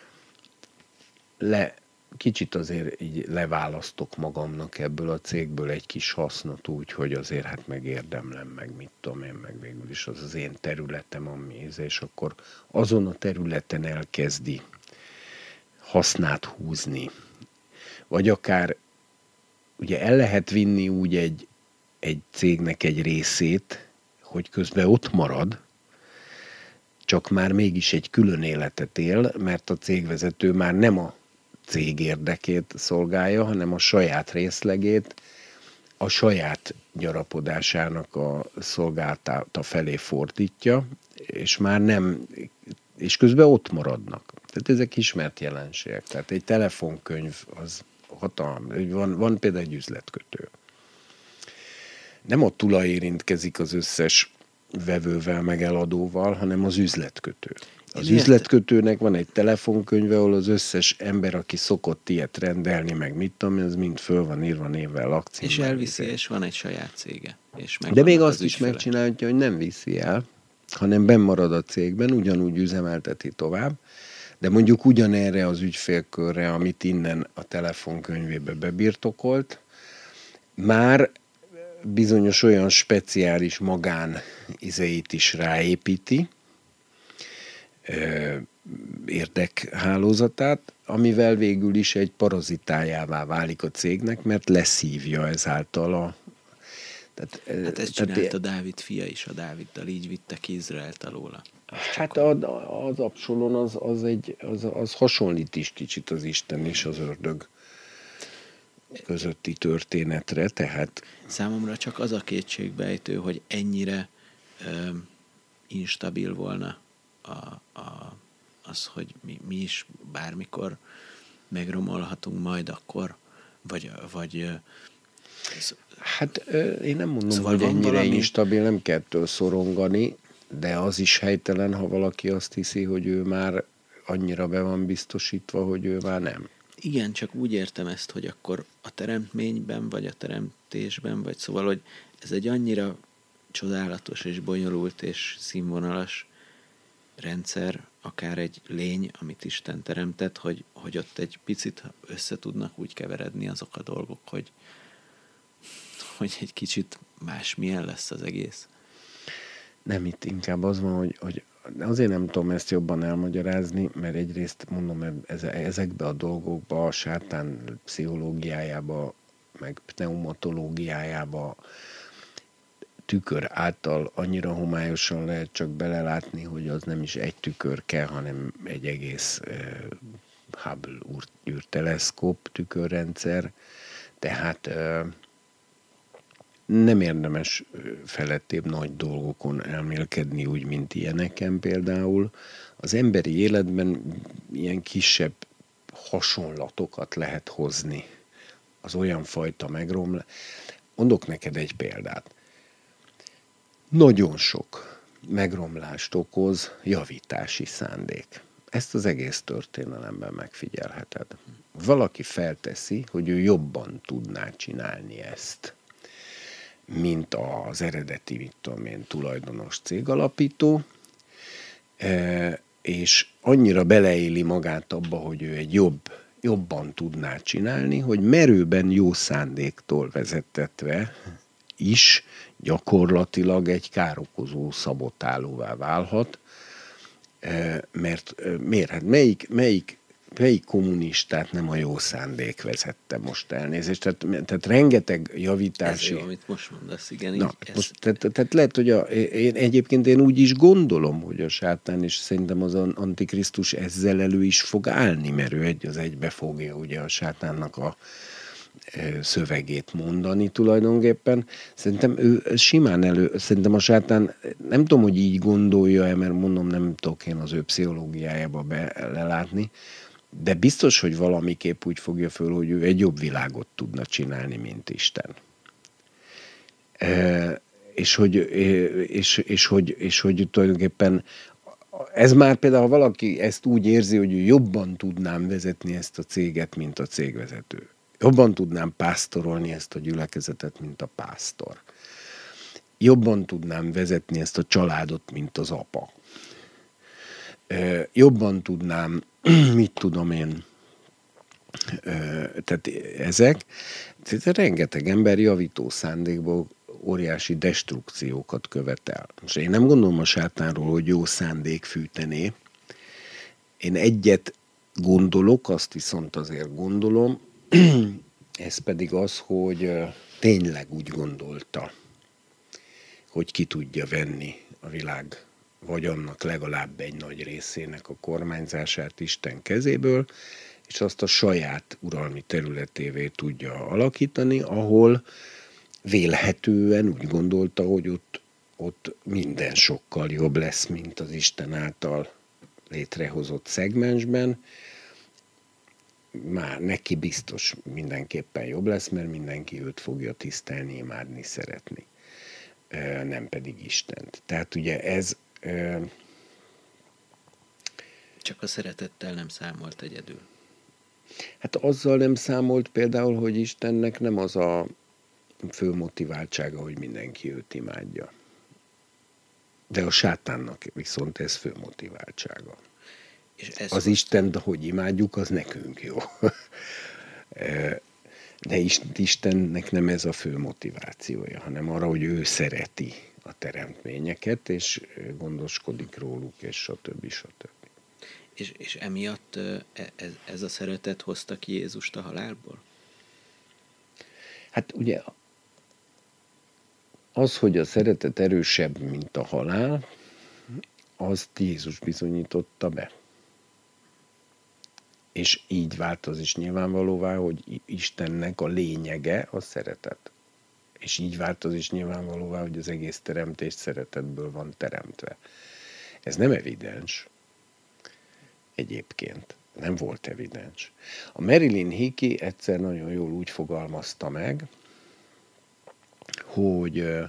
le, kicsit azért így leválasztok magamnak ebből a cégből egy kis hasznot úgy, hogy azért hát megérdemlem, meg mit tudom én, meg végül is az az én területem, ami és akkor azon a területen elkezdi hasznát húzni. Vagy akár ugye el lehet vinni úgy egy, egy cégnek egy részét, hogy közben ott marad, csak már mégis egy külön életet él, mert a cégvezető már nem a cég érdekét szolgálja, hanem a saját részlegét a saját gyarapodásának a szolgálata felé fordítja, és már nem, és közben ott maradnak. Tehát ezek ismert jelenségek. Tehát egy telefonkönyv az hatalmas. Van, van például egy üzletkötő. Nem a tulaj érintkezik az összes vevővel, meg eladóval, hanem az üzletkötő. Az Én üzletkötőnek van egy telefonkönyve, ahol az összes ember, aki szokott ilyet rendelni, meg mit tudom, az mind föl van írva névvel, lakcímmel. És elviszi, és van egy saját cége. És de még azt az is megcsinálja, hogy nem viszi el, hanem benn marad a cégben, ugyanúgy üzemelteti tovább, de mondjuk ugyanerre az ügyfélkörre, amit innen a telefonkönyvébe bebirtokolt, már bizonyos olyan speciális magán izeit is ráépíti, érdekhálózatát, amivel végül is egy parazitájává válik a cégnek, mert leszívja ezáltal a... Tehát, hát ezt csinálta tehát, Dávid fia is, a Dáviddal így vitte ki Izraelt alóla. Hát a, az Absalon az, az, egy, az, az hasonlít is kicsit az Isten és az ördög közötti történetre, tehát... Számomra csak az a kétségbejtő, hogy ennyire ö, instabil volna a, a, az, hogy mi, mi is bármikor megromolhatunk majd akkor, vagy... vagy ez, hát én nem mondom, szóval hogy ennyire valami... instabil, nem kell ettől szorongani, de az is helytelen, ha valaki azt hiszi, hogy ő már annyira be van biztosítva, hogy ő már nem. Igen, csak úgy értem ezt, hogy akkor a teremtményben, vagy a teremtésben, vagy szóval, hogy ez egy annyira csodálatos és bonyolult és színvonalas rendszer, akár egy lény, amit Isten teremtett, hogy, hogy ott egy picit össze tudnak úgy keveredni azok a dolgok, hogy, hogy egy kicsit másmilyen lesz az egész. Nem, itt inkább az van, hogy, hogy azért nem tudom ezt jobban elmagyarázni, mert egyrészt mondom, ezekbe a dolgokba, a sátán pszichológiájába, meg pneumatológiájába tükör által annyira homályosan lehet csak belelátni, hogy az nem is egy tükör kell, hanem egy egész uh, Hubble űrteleszkóp tükörrendszer. Tehát uh, nem érdemes felettébb nagy dolgokon elmélkedni, úgy, mint ilyeneken például. Az emberi életben ilyen kisebb hasonlatokat lehet hozni. Az olyan fajta megromlás. Mondok neked egy példát. Nagyon sok megromlást okoz javítási szándék. Ezt az egész történelemben megfigyelheted. Valaki felteszi, hogy ő jobban tudná csinálni ezt, mint az eredeti, mit tudom én, tulajdonos cégalapító, és annyira beleéli magát abba, hogy ő egy jobb, jobban tudná csinálni, hogy merőben jó szándéktól vezettetve is gyakorlatilag egy károkozó szabotálóvá válhat, mert miért? Hát melyik, melyik melyik kommunistát nem a jó szándék vezette, most elnézést. Tehát, tehát rengeteg javítási... Ez jó, amit most mondasz, igen. Na, így, most, tehát, tehát lehet, hogy a, én, egyébként én úgy is gondolom, hogy a sátán, és szerintem az Antikrisztus ezzel elő is fog állni, mert ő egy az egybe fogja ugye a sátánnak a szövegét mondani tulajdonképpen. Szerintem ő simán elő, szerintem a sátán, nem tudom, hogy így gondolja-e, mert mondom, nem tudok én az ő pszichológiájába belelátni, de biztos, hogy valamiképp úgy fogja föl, hogy ő egy jobb világot tudna csinálni, mint Isten. E, és, hogy, és, és, hogy, és hogy tulajdonképpen ez már például, ha valaki ezt úgy érzi, hogy ő jobban tudnám vezetni ezt a céget, mint a cégvezető. Jobban tudnám pásztorolni ezt a gyülekezetet, mint a pásztor. Jobban tudnám vezetni ezt a családot, mint az apa. Jobban tudnám, mit tudom én, tehát ezek, tehát rengeteg ember javító szándékból óriási destrukciókat követel. Most én nem gondolom a sátánról, hogy jó szándék fűtené. Én egyet gondolok, azt viszont azért gondolom, ez pedig az, hogy tényleg úgy gondolta, hogy ki tudja venni a világ, vagy annak legalább egy nagy részének a kormányzását Isten kezéből, és azt a saját uralmi területévé tudja alakítani, ahol vélhetően úgy gondolta, hogy ott, ott minden sokkal jobb lesz, mint az Isten által létrehozott szegmensben. Már neki biztos mindenképpen jobb lesz, mert mindenki őt fogja tisztelni, imádni, szeretni. Nem pedig Istent. Tehát ugye ez... Csak a szeretettel nem számolt egyedül. Hát azzal nem számolt például, hogy Istennek nem az a fő motiváltsága, hogy mindenki őt imádja. De a sátánnak viszont ez fő motiváltsága. És ez az Istent, hogy imádjuk, az nekünk jó. De Istennek nem ez a fő motivációja, hanem arra, hogy ő szereti a teremtményeket, és gondoskodik róluk, és stb. stb. És, és emiatt ez, ez a szeretet hozta ki Jézust a halálból? Hát ugye az, hogy a szeretet erősebb, mint a halál, azt Jézus bizonyította be. És így vált az is nyilvánvalóvá, hogy Istennek a lényege a szeretet. És így vált az is nyilvánvalóvá, hogy az egész teremtés szeretetből van teremtve. Ez nem evidens. Egyébként. Nem volt evidens. A Marilyn Hickey egyszer nagyon jól úgy fogalmazta meg, hogy uh,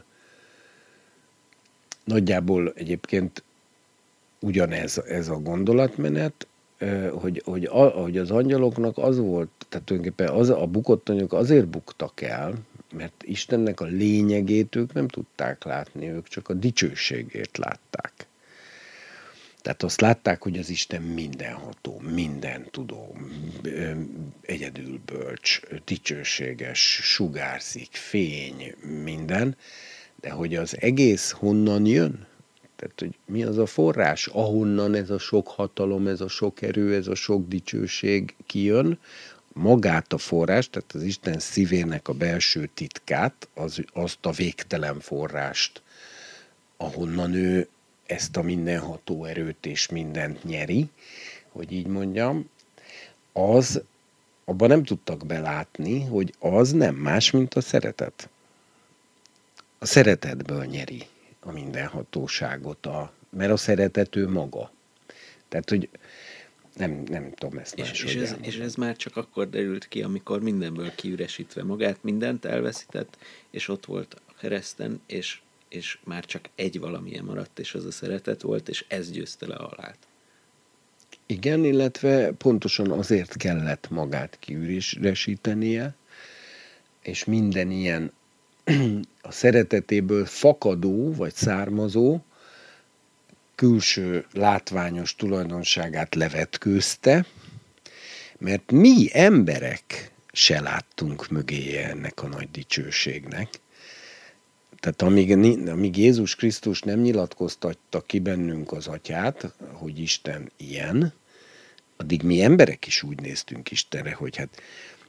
nagyjából egyébként ugyanez ez a gondolatmenet, uh, hogy, hogy, a, hogy az angyaloknak az volt, tehát tulajdonképpen az, a bukott angyalok azért buktak el, mert Istennek a lényegét ők nem tudták látni, ők csak a dicsőségét látták. Tehát azt látták, hogy az Isten mindenható, mindentudó, egyedül bölcs, dicsőséges, sugárzik, fény, minden, de hogy az egész honnan jön? Tehát, hogy mi az a forrás, ahonnan ez a sok hatalom, ez a sok erő, ez a sok dicsőség kijön, magát a forrás, tehát az Isten szívének a belső titkát, az, azt a végtelen forrást, ahonnan ő ezt a mindenható erőt és mindent nyeri, hogy így mondjam, az, abban nem tudtak belátni, hogy az nem más, mint a szeretet. A szeretetből nyeri a mindenhatóságot, a, mert a szeretet ő maga. Tehát, hogy nem, nem tudom ezt és, máshogy és ez, és ez már csak akkor derült ki, amikor mindenből kiüresítve magát, mindent elveszített, és ott volt a kereszten, és és már csak egy valamilyen maradt, és az a szeretet volt, és ez győzte le a halált. Igen, illetve pontosan azért kellett magát kiüresítenie, és minden ilyen a szeretetéből fakadó, vagy származó, külső látványos tulajdonságát levetkőzte, mert mi emberek se láttunk mögéje ennek a nagy dicsőségnek. Tehát amíg, amíg Jézus Krisztus nem nyilatkoztatta ki bennünk az atyát, hogy Isten ilyen, addig mi emberek is úgy néztünk Istenre, hogy hát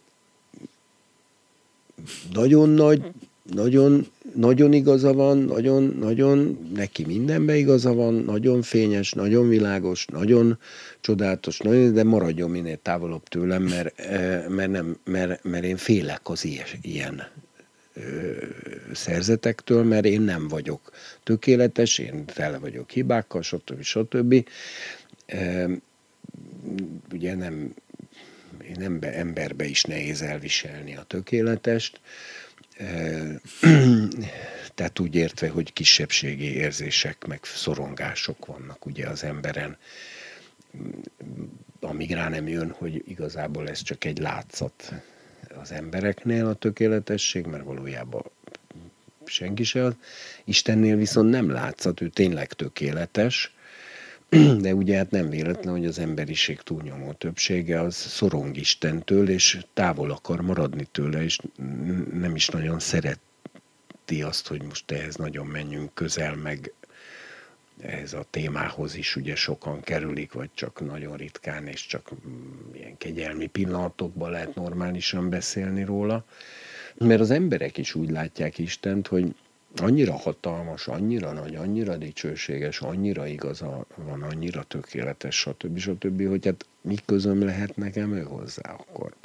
nagyon nagy, nagyon, nagyon igaza van, nagyon, nagyon, neki mindenben igaza van, nagyon fényes, nagyon világos, nagyon csodálatos, nagyon, de maradjon minél távolabb tőlem, mert, mert, nem, mert, mert én félek az ilyen, ilyen szerzetektől, mert én nem vagyok tökéletes, én tele vagyok hibákkal, stb. stb. Ugye nem, én ember, emberbe is nehéz elviselni a tökéletest, tehát úgy értve, hogy kisebbségi érzések, meg szorongások vannak ugye az emberen, amíg rá nem jön, hogy igazából ez csak egy látszat az embereknél a tökéletesség, mert valójában senki se az. Istennél viszont nem látszat, ő tényleg tökéletes, de ugye hát nem véletlen, hogy az emberiség túlnyomó többsége az szorong Istentől, és távol akar maradni tőle, és nem is nagyon szereti azt, hogy most ehhez nagyon menjünk közel, meg ehhez a témához is ugye sokan kerülik, vagy csak nagyon ritkán, és csak ilyen kegyelmi pillanatokban lehet normálisan beszélni róla. Mert az emberek is úgy látják Istent, hogy annyira hatalmas, annyira nagy, annyira dicsőséges, annyira igaza van, annyira tökéletes, stb. stb., hogy hát mi közöm lehet nekem ő hozzá akkor.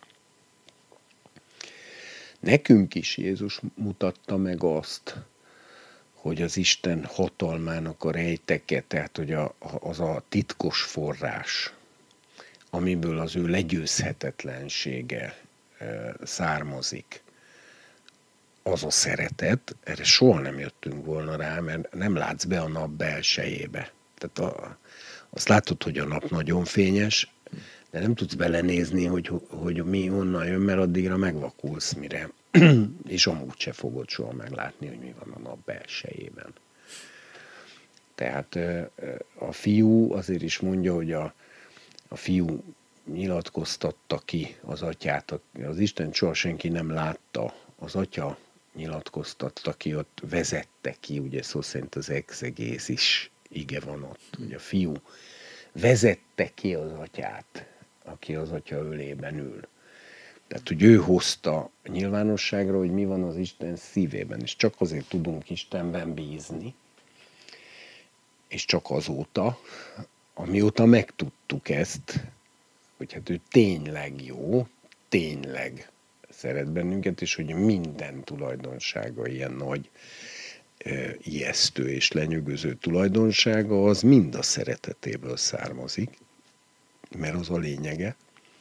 Nekünk is Jézus mutatta meg azt, hogy az Isten hatalmának a rejteke, tehát hogy a, az a titkos forrás, amiből az ő legyőzhetetlensége e, származik, az a szeretet, erre soha nem jöttünk volna rá, mert nem látsz be a nap belsejébe. Tehát a, azt látod, hogy a nap nagyon fényes, de nem tudsz belenézni, hogy, hogy mi honnan jön, mert addigra megvakulsz, mire, és amúgy se fogod soha meglátni, hogy mi van a nap belsejében. Tehát a fiú azért is mondja, hogy a, a fiú nyilatkoztatta ki az atyát, az Isten soha senki nem látta, az atya nyilatkoztatta ki, ott vezette ki, ugye szó szerint az exegézis ige van ott, hogy a fiú vezette ki az atyát, aki az atya ölében ül. Tehát, hogy ő hozta nyilvánosságra, hogy mi van az Isten szívében, és csak azért tudunk Istenben bízni, és csak azóta, amióta megtudtuk ezt, hogy hát ő tényleg jó, tényleg szeret bennünket, és hogy minden tulajdonsága ilyen nagy, e, ijesztő és lenyűgöző tulajdonsága, az mind a szeretetéből származik, mert az a lényege.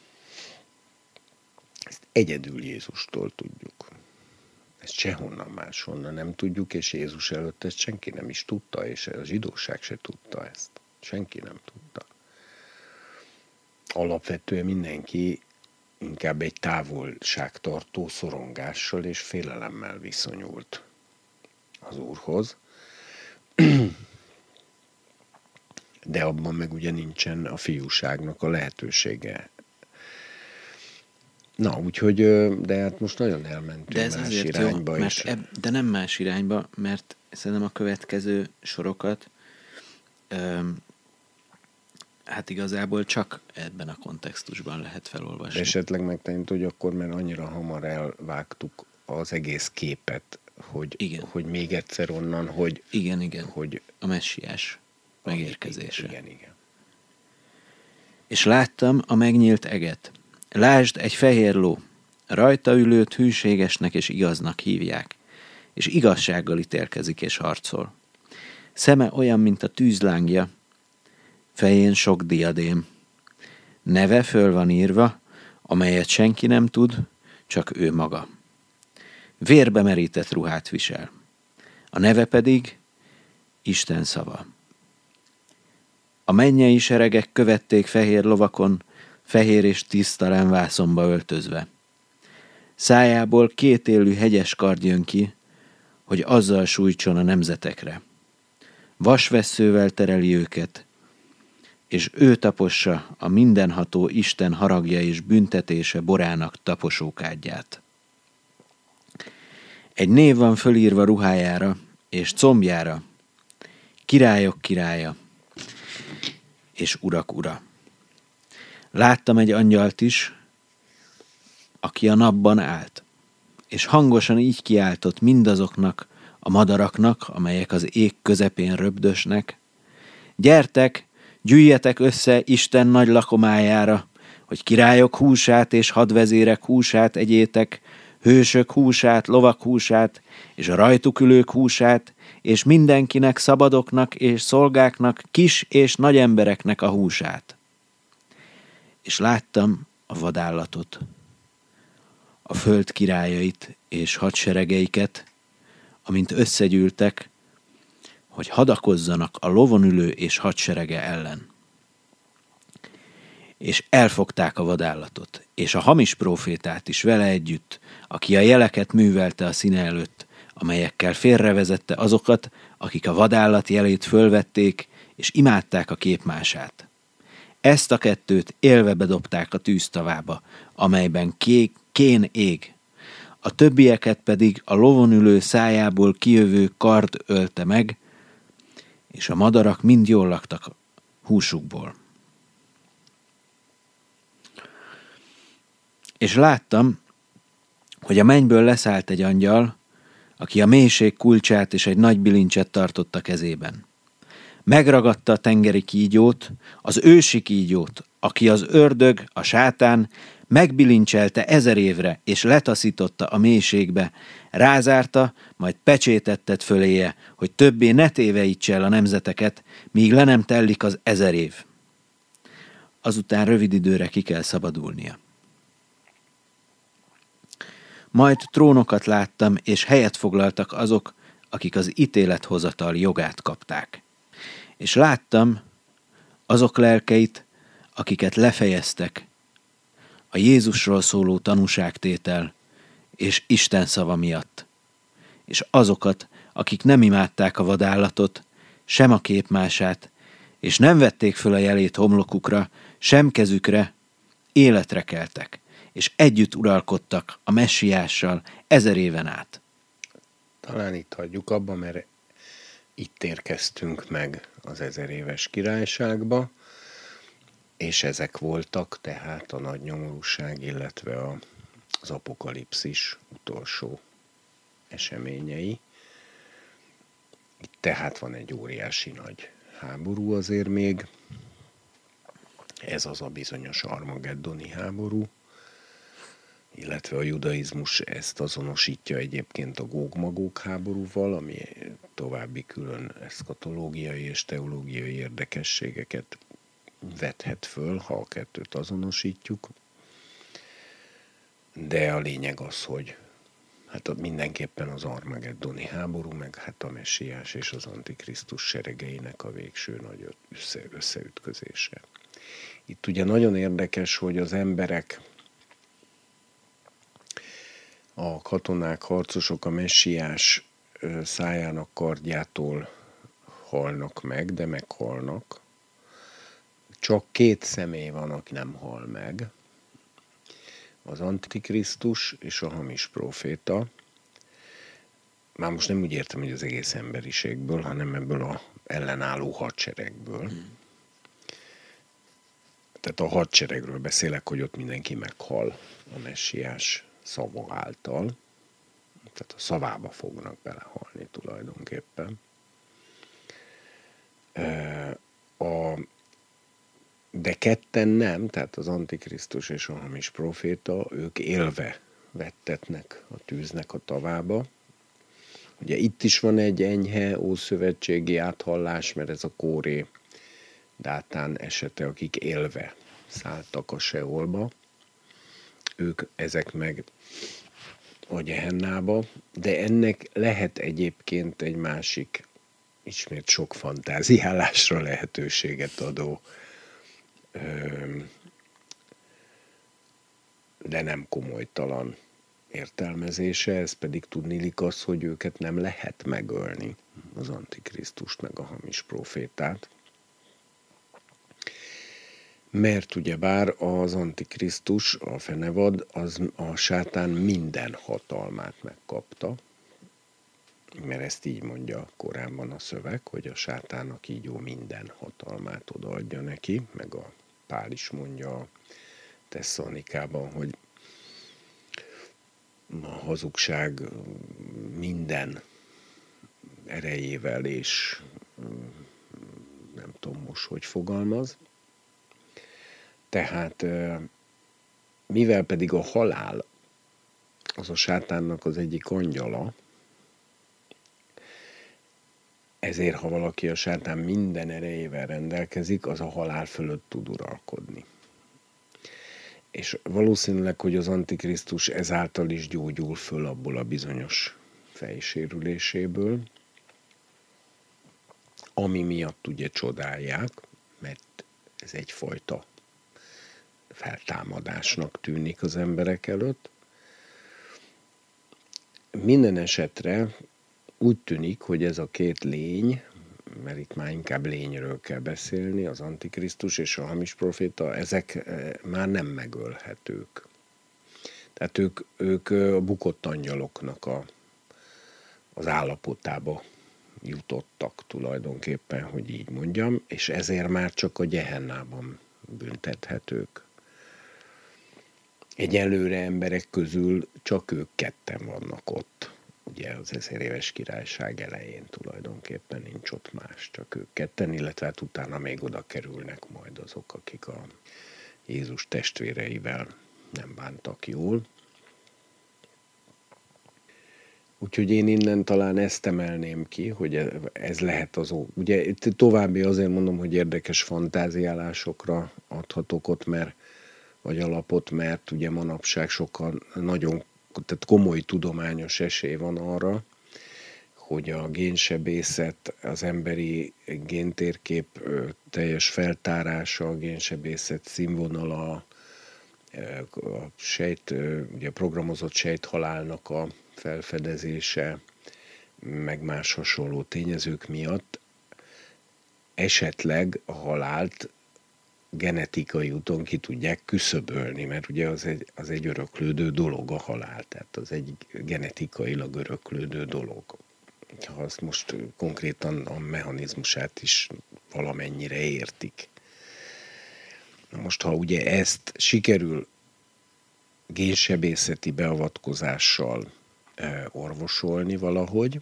Ezt egyedül Jézustól tudjuk. Ezt sehonnan máshonnan nem tudjuk, és Jézus előtt ezt senki nem is tudta, és a zsidóság se tudta ezt. Senki nem tudta. Alapvetően mindenki inkább egy távolságtartó szorongással és félelemmel viszonyult az Úrhoz. De abban meg ugye nincsen a fiúságnak a lehetősége. Na, úgyhogy, de hát most nagyon elmentünk de ez más azért irányba jó, is. Eb, de nem más irányba, mert szerintem a következő sorokat öm, hát igazából csak ebben a kontextusban lehet felolvasni. De esetleg megtanít, hogy akkor, mert annyira hamar elvágtuk az egész képet, hogy, igen. hogy még egyszer onnan, hogy... Igen, igen. Hogy, a messiás megérkezése. Igen, igen. És láttam a megnyílt eget. Lásd, egy fehér ló. Rajta ülőt hűségesnek és igaznak hívják, és igazsággal ítélkezik és harcol. Szeme olyan, mint a tűzlángja, fején sok diadém. Neve föl van írva, amelyet senki nem tud, csak ő maga. Vérbe merített ruhát visel. A neve pedig Isten szava. A mennyei seregek követték fehér lovakon, fehér és tisztelen vászonba öltözve. Szájából kétélű hegyes kard jön ki, hogy azzal sújtson a nemzetekre. Vasvesszővel tereli őket, és ő tapossa a mindenható Isten haragja és büntetése borának taposókádját. Egy név van fölírva ruhájára és combjára, királyok királya és urak ura. Láttam egy angyalt is, aki a napban állt, és hangosan így kiáltott mindazoknak a madaraknak, amelyek az ég közepén röbdösnek: gyertek, gyűjjetek össze Isten nagy lakomájára, hogy királyok húsát és hadvezérek húsát egyétek, hősök húsát, lovak húsát, és a rajtuk ülők húsát, és mindenkinek, szabadoknak és szolgáknak, kis és nagy embereknek a húsát. És láttam a vadállatot, a föld királyait és hadseregeiket, amint összegyűltek, hogy hadakozzanak a lovon ülő és hadserege ellen. És elfogták a vadállatot, és a hamis prófétát is vele együtt, aki a jeleket művelte a színe előtt, amelyekkel félrevezette azokat, akik a vadállat jelét fölvették, és imádták a képmását. Ezt a kettőt élve bedobták a tűztavába, amelyben kék, kén ég. A többieket pedig a lovon ülő szájából kijövő kard ölte meg, és a madarak mind jól laktak húsukból. És láttam, hogy a mennyből leszállt egy angyal, aki a mélység kulcsát és egy nagy bilincset tartott a kezében. Megragadta a tengeri kígyót, az ősi kígyót, aki az ördög, a sátán, megbilincselte ezer évre, és letaszította a mélységbe, rázárta, majd pecsétettet föléje, hogy többé ne téveítse el a nemzeteket, míg le nem tellik az ezer év. Azután rövid időre ki kell szabadulnia. Majd trónokat láttam, és helyet foglaltak azok, akik az ítélethozatal jogát kapták. És láttam azok lelkeit, akiket lefejeztek a Jézusról szóló tanúságtétel és Isten szava miatt, és azokat, akik nem imádták a vadállatot, sem a képmását, és nem vették föl a jelét homlokukra, sem kezükre, életre keltek, és együtt uralkodtak a messiással ezer éven át. Talán itt hagyjuk abba, mert itt érkeztünk meg az ezer éves királyságba, és ezek voltak tehát a nagy nyomorúság, illetve a, az apokalipszis utolsó eseményei. Itt tehát van egy óriási nagy háború azért még. Ez az a bizonyos armageddoni háború, illetve a judaizmus ezt azonosítja egyébként a Góg-Magóg háborúval, ami további külön eszkatológiai és teológiai érdekességeket vethet föl, ha a kettőt azonosítjuk. De a lényeg az, hogy hát mindenképpen az armageddoni háború, meg hát a messiás és az antikrisztus seregeinek a végső nagy össze, összeütközése. Itt ugye nagyon érdekes, hogy az emberek, a katonák, harcosok a messiás szájának kardjától halnak meg, de meghalnak. Csak két személy van, aki nem hal meg. Az antikrisztus és a hamis próféta. Már most nem úgy értem, hogy az egész emberiségből, hanem ebből az ellenálló hadseregből. Hmm. Tehát a hadseregről beszélek, hogy ott mindenki meghal a messiás szava által. Tehát a szavába fognak belehalni tulajdonképpen. A, de ketten nem, tehát az antikrisztus és a hamis proféta, ők élve vettetnek a tűznek a tavába. Ugye itt is van egy enyhe ószövetségi áthallás, mert ez a Kóré Dátán esete, akik élve szálltak a Seolba. Ők ezek meg a Gehennába, de ennek lehet egyébként egy másik, ismét sok fantáziálásra lehetőséget adó, de nem komolytalan értelmezése, ez pedig tudniillik az, hogy őket nem lehet megölni, az antikrisztust meg a hamis profétát. Mert ugyebár az antikrisztus, a fenevad, az a sátán minden hatalmát megkapta, mert ezt így mondja korábban a szöveg, hogy a sátánnak így jó minden hatalmát odaadja neki, meg a Pál is mondja a Tesszalonikában, hogy a hazugság minden erejével és nem tudom most, hogy fogalmaz. Tehát mivel pedig a halál az a sátánnak az egyik angyala, ezért, ha valaki a sátán minden erejével rendelkezik, az a halál fölött tud uralkodni. És valószínűleg, hogy az Antikrisztus ezáltal is gyógyul föl abból a bizonyos fejsérüléséből, ami miatt ugye csodálják, mert ez egyfajta feltámadásnak tűnik az emberek előtt. Minden esetre úgy tűnik, hogy ez a két lény, mert itt már inkább lényről kell beszélni, az Antikrisztus és a hamis proféta, ezek már nem megölhetők. Tehát ők, ők a bukott angyaloknak a, az állapotába jutottak tulajdonképpen, hogy így mondjam, és ezért már csak a gyehennában büntethetők. Egyelőre emberek közül csak ők ketten vannak ott. Ugye az ezer éves királyság elején tulajdonképpen nincs ott más, csak ők ketten, illetve hát utána még oda kerülnek majd azok, akik a Jézus testvéreivel nem bántak jól. Úgyhogy én innen talán ezt emelném ki, hogy ez lehet az ó. Ugye további azért mondom, hogy érdekes fantáziálásokra adhatok ott, mert, vagy alapot, mert ugye manapság sokan nagyon, tehát komoly tudományos esély van arra, hogy a génsebészet, az emberi géntérkép teljes feltárása, a génsebészet színvonala, a sejt, ugye a programozott sejthalálnak a felfedezése, meg más hasonló tényezők miatt esetleg a halált genetikai úton ki tudják küszöbölni, mert ugye az egy, az egy öröklődő dolog a halál, tehát az egy genetikailag öröklődő dolog. Ha azt most konkrétan a mechanizmusát is valamennyire értik. Na most, ha ugye ezt sikerül génsebészeti beavatkozással orvosolni valahogy,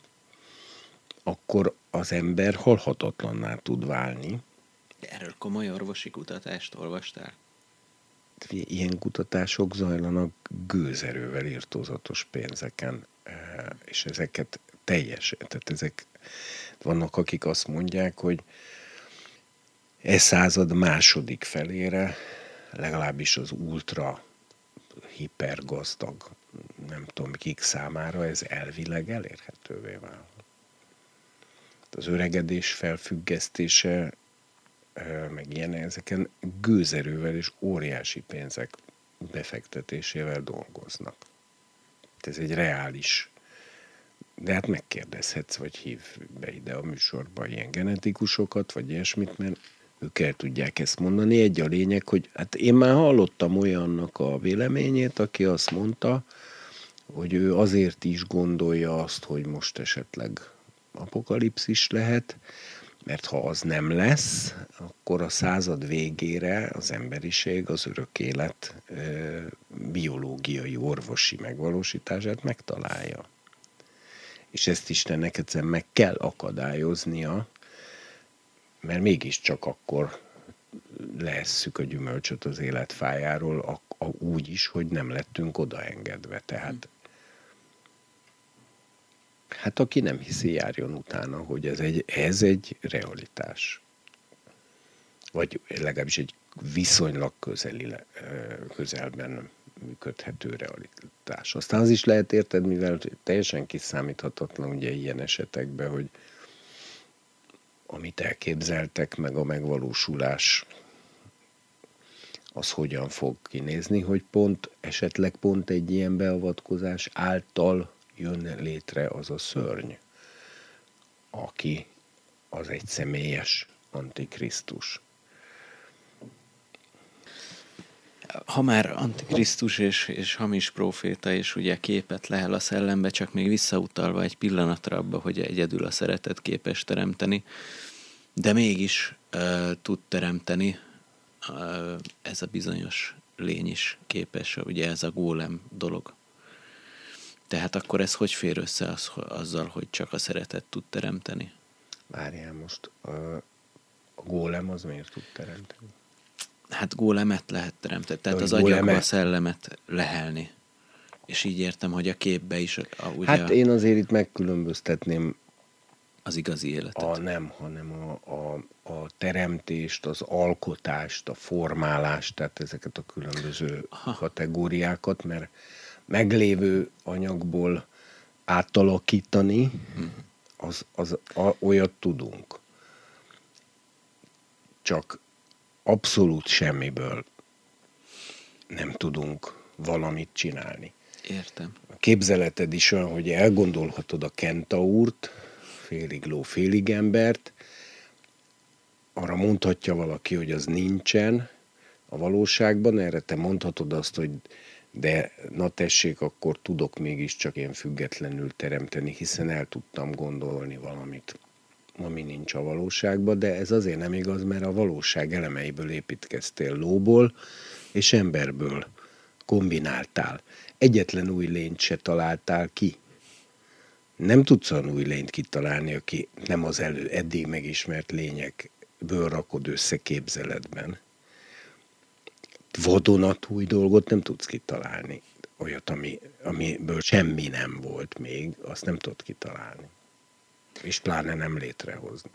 akkor az ember halhatatlanná tud válni. De erről komoly orvosi kutatást olvastál? Ilyen kutatások zajlanak gőzerővel irtózatos pénzeken, és ezeket teljes, tehát ezek vannak, akik azt mondják, hogy e század második felére legalábbis az ultra hipergazdag, nem tudom kik számára ez elvileg elérhetővé vál. Az öregedés felfüggesztése, meg ilyen, ezeken gőzerővel és óriási pénzek befektetésével dolgoznak. Ez egy reális, de hát megkérdezhetsz, vagy hív be ide a műsorba ilyen genetikusokat, vagy ilyesmit, mert ők el tudják ezt mondani. Egy a lényeg, hogy hát én már hallottam olyannak a véleményét, aki azt mondta, hogy ő azért is gondolja azt, hogy most esetleg apokalipszis lehet, mert ha az nem lesz, akkor a század végére az emberiség az örök élet biológiai, orvosi megvalósítását megtalálja. És ezt Istennek egyszerűen meg kell akadályoznia, mert mégiscsak akkor leesszük a gyümölcsöt az életfájáról, a, a, úgy is, hogy nem lettünk odaengedve. Tehát hát aki nem hiszi, járjon utána, hogy ez egy, ez egy realitás. Vagy legalábbis egy viszonylag közeli, közelben működhető realitás. Aztán az is lehet érted, mivel teljesen kiszámíthatatlan ugye ilyen esetekben, hogy amit elképzeltek, meg a megvalósulás, az hogyan fog kinézni, hogy pont, esetleg pont egy ilyen beavatkozás által jön létre az a szörny, aki az egy személyes Antikrisztus. Ha már Antikrisztus és, és hamis próféta, és ugye képet lehel a szellembe, csak még visszautalva egy pillanatra abba, hogy egyedül a szeretet képes teremteni, de mégis uh, tud teremteni ez a bizonyos lény is képes, ugye ez a gólem dolog. Tehát akkor ez hogy fér össze az, azzal, hogy csak a szeretet tud teremteni? Várjál most, a, a gólem az miért tud teremteni? Hát gólemet lehet teremteni, tehát a az góleme... agyakba a szellemet lehelni. És így értem, hogy a képbe is a, ugye hát én azért itt megkülönböztetném az igazi életet. A nem, hanem a, a, a teremtést, az alkotást, a formálást, tehát ezeket a különböző Aha. kategóriákat, mert meglévő anyagból átalakítani, az, az a, olyat tudunk. Csak abszolút semmiből nem tudunk valamit csinálni. Értem. A képzeleted is olyan, hogy elgondolhatod a kentaurt, félig ló, félig embert, arra mondhatja valaki, hogy az nincsen a valóságban, erre te mondhatod azt, hogy de na tessék, akkor tudok mégiscsak én függetlenül teremteni, hiszen el tudtam gondolni valamit, ami nincs a valóságban, de ez azért nem igaz, mert a valóság elemeiből építkeztél, lóból és emberből kombináltál. Egyetlen új lényt se találtál ki. Nem tudsz olyan új lényt kitalálni, aki nem az elő, eddig megismert lényekből rakod össze képzeletben. Vadonatúj dolgot nem tudsz kitalálni. Olyat, ami, amiből semmi nem volt még, azt nem tudod kitalálni. És pláne nem létrehozni.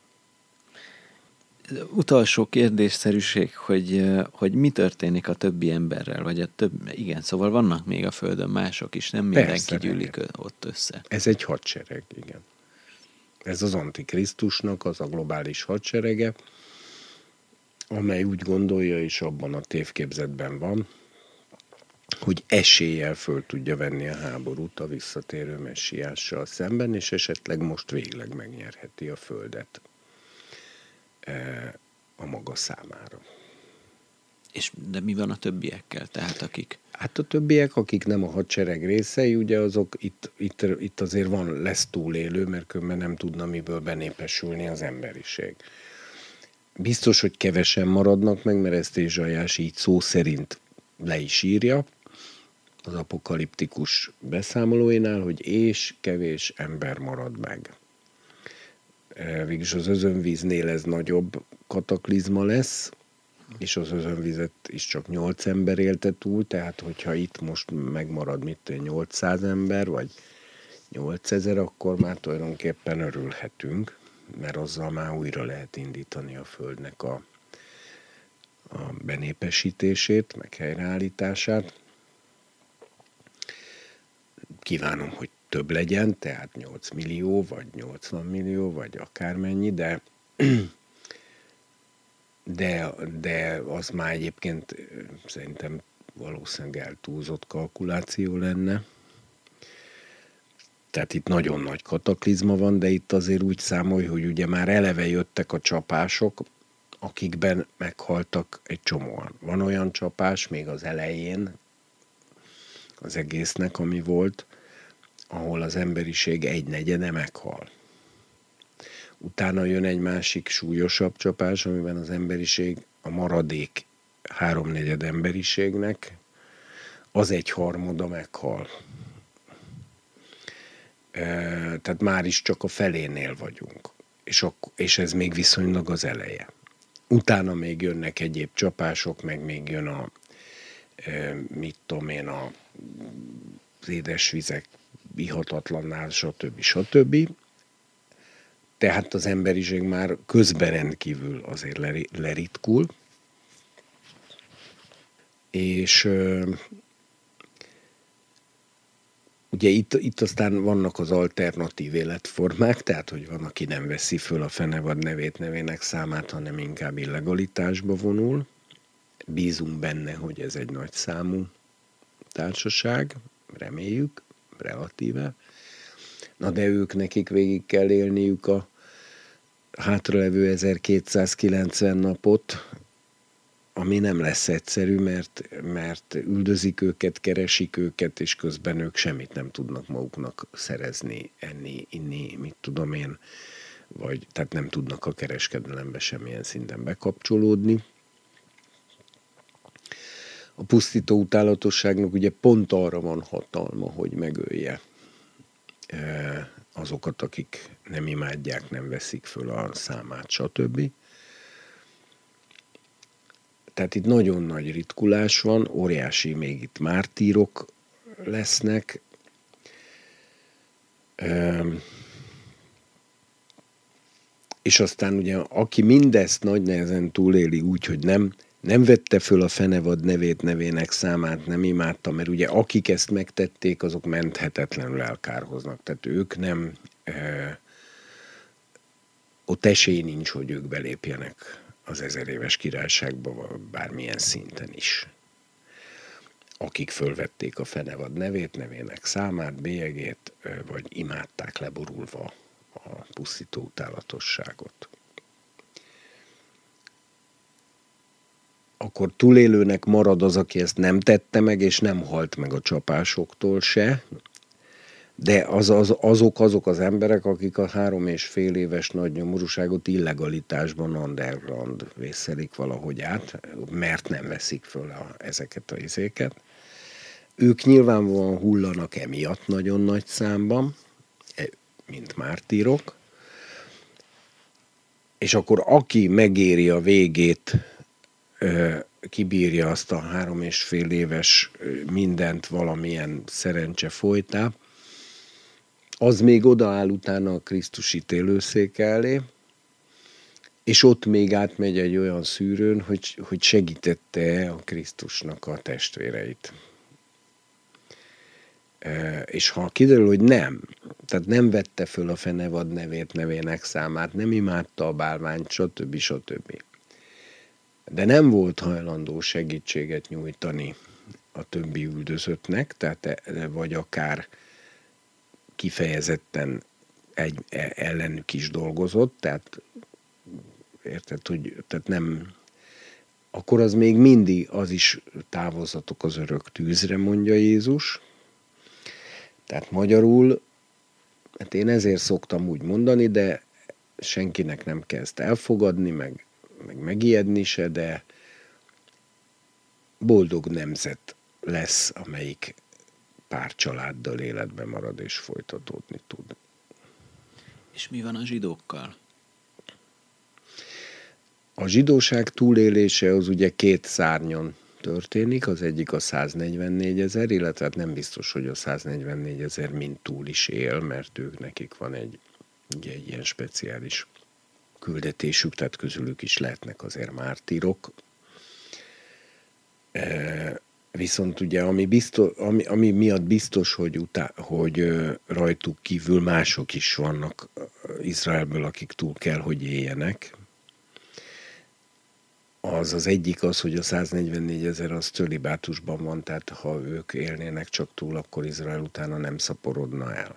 Utolsó kérdésszerűség, hogy, hogy mi történik a többi emberrel, vagy a több, igen, szóval vannak még a Földön mások is, nem mindenki Persze, gyűlik igen. ott össze. Ez egy hadsereg, igen. Ez az Antikrisztusnak az a globális hadserege, amely úgy gondolja, és abban a tévképzetben van, hogy eséllyel föl tudja venni a háborút a visszatérő messiással szemben, és esetleg most végleg megnyerheti a Földet a maga számára. És de mi van a többiekkel? Tehát akik... Hát a többiek, akik nem a hadsereg részei, ugye azok itt, itt, itt azért van, lesz túlélő, mert különben nem tudna miből benépesülni az emberiség. Biztos, hogy kevesen maradnak meg, mert ezt Ézsaiás így szó szerint le is írja az apokaliptikus beszámolóinál, hogy és kevés ember marad meg. Végülis az özönvíznél ez nagyobb kataklizma lesz, és az özönvizet is csak nyolc ember élte túl, tehát hogyha itt most megmarad mit nyolcszáz ember, vagy nyolcezer, akkor már tulajdonképpen örülhetünk, mert azzal már újra lehet indítani a Földnek a, a benépesítését, meg helyreállítását. Kívánom, hogy több legyen, tehát nyolc millió, vagy nyolcvan millió, vagy akármennyi, de, de, de az már egyébként szerintem valószínűleg eltúlzott kalkuláció lenne. Tehát itt nagyon nagy kataklizma van, de itt azért úgy számolj, hogy ugye már eleve jöttek a csapások, akikben meghaltak egy csomóan. Van olyan csapás még az elején az egésznek, ami volt, ahol az emberiség egynegyede meghal. Utána jön egy másik súlyosabb csapás, amiben az emberiség, a maradék háromnegyed emberiségnek az egy harmada meghal. E, tehát már is csak a felénél vagyunk. És, a, és ez még viszonylag az eleje. Utána még jönnek egyéb csapások, meg még jön a e, mit tudom én, a, az édesvizek ihatatlanná, stb. stb. Tehát az emberiség már közben rendkívül azért leritkul. És ugye itt, itt aztán vannak az alternatív életformák, tehát hogy van, aki nem veszi föl a fenevad nevét nevének számát, hanem inkább illegalitásba vonul. Bízunk benne, hogy ez egy nagy számú társaság, reméljük, relatíve. Na de ők nekik végig kell élniük a hátralevő ezerkétszázkilencven napot, ami nem lesz egyszerű, mert, mert üldözik őket, keresik őket, és közben ők semmit nem tudnak maguknak szerezni, enni, inni, mit tudom én, vagy tehát nem tudnak a kereskedelembe semmilyen szinten bekapcsolódni. a pusztító utálatosságnak ugye pont arra van hatalma, hogy megölje azokat, akik nem imádják, nem veszik föl a számát, stb. Tehát itt nagyon nagy ritkulás van, óriási még itt mártírok lesznek. És aztán ugye, aki mindezt nagy nehezen túléli úgy, hogy nem, nem vette föl a fenevad nevét, nevének számát, nem imádta, mert ugye akik ezt megtették, azok menthetetlenül elkárhoznak. Tehát ők nem, e, ott esély nincs, hogy ők belépjenek az ezer éves királyságba, bármilyen szinten is. Akik fölvették a fenevad nevét, nevének számát, bélyegét, vagy imádták leborulva a pusztító utálatosságot. Akkor túlélőnek marad az, aki ezt nem tette meg, és nem halt meg a csapásoktól se, de az, az, azok azok az emberek, akik a három és fél éves nagy nyomorúságot illegalitásban underground vészelik valahogy át, mert nem veszik föl a, ezeket a izéket. Ők nyilvánvalóan hullanak emiatt nagyon nagy számban, mint mártírok, és akkor aki megéri a végét, kibírja azt a három és fél éves mindent valamilyen szerencse folytá, az még odaáll utána a Krisztus ítélőszéke elé, és ott még átmegy egy olyan szűrőn, hogy, hogy segítette a Krisztusnak a testvéreit. És ha kiderül, hogy nem, tehát nem vette föl a fenevad nevét, nevének számát, nem imádta a bálványt, stb. stb. De nem volt hajlandó segítséget nyújtani a többi üldözöttnek, tehát vagy akár kifejezetten egy, ellenük is dolgozott, tehát érted, hogy tehát nem, akkor az még mindig az is távozzatok az örök tűzre, mondja Jézus. Tehát magyarul, hát én ezért szoktam úgy mondani, de senkinek nem kell ezt elfogadni, meg, meg megijedni se, de boldog nemzet lesz, amelyik pár családdal életben marad és folytatódni tud. És mi van a zsidókkal? A zsidóság túlélése az ugye két szárnyon történik, az egyik a száznegyvennégyezer, illetve hát nem biztos, hogy a száznegyvennégyezer mind túl is él, mert ők nekik van egy, ugye egy ilyen speciális küldetésük, tehát közülük is lehetnek azért mártírok. E, viszont ugye ami, biztos, ami, ami miatt biztos, hogy, utá, hogy rajtuk kívül mások is vannak Izraelből, akik túl kell, hogy éljenek, az az egyik az, hogy a száznegyvennégyezer az cölibátusban van, tehát ha ők élnének csak túl, akkor Izrael utána nem szaporodna el.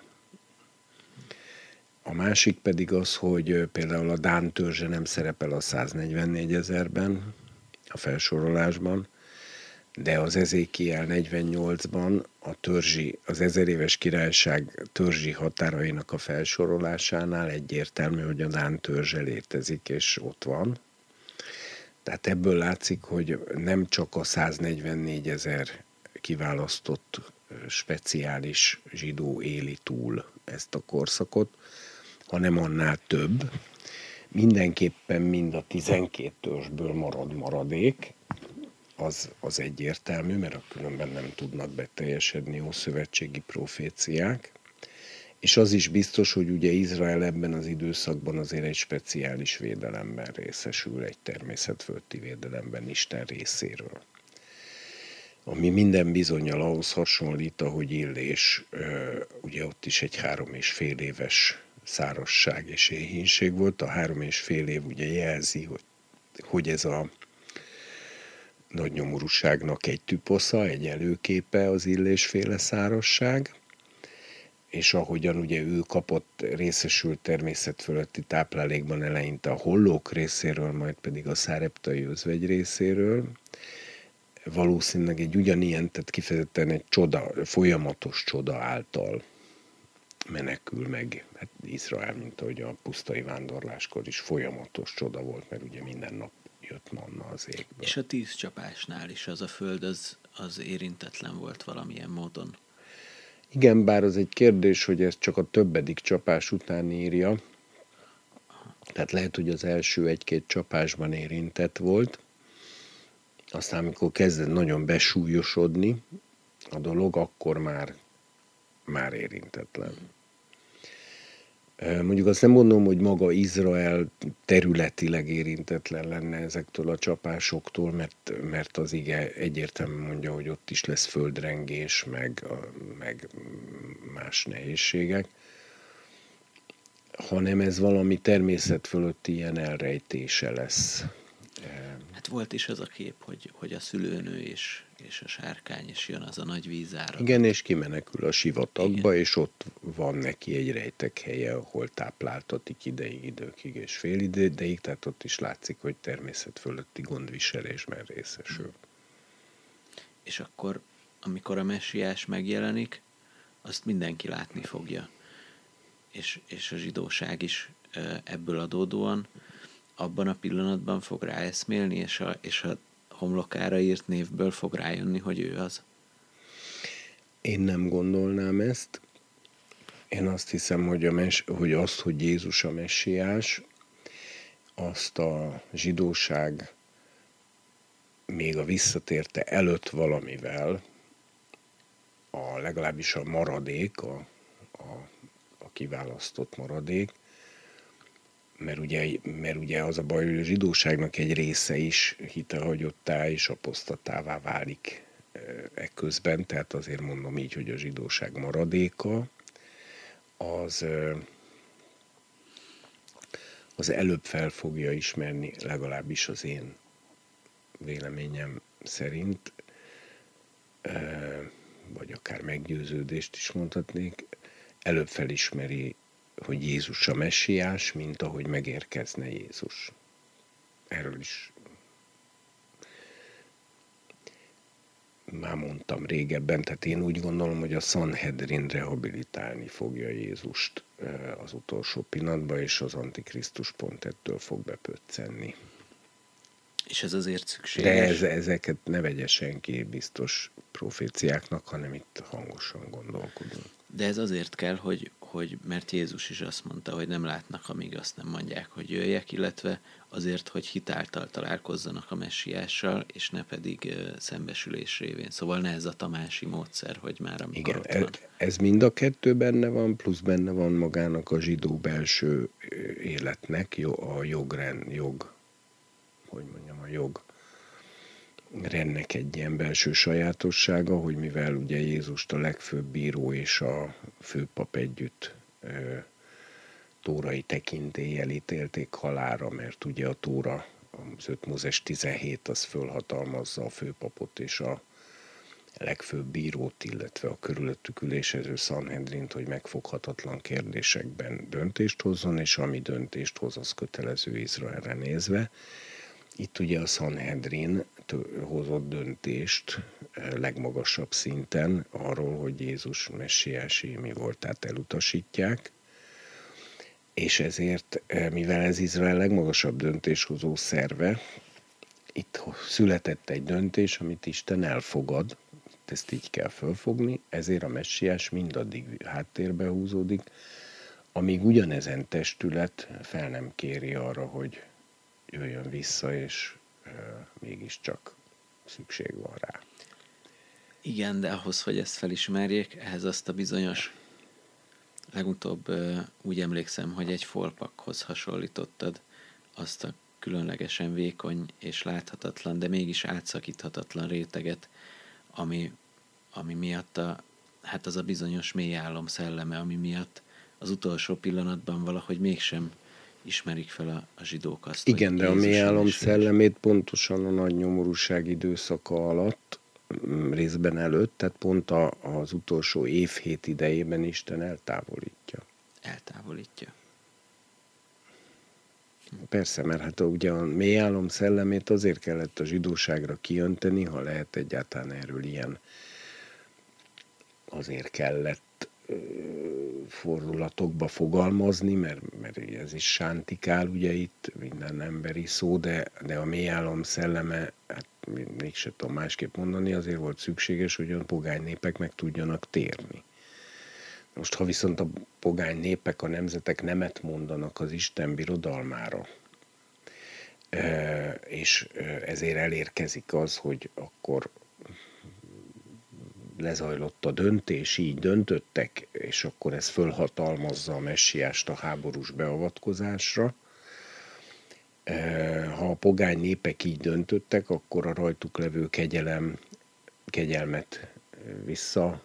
A másik pedig az, hogy például a Dán törzse nem szerepel a száznegyvennégyezerben, a felsorolásban, de az Ezékiel negyvennyolcban a törzsi, az ezeréves királyság törzsi határainak a felsorolásánál egyértelmű, hogy a Dán törzse létezik, és ott van. Tehát ebből látszik, hogy nem csak a száznegyvennégyezer kiválasztott speciális zsidó éli túl ezt a korszakot, hanem annál több. Mindenképpen mind a tizenkét törzsből marad maradék, az, az egyértelmű, mert különben nem tudnak beteljesedni ószövetségi proféciák. És az is biztos, hogy ugye Izrael ebben az időszakban azért egy speciális védelemben részesül, egy természetfölti védelemben Isten részéről. Ami minden bizonnyal ahhoz hasonlít, ahogy Illés, ugye ott is egy három és fél éves szárazság és éhínség volt. A három és fél év ugye jelzi, hogy, hogy ez a nagy nyomorúságnak egy tüposza, egy előképe az Illésféle szárazság, és ahogyan ugye ő kapott, részesült természet fölötti táplálékban eleinte a hollók részéről, majd pedig a száreptai özvegy részéről, valószínűleg egy ugyanilyen, tehát kifejezetten egy csoda, folyamatos csoda által menekül meg hát Izrael, mint ahogy a pusztai vándorláskor is folyamatos csoda volt, mert ugye minden nap jött manna az égből. És a tíz csapásnál is az a föld, az az érintetlen volt valamilyen módon. Igen, bár az egy kérdés, hogy ez csak a többedik csapás után írja. Tehát lehet, hogy az első egy-két csapásban érintett volt. Aztán, amikor kezdett nagyon besúlyosodni a dolog, akkor már, már érintetlen. Mondjuk azt nem gondolom, hogy maga Izrael területileg érintetlen lenne ezektől a csapásoktól, mert, mert az ige egyértelműen mondja, hogy ott is lesz földrengés, meg, meg más nehézségek, hanem ez valami természet fölötti ilyen elrejtése lesz. Hát volt is az a kép, hogy, hogy a szülőnő és, és a sárkány, és jön az a nagy vízárad. Igen, és kimenekül a sivatagba, igen. És ott van neki egy rejtek helye, ahol tápláltatik ideig, időkig és fél ideig, tehát ott is látszik, hogy természet fölötti gondviselésben részesül. És akkor, amikor a messiás megjelenik, azt mindenki látni fogja. És, és a zsidóság is ebből adódóan abban a pillanatban fog ráeszmélni, és a, és a homlokára írt névből fog rájönni, hogy ő az? Én nem gondolnám ezt. Én azt hiszem, hogy, a mes- hogy azt, hogy Jézus a messiás, azt a zsidóság még a visszatérte előtt valamivel, a legalábbis a maradék, a, a, a kiválasztott maradék, Mert ugye, mert ugye az a baj, hogy a zsidóságnak egy része is hitehagyottá és aposztatává válik ekközben, tehát azért mondom így, hogy a zsidóság maradéka, az, az előbb fel fogja ismerni, legalábbis az én véleményem szerint, vagy akár meggyőződést is mondhatnék, előbb felismeri, hogy Jézus a messiás, mint ahogy megérkezne Jézus. Erről is már mondtam régebben, tehát én úgy gondolom, hogy a Sanhedrin rehabilitálni fogja Jézust az utolsó pillanatban, és az Antikrisztus pont ettől fog bepöccenni. És ez azért szükséges? De ez, ezeket ne vegye senki biztos proféciáknak, hanem itt hangosan gondolkodunk. De ez azért kell, hogy, hogy mert Jézus is azt mondta, hogy nem látnak, amíg azt nem mondják, hogy jöjjek, illetve azért, hogy hitáltal találkozzanak a messiással, és ne pedig uh, szembesülés révén. Szóval ne ez a tamási módszer, hogy már amikor igen, ott ez, van. ez mind a kettő benne van, plusz benne van magának a zsidó belső életnek a jogrend, jog, hogy mondjam, a jog rendnek egy ilyen belső sajátossága, hogy mivel ugye Jézust a legfőbb bíró és a főpap együtt ö, tórai tekintéllyel ítélték halálra, mert ugye a tóra, az öt Mózes tizenhét, az fölhatalmazza a főpapot és a legfőbb bírót, illetve a körülöttük ülésező Sanhedrint, hogy megfoghatatlan kérdésekben döntést hozzon, és ami döntést hoz, az kötelező Izraelre nézve. Itt ugye a Sanhedrin hozott döntést legmagasabb szinten arról, hogy Jézus messiási mi volt, tehát elutasítják, és ezért, mivel ez Izrael legmagasabb döntéshozó szerve, itt született egy döntés, amit Isten elfogad, ezt így kell fölfogni, ezért a messiás mindaddig háttérbe húzódik, amíg ugyanezen testület fel nem kéri arra, hogy jöjjön vissza, és uh, mégiscsak szükség van rá. Igen, de ahhoz, hogy ezt felismerjék, ehhez azt a bizonyos, legutóbb uh, úgy emlékszem, hogy egy folpakhoz hasonlítottad azt a különlegesen vékony és láthatatlan, de mégis átszakíthatatlan réteget, ami, ami miatt a, hát az a bizonyos mély álom szelleme, ami miatt az utolsó pillanatban valahogy mégsem ismerik fel a, a zsidók azt. Igen, de a mély álom is szellemét pontosan a nagy nyomorúság időszaka alatt, részben előtt, tehát pont a, az utolsó évhét idejében Isten eltávolítja. Eltávolítja. Persze, mert hát ugye a mély álom szellemét azért kellett a zsidóságra kijönteni, ha lehet egyáltalán erről ilyen, azért kellett ö, fordulatokba fogalmazni, mert, mert ez is sántikál, ugye itt minden emberi szó, de, de a mély álom szelleme, hát mégse tudom másképp mondani, azért volt szükséges, hogy a pogány népek meg tudjanak térni. Most, ha viszont a pogány népek, a nemzetek nemet mondanak az Isten birodalmára, és ezért elérkezik az, hogy akkor lezajlott a döntés, így döntöttek, és akkor ez fölhatalmazza a messiást a háborús beavatkozásra. Ha a pogány népek így döntöttek, akkor a rajtuk levő kegyelem, kegyelmet vissza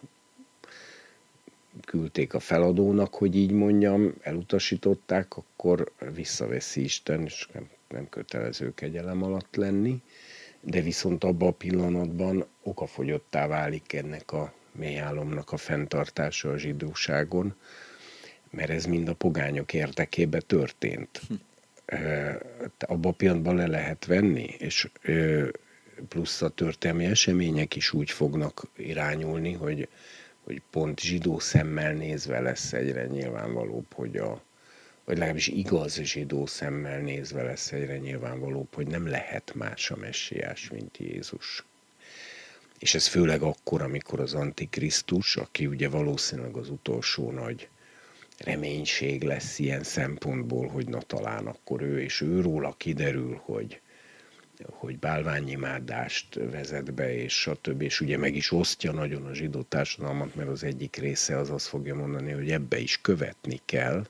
küldték a feladónak, hogy így mondjam, elutasították, akkor visszaveszi Isten, és nem, nem kötelező kegyelem alatt lenni, de viszont abban a pillanatban okafogyottá válik ennek a mélyálomnak a fenntartása a zsidóságon, mert ez mind a pogányok érdekébe történt. Abban a pillanatban le lehet venni, és plusz a történelmi események is úgy fognak irányulni, hogy hogy pont zsidó szemmel nézve lesz egyre nyilvánvalóbb, hogy a, vagy legalábbis igaz zsidó szemmel nézve lesz egyre nyilvánvalóbb, hogy nem lehet más a messiás, mint Jézus. És ez főleg akkor, amikor az Antikrisztus, aki ugye valószínűleg az utolsó nagy reménység lesz ilyen szempontból, hogy na talán akkor ő, és őróla kiderül, hogy hogy bálványimádást vezet be, és stb. És ugye meg is osztja nagyon a zsidó társadalmat, mert az egyik része az azt fogja mondani, hogy ebbe is követni kell,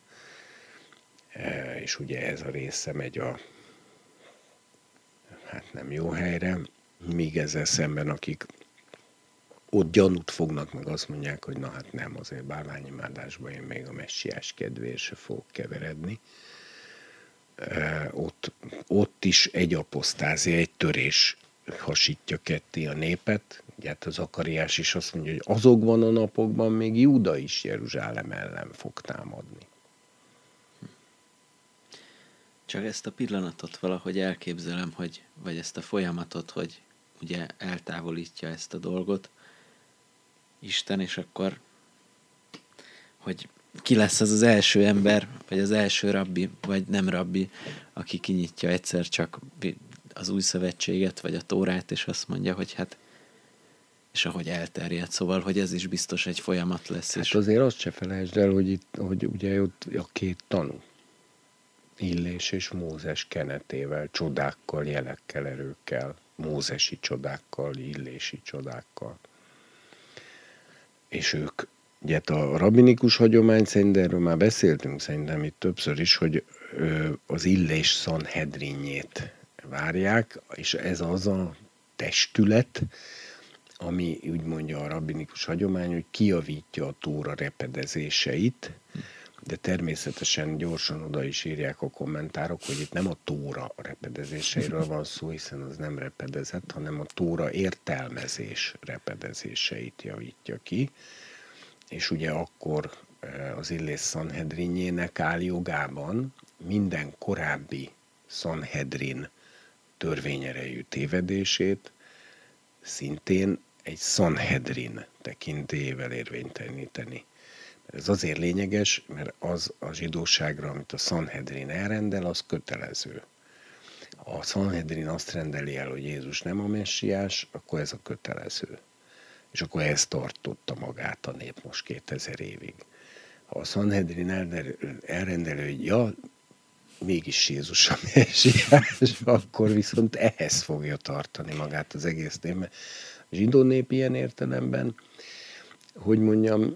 és ugye ez a része megy a hát nem jó helyre, míg ezzel szemben, akik ott gyanút fognak, meg azt mondják, hogy na hát nem, azért bálványimádásban én még a messiás kedvéért se fogok keveredni. Ott, ott is egy apostázia, egy törés hasítja ketté a népet. Ugye hát az Zakariás is azt mondja, hogy azokban a napokban még Júda is Jeruzsálem ellen fog támadni. Csak ezt a pillanatot valahogy elképzelem, hogy, vagy ezt a folyamatot, hogy ugye eltávolítja ezt a dolgot Isten, és akkor, hogy ki lesz az az első ember, vagy az első rabbi, vagy nem rabbi, aki kinyitja egyszer csak az új szövetséget, vagy a Tórát, és azt mondja, hogy hát, és ahogy elterjed, szóval, hogy ez is biztos egy folyamat lesz. Hát és azért azt se felejtsd el, hogy, itt, hogy ugye ott a két tanú, Illés és Mózes kenetével, csodákkal, jelekkel, erőkkel, mózesi csodákkal, illési csodákkal. És ők, ugye a rabbinikus hagyomány szerint, de erről már beszéltünk szerintem itt többször is, hogy az Illés Szanhedrinjét várják, és ez az a testület, ami úgy mondja a rabbinikus hagyomány, hogy kijavítja a Tóra repedezéseit, de természetesen gyorsan oda is írják a kommentárok, hogy itt nem a Tóra repedezéseiről van szó, hiszen az nem repedezett, hanem a Tóra értelmezés repedezéseit javítja ki. És ugye akkor az Illés Szanhedrinjének áll jogában minden korábbi Szanhedrin törvényerejű tévedését szintén egy Szanhedrin tekintélyével érvényteleníteni. Ez azért lényeges, mert az a zsidóságra, amit a Szanhedrin elrendel, az kötelező. Ha a Szanhedrin azt rendeli el, hogy Jézus nem a messiás, akkor ez a kötelező. És akkor ehhez tartotta magát a nép most kétezer évig. Ha a Szanhedrin elrendelő, hogy ja, mégis Jézus a messiás, akkor viszont ehhez fogja tartani magát az egész nép. Mert a zsidó nép ilyen értelemben, hogy mondjam,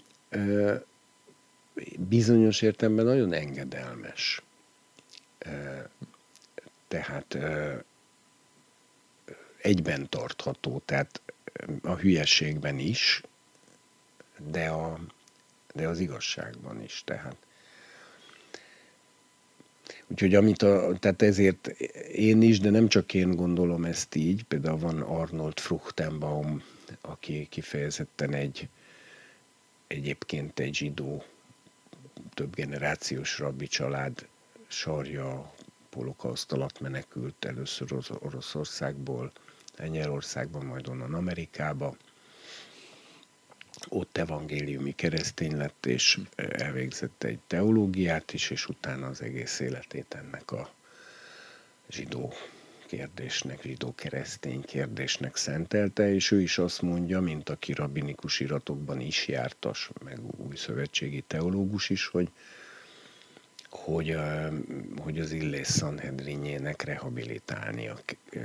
bizonyos értelemben nagyon engedelmes. Tehát egyben tartható, tehát a hülyességben is, de, a, de az igazságban is. Tehát. Úgyhogy amit a, tehát ezért én is, de nem csak én gondolom ezt így, például van Arnold Fruchtenbaum, aki kifejezetten egy egyébként egy zsidó több generációs rabbi család sarja, holokauszt alatt menekült először Oroszországból, Lengyelországban, majd onnan Amerikába. Ott evangéliumi keresztény lett, és elvégzett egy teológiát is, és utána az egész életét ennek a zsidó kérdésnek, zsidó-keresztény kérdésnek szentelte, és ő is azt mondja, mint aki rabbinikus iratokban is jártas, meg új szövetségi teológus is, hogy, hogy, hogy az Illés Sanhedrinjének rehabilitálnia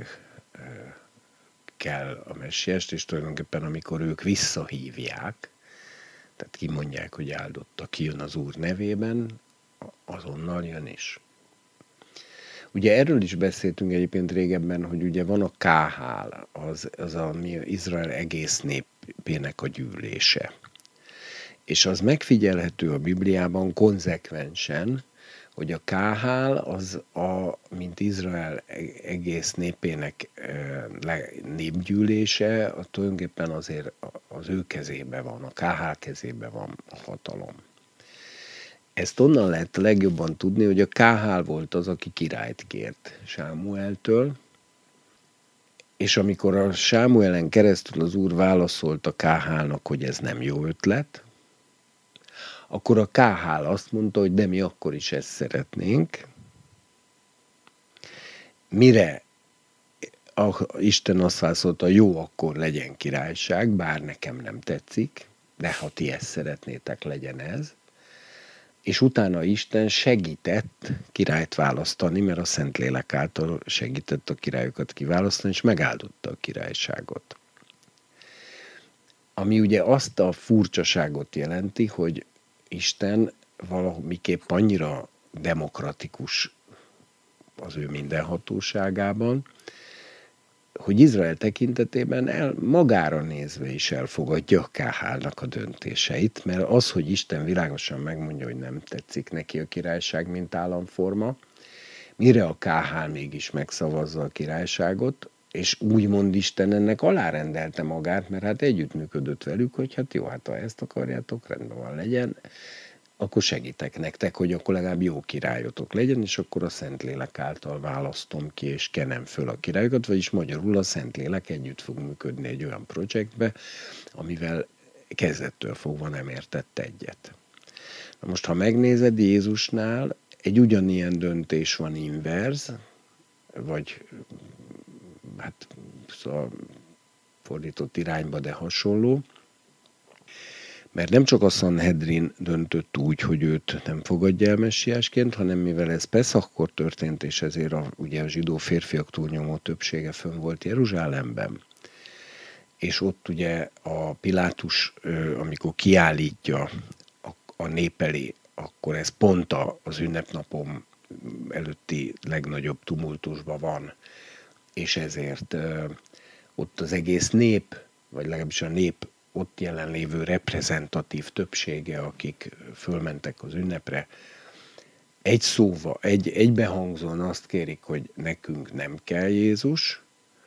kell a messiást, és tulajdonképpen amikor ők visszahívják, tehát kimondják, hogy áldotta, ki jön az Úr nevében, azonnal jön is. Ugye erről is beszéltünk egyébként régebben, hogy ugye van a káhál, az, az a mi Izrael egész népének a gyűlése. És az megfigyelhető a Bibliában konzekvensen, hogy a káhál az, a, mint Izrael egész népének népgyűlése, a tulajdonképpen azért az ő kezébe van, a káhál kezébe van a hatalom. Ezt onnan lehet legjobban tudni, hogy a káhál volt az, aki királyt kért Sámueltől, és amikor a Sámuelen keresztül az Úr válaszolt a káhálnak, hogy ez nem jó ötlet, akkor a káhál azt mondta, hogy de mi akkor is ezt szeretnénk. Mire a Isten azt válaszolta, jó, akkor legyen királyság, bár nekem nem tetszik, de ha ti ezt szeretnétek, legyen ez. És utána Isten segített királyt választani, mert a Szentlélek által segített a királyokat kiválasztani, és megáldotta a királyságot. Ami ugye azt a furcsaságot jelenti, hogy Isten valamiképp annyira demokratikus az ő mindenhatóságában, hogy Izrael tekintetében el, magára nézve is elfogadja a káhálnak a döntéseit, mert az, hogy Isten világosan megmondja, hogy nem tetszik neki a királyság, mint államforma, mire a káhál mégis megszavazza a királyságot, és úgymond Isten ennek alárendelte magát, mert hát együttműködött velük, hogy hát jó, hát ha ezt akarjátok, rendben van, legyen, akkor segítek nektek, hogy akkor legalább jó királyotok legyen, és akkor a Szentlélek által választom ki, és kenem föl a királyokat, vagyis magyarul a Szentlélek együtt fog működni egy olyan projektbe, amivel kezdettől fogva nem értett egyet. Na most, ha megnézed Jézusnál, egy ugyanilyen döntés van inverz, vagy hát szóval fordított irányba, de hasonló, mert nem csak a Sanhedrin döntött úgy, hogy őt nem fogadja el messiásként, hanem mivel ez Peszakkor történt, és ezért a, ugye a zsidó férfiak túlnyomó többsége fönn volt Jeruzsálemben, és ott ugye a Pilátus, amikor kiállítja a, a nép elé, akkor ez pont az ünnepnapom előtti legnagyobb tumultusban van, és ezért ott az egész nép, vagy legalábbis a nép ott jelenlévő reprezentatív többsége, akik fölmentek az ünnepre, egy szóval, egy, egybehangzóan azt kérik, hogy nekünk nem kell Jézus.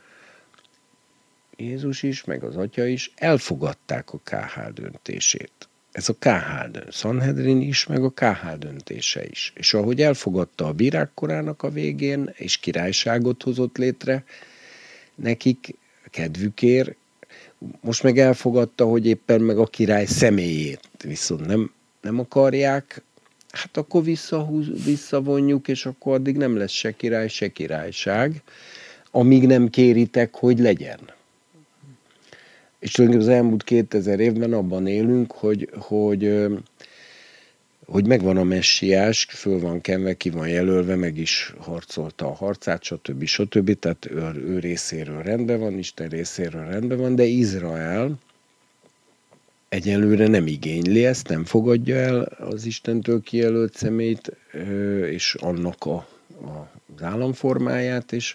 Jézus is, meg az atya is elfogadták a káhál döntését. Ez a káhál dönt, Sanhedrin is, meg a káhál döntése is. És ahogy elfogadta a bírák korának a végén, és királyságot hozott létre, nekik kedvükért, most meg elfogadta, hogy éppen meg a király személyét viszont nem, nem akarják, hát akkor visszahúz, visszavonjuk, és akkor addig nem lesz se király, se királyság, amíg nem kéritek, hogy legyen. És tulajdonképpen az elmúlt kétezer évben abban élünk, hogy, hogy, hogy megvan a messiás, föl van kenve, ki van jelölve, meg is harcolta a harcát, stb. stb. Tehát ő, ő részéről rendben van, Isten részéről rendben van, de Izrael egyelőre nem igényli ezt, nem fogadja el az Istentől kijelölt személyt, és annak a, a, az államformáját, és,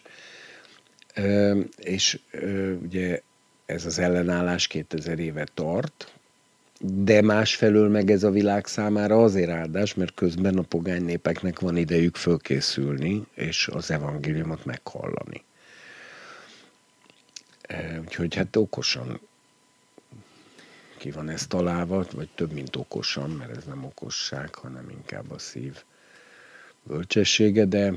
és ugye ez az ellenállás kétezer éve tart, de másfelől meg ez a világ számára azért áldás, mert közben a pogány népeknek van idejük fölkészülni, és az evangéliumot meghallani. Úgyhogy hát okosan ki van ez találva, vagy több, mint okosan, mert ez nem okosság, hanem inkább a szív bölcsessége, de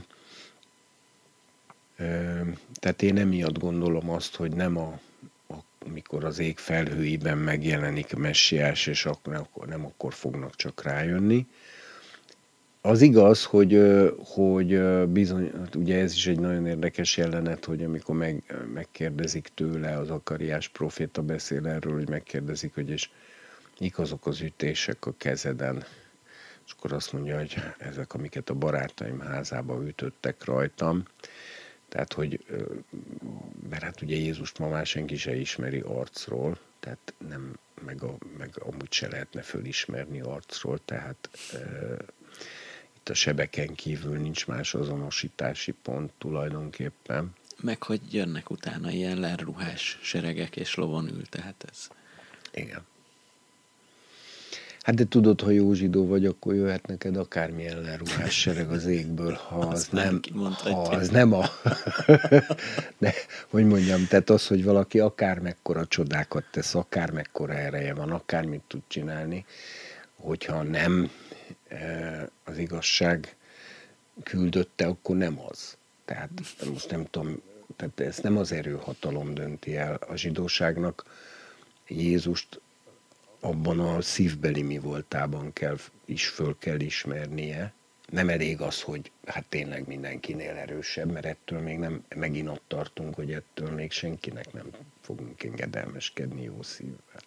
tehát én emiatt gondolom azt, hogy nem a amikor az ég felhőiben megjelenik a messiás, és akkor nem akkor fognak csak rájönni, Az igaz, hogy, hogy bizony, ugye ez is egy nagyon érdekes jelenet, hogy amikor meg, megkérdezik tőle, az Akariás proféta beszél erről, hogy megkérdezik, hogy és mik azok az ütések a kezeden. És akkor azt mondja, hogy ezek, amiket a barátaim házába ütöttek rajtam. Tehát, hogy, mert hát ugye Jézust ma már senki se ismeri arcról, tehát nem, meg, a, meg amúgy se lehetne fölismerni arcról, tehát e, itt a sebeken kívül nincs más azonosítási pont tulajdonképpen. Meg, hogy jönnek utána ilyen lerruhás seregek, és lovon ül, tehát ez... Igen. Hát de tudod, ha jó zsidó vagy, akkor jöhet neked akármilyen lerruhás sereg az égből, ha az nem, ha az nem a... De, hogy mondjam, tehát az, hogy valaki akármekkora csodákat tesz, akármekkora ereje van, akármit tud csinálni, hogyha nem az igazság küldötte, akkor nem az. Tehát most nem tudom, tehát ezt nem az erőhatalom dönti el a zsidóságnak. Jézust abban a szívbeli mi voltában kell, is föl kell ismernie. Nem elég az, hogy hát tényleg mindenkinél erősebb, mert ettől még nem, megint ott tartunk, hogy ettől még senkinek nem fogunk engedelmeskedni jó szívvel.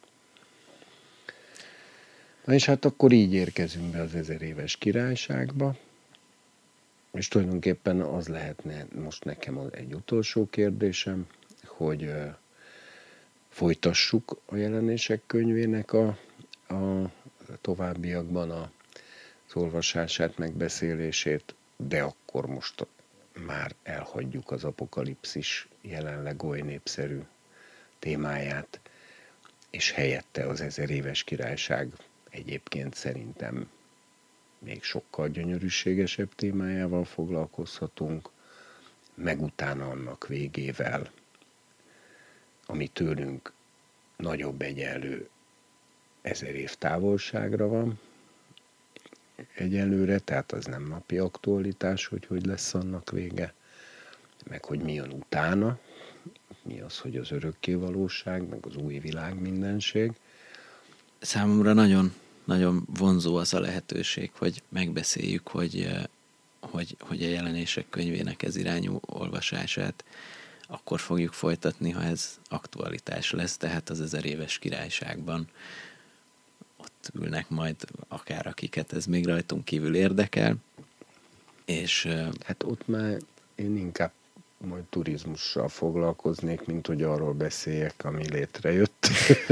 Na és hát akkor így érkezünk be az ezer éves királyságba, és tulajdonképpen az lehetne most nekem egy utolsó kérdésem, hogy folytassuk a jelenések könyvének a, a továbbiakban a, az olvasását, megbeszélését, de akkor most már elhagyjuk az apokalipszis jelenleg oly népszerű témáját, és helyette az ezer éves királyság egyébként szerintem még sokkal gyönyörűségesebb témájával foglalkozhatunk, meg utána annak végével, ami tőlünk nagyobb egyenlő ezer év távolságra van egyelőre, tehát az nem napi aktualitás, hogy hogy lesz annak vége, meg hogy mi jön utána, mi az, hogy az örökké valóság, meg az új világ mindenség. Számomra nagyon, nagyon vonzó az a lehetőség, hogy megbeszéljük, hogy, hogy, hogy a jelenések könyvének ez irányú olvasását akkor fogjuk folytatni, ha ez aktualitás lesz, tehát az ezer éves királyságban ott ülnek majd akár akiket ez még rajtunk kívül érdekel, és... Hát ott már én inkább majd turizmussal foglalkoznék, mint hogy arról beszéljek, ami létrejött.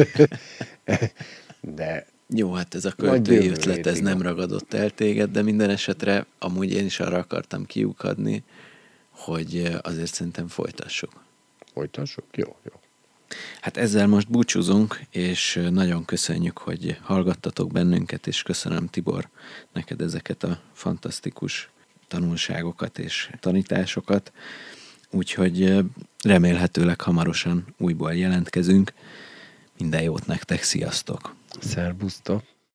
De jó, hát ez a költői ötlet, ez nem ragadott el téged, de minden esetre amúgy én is arra akartam kiukadni, hogy azért szerintem folytassuk. Folytassuk? Jó, jó. Hát ezzel most búcsúzunk, és nagyon köszönjük, hogy hallgattatok bennünket, és köszönöm, Tibor, neked ezeket a fantasztikus tanulságokat és tanításokat. Úgyhogy remélhetőleg hamarosan újból jelentkezünk. Minden jót nektek, sziasztok! Szerbusztok!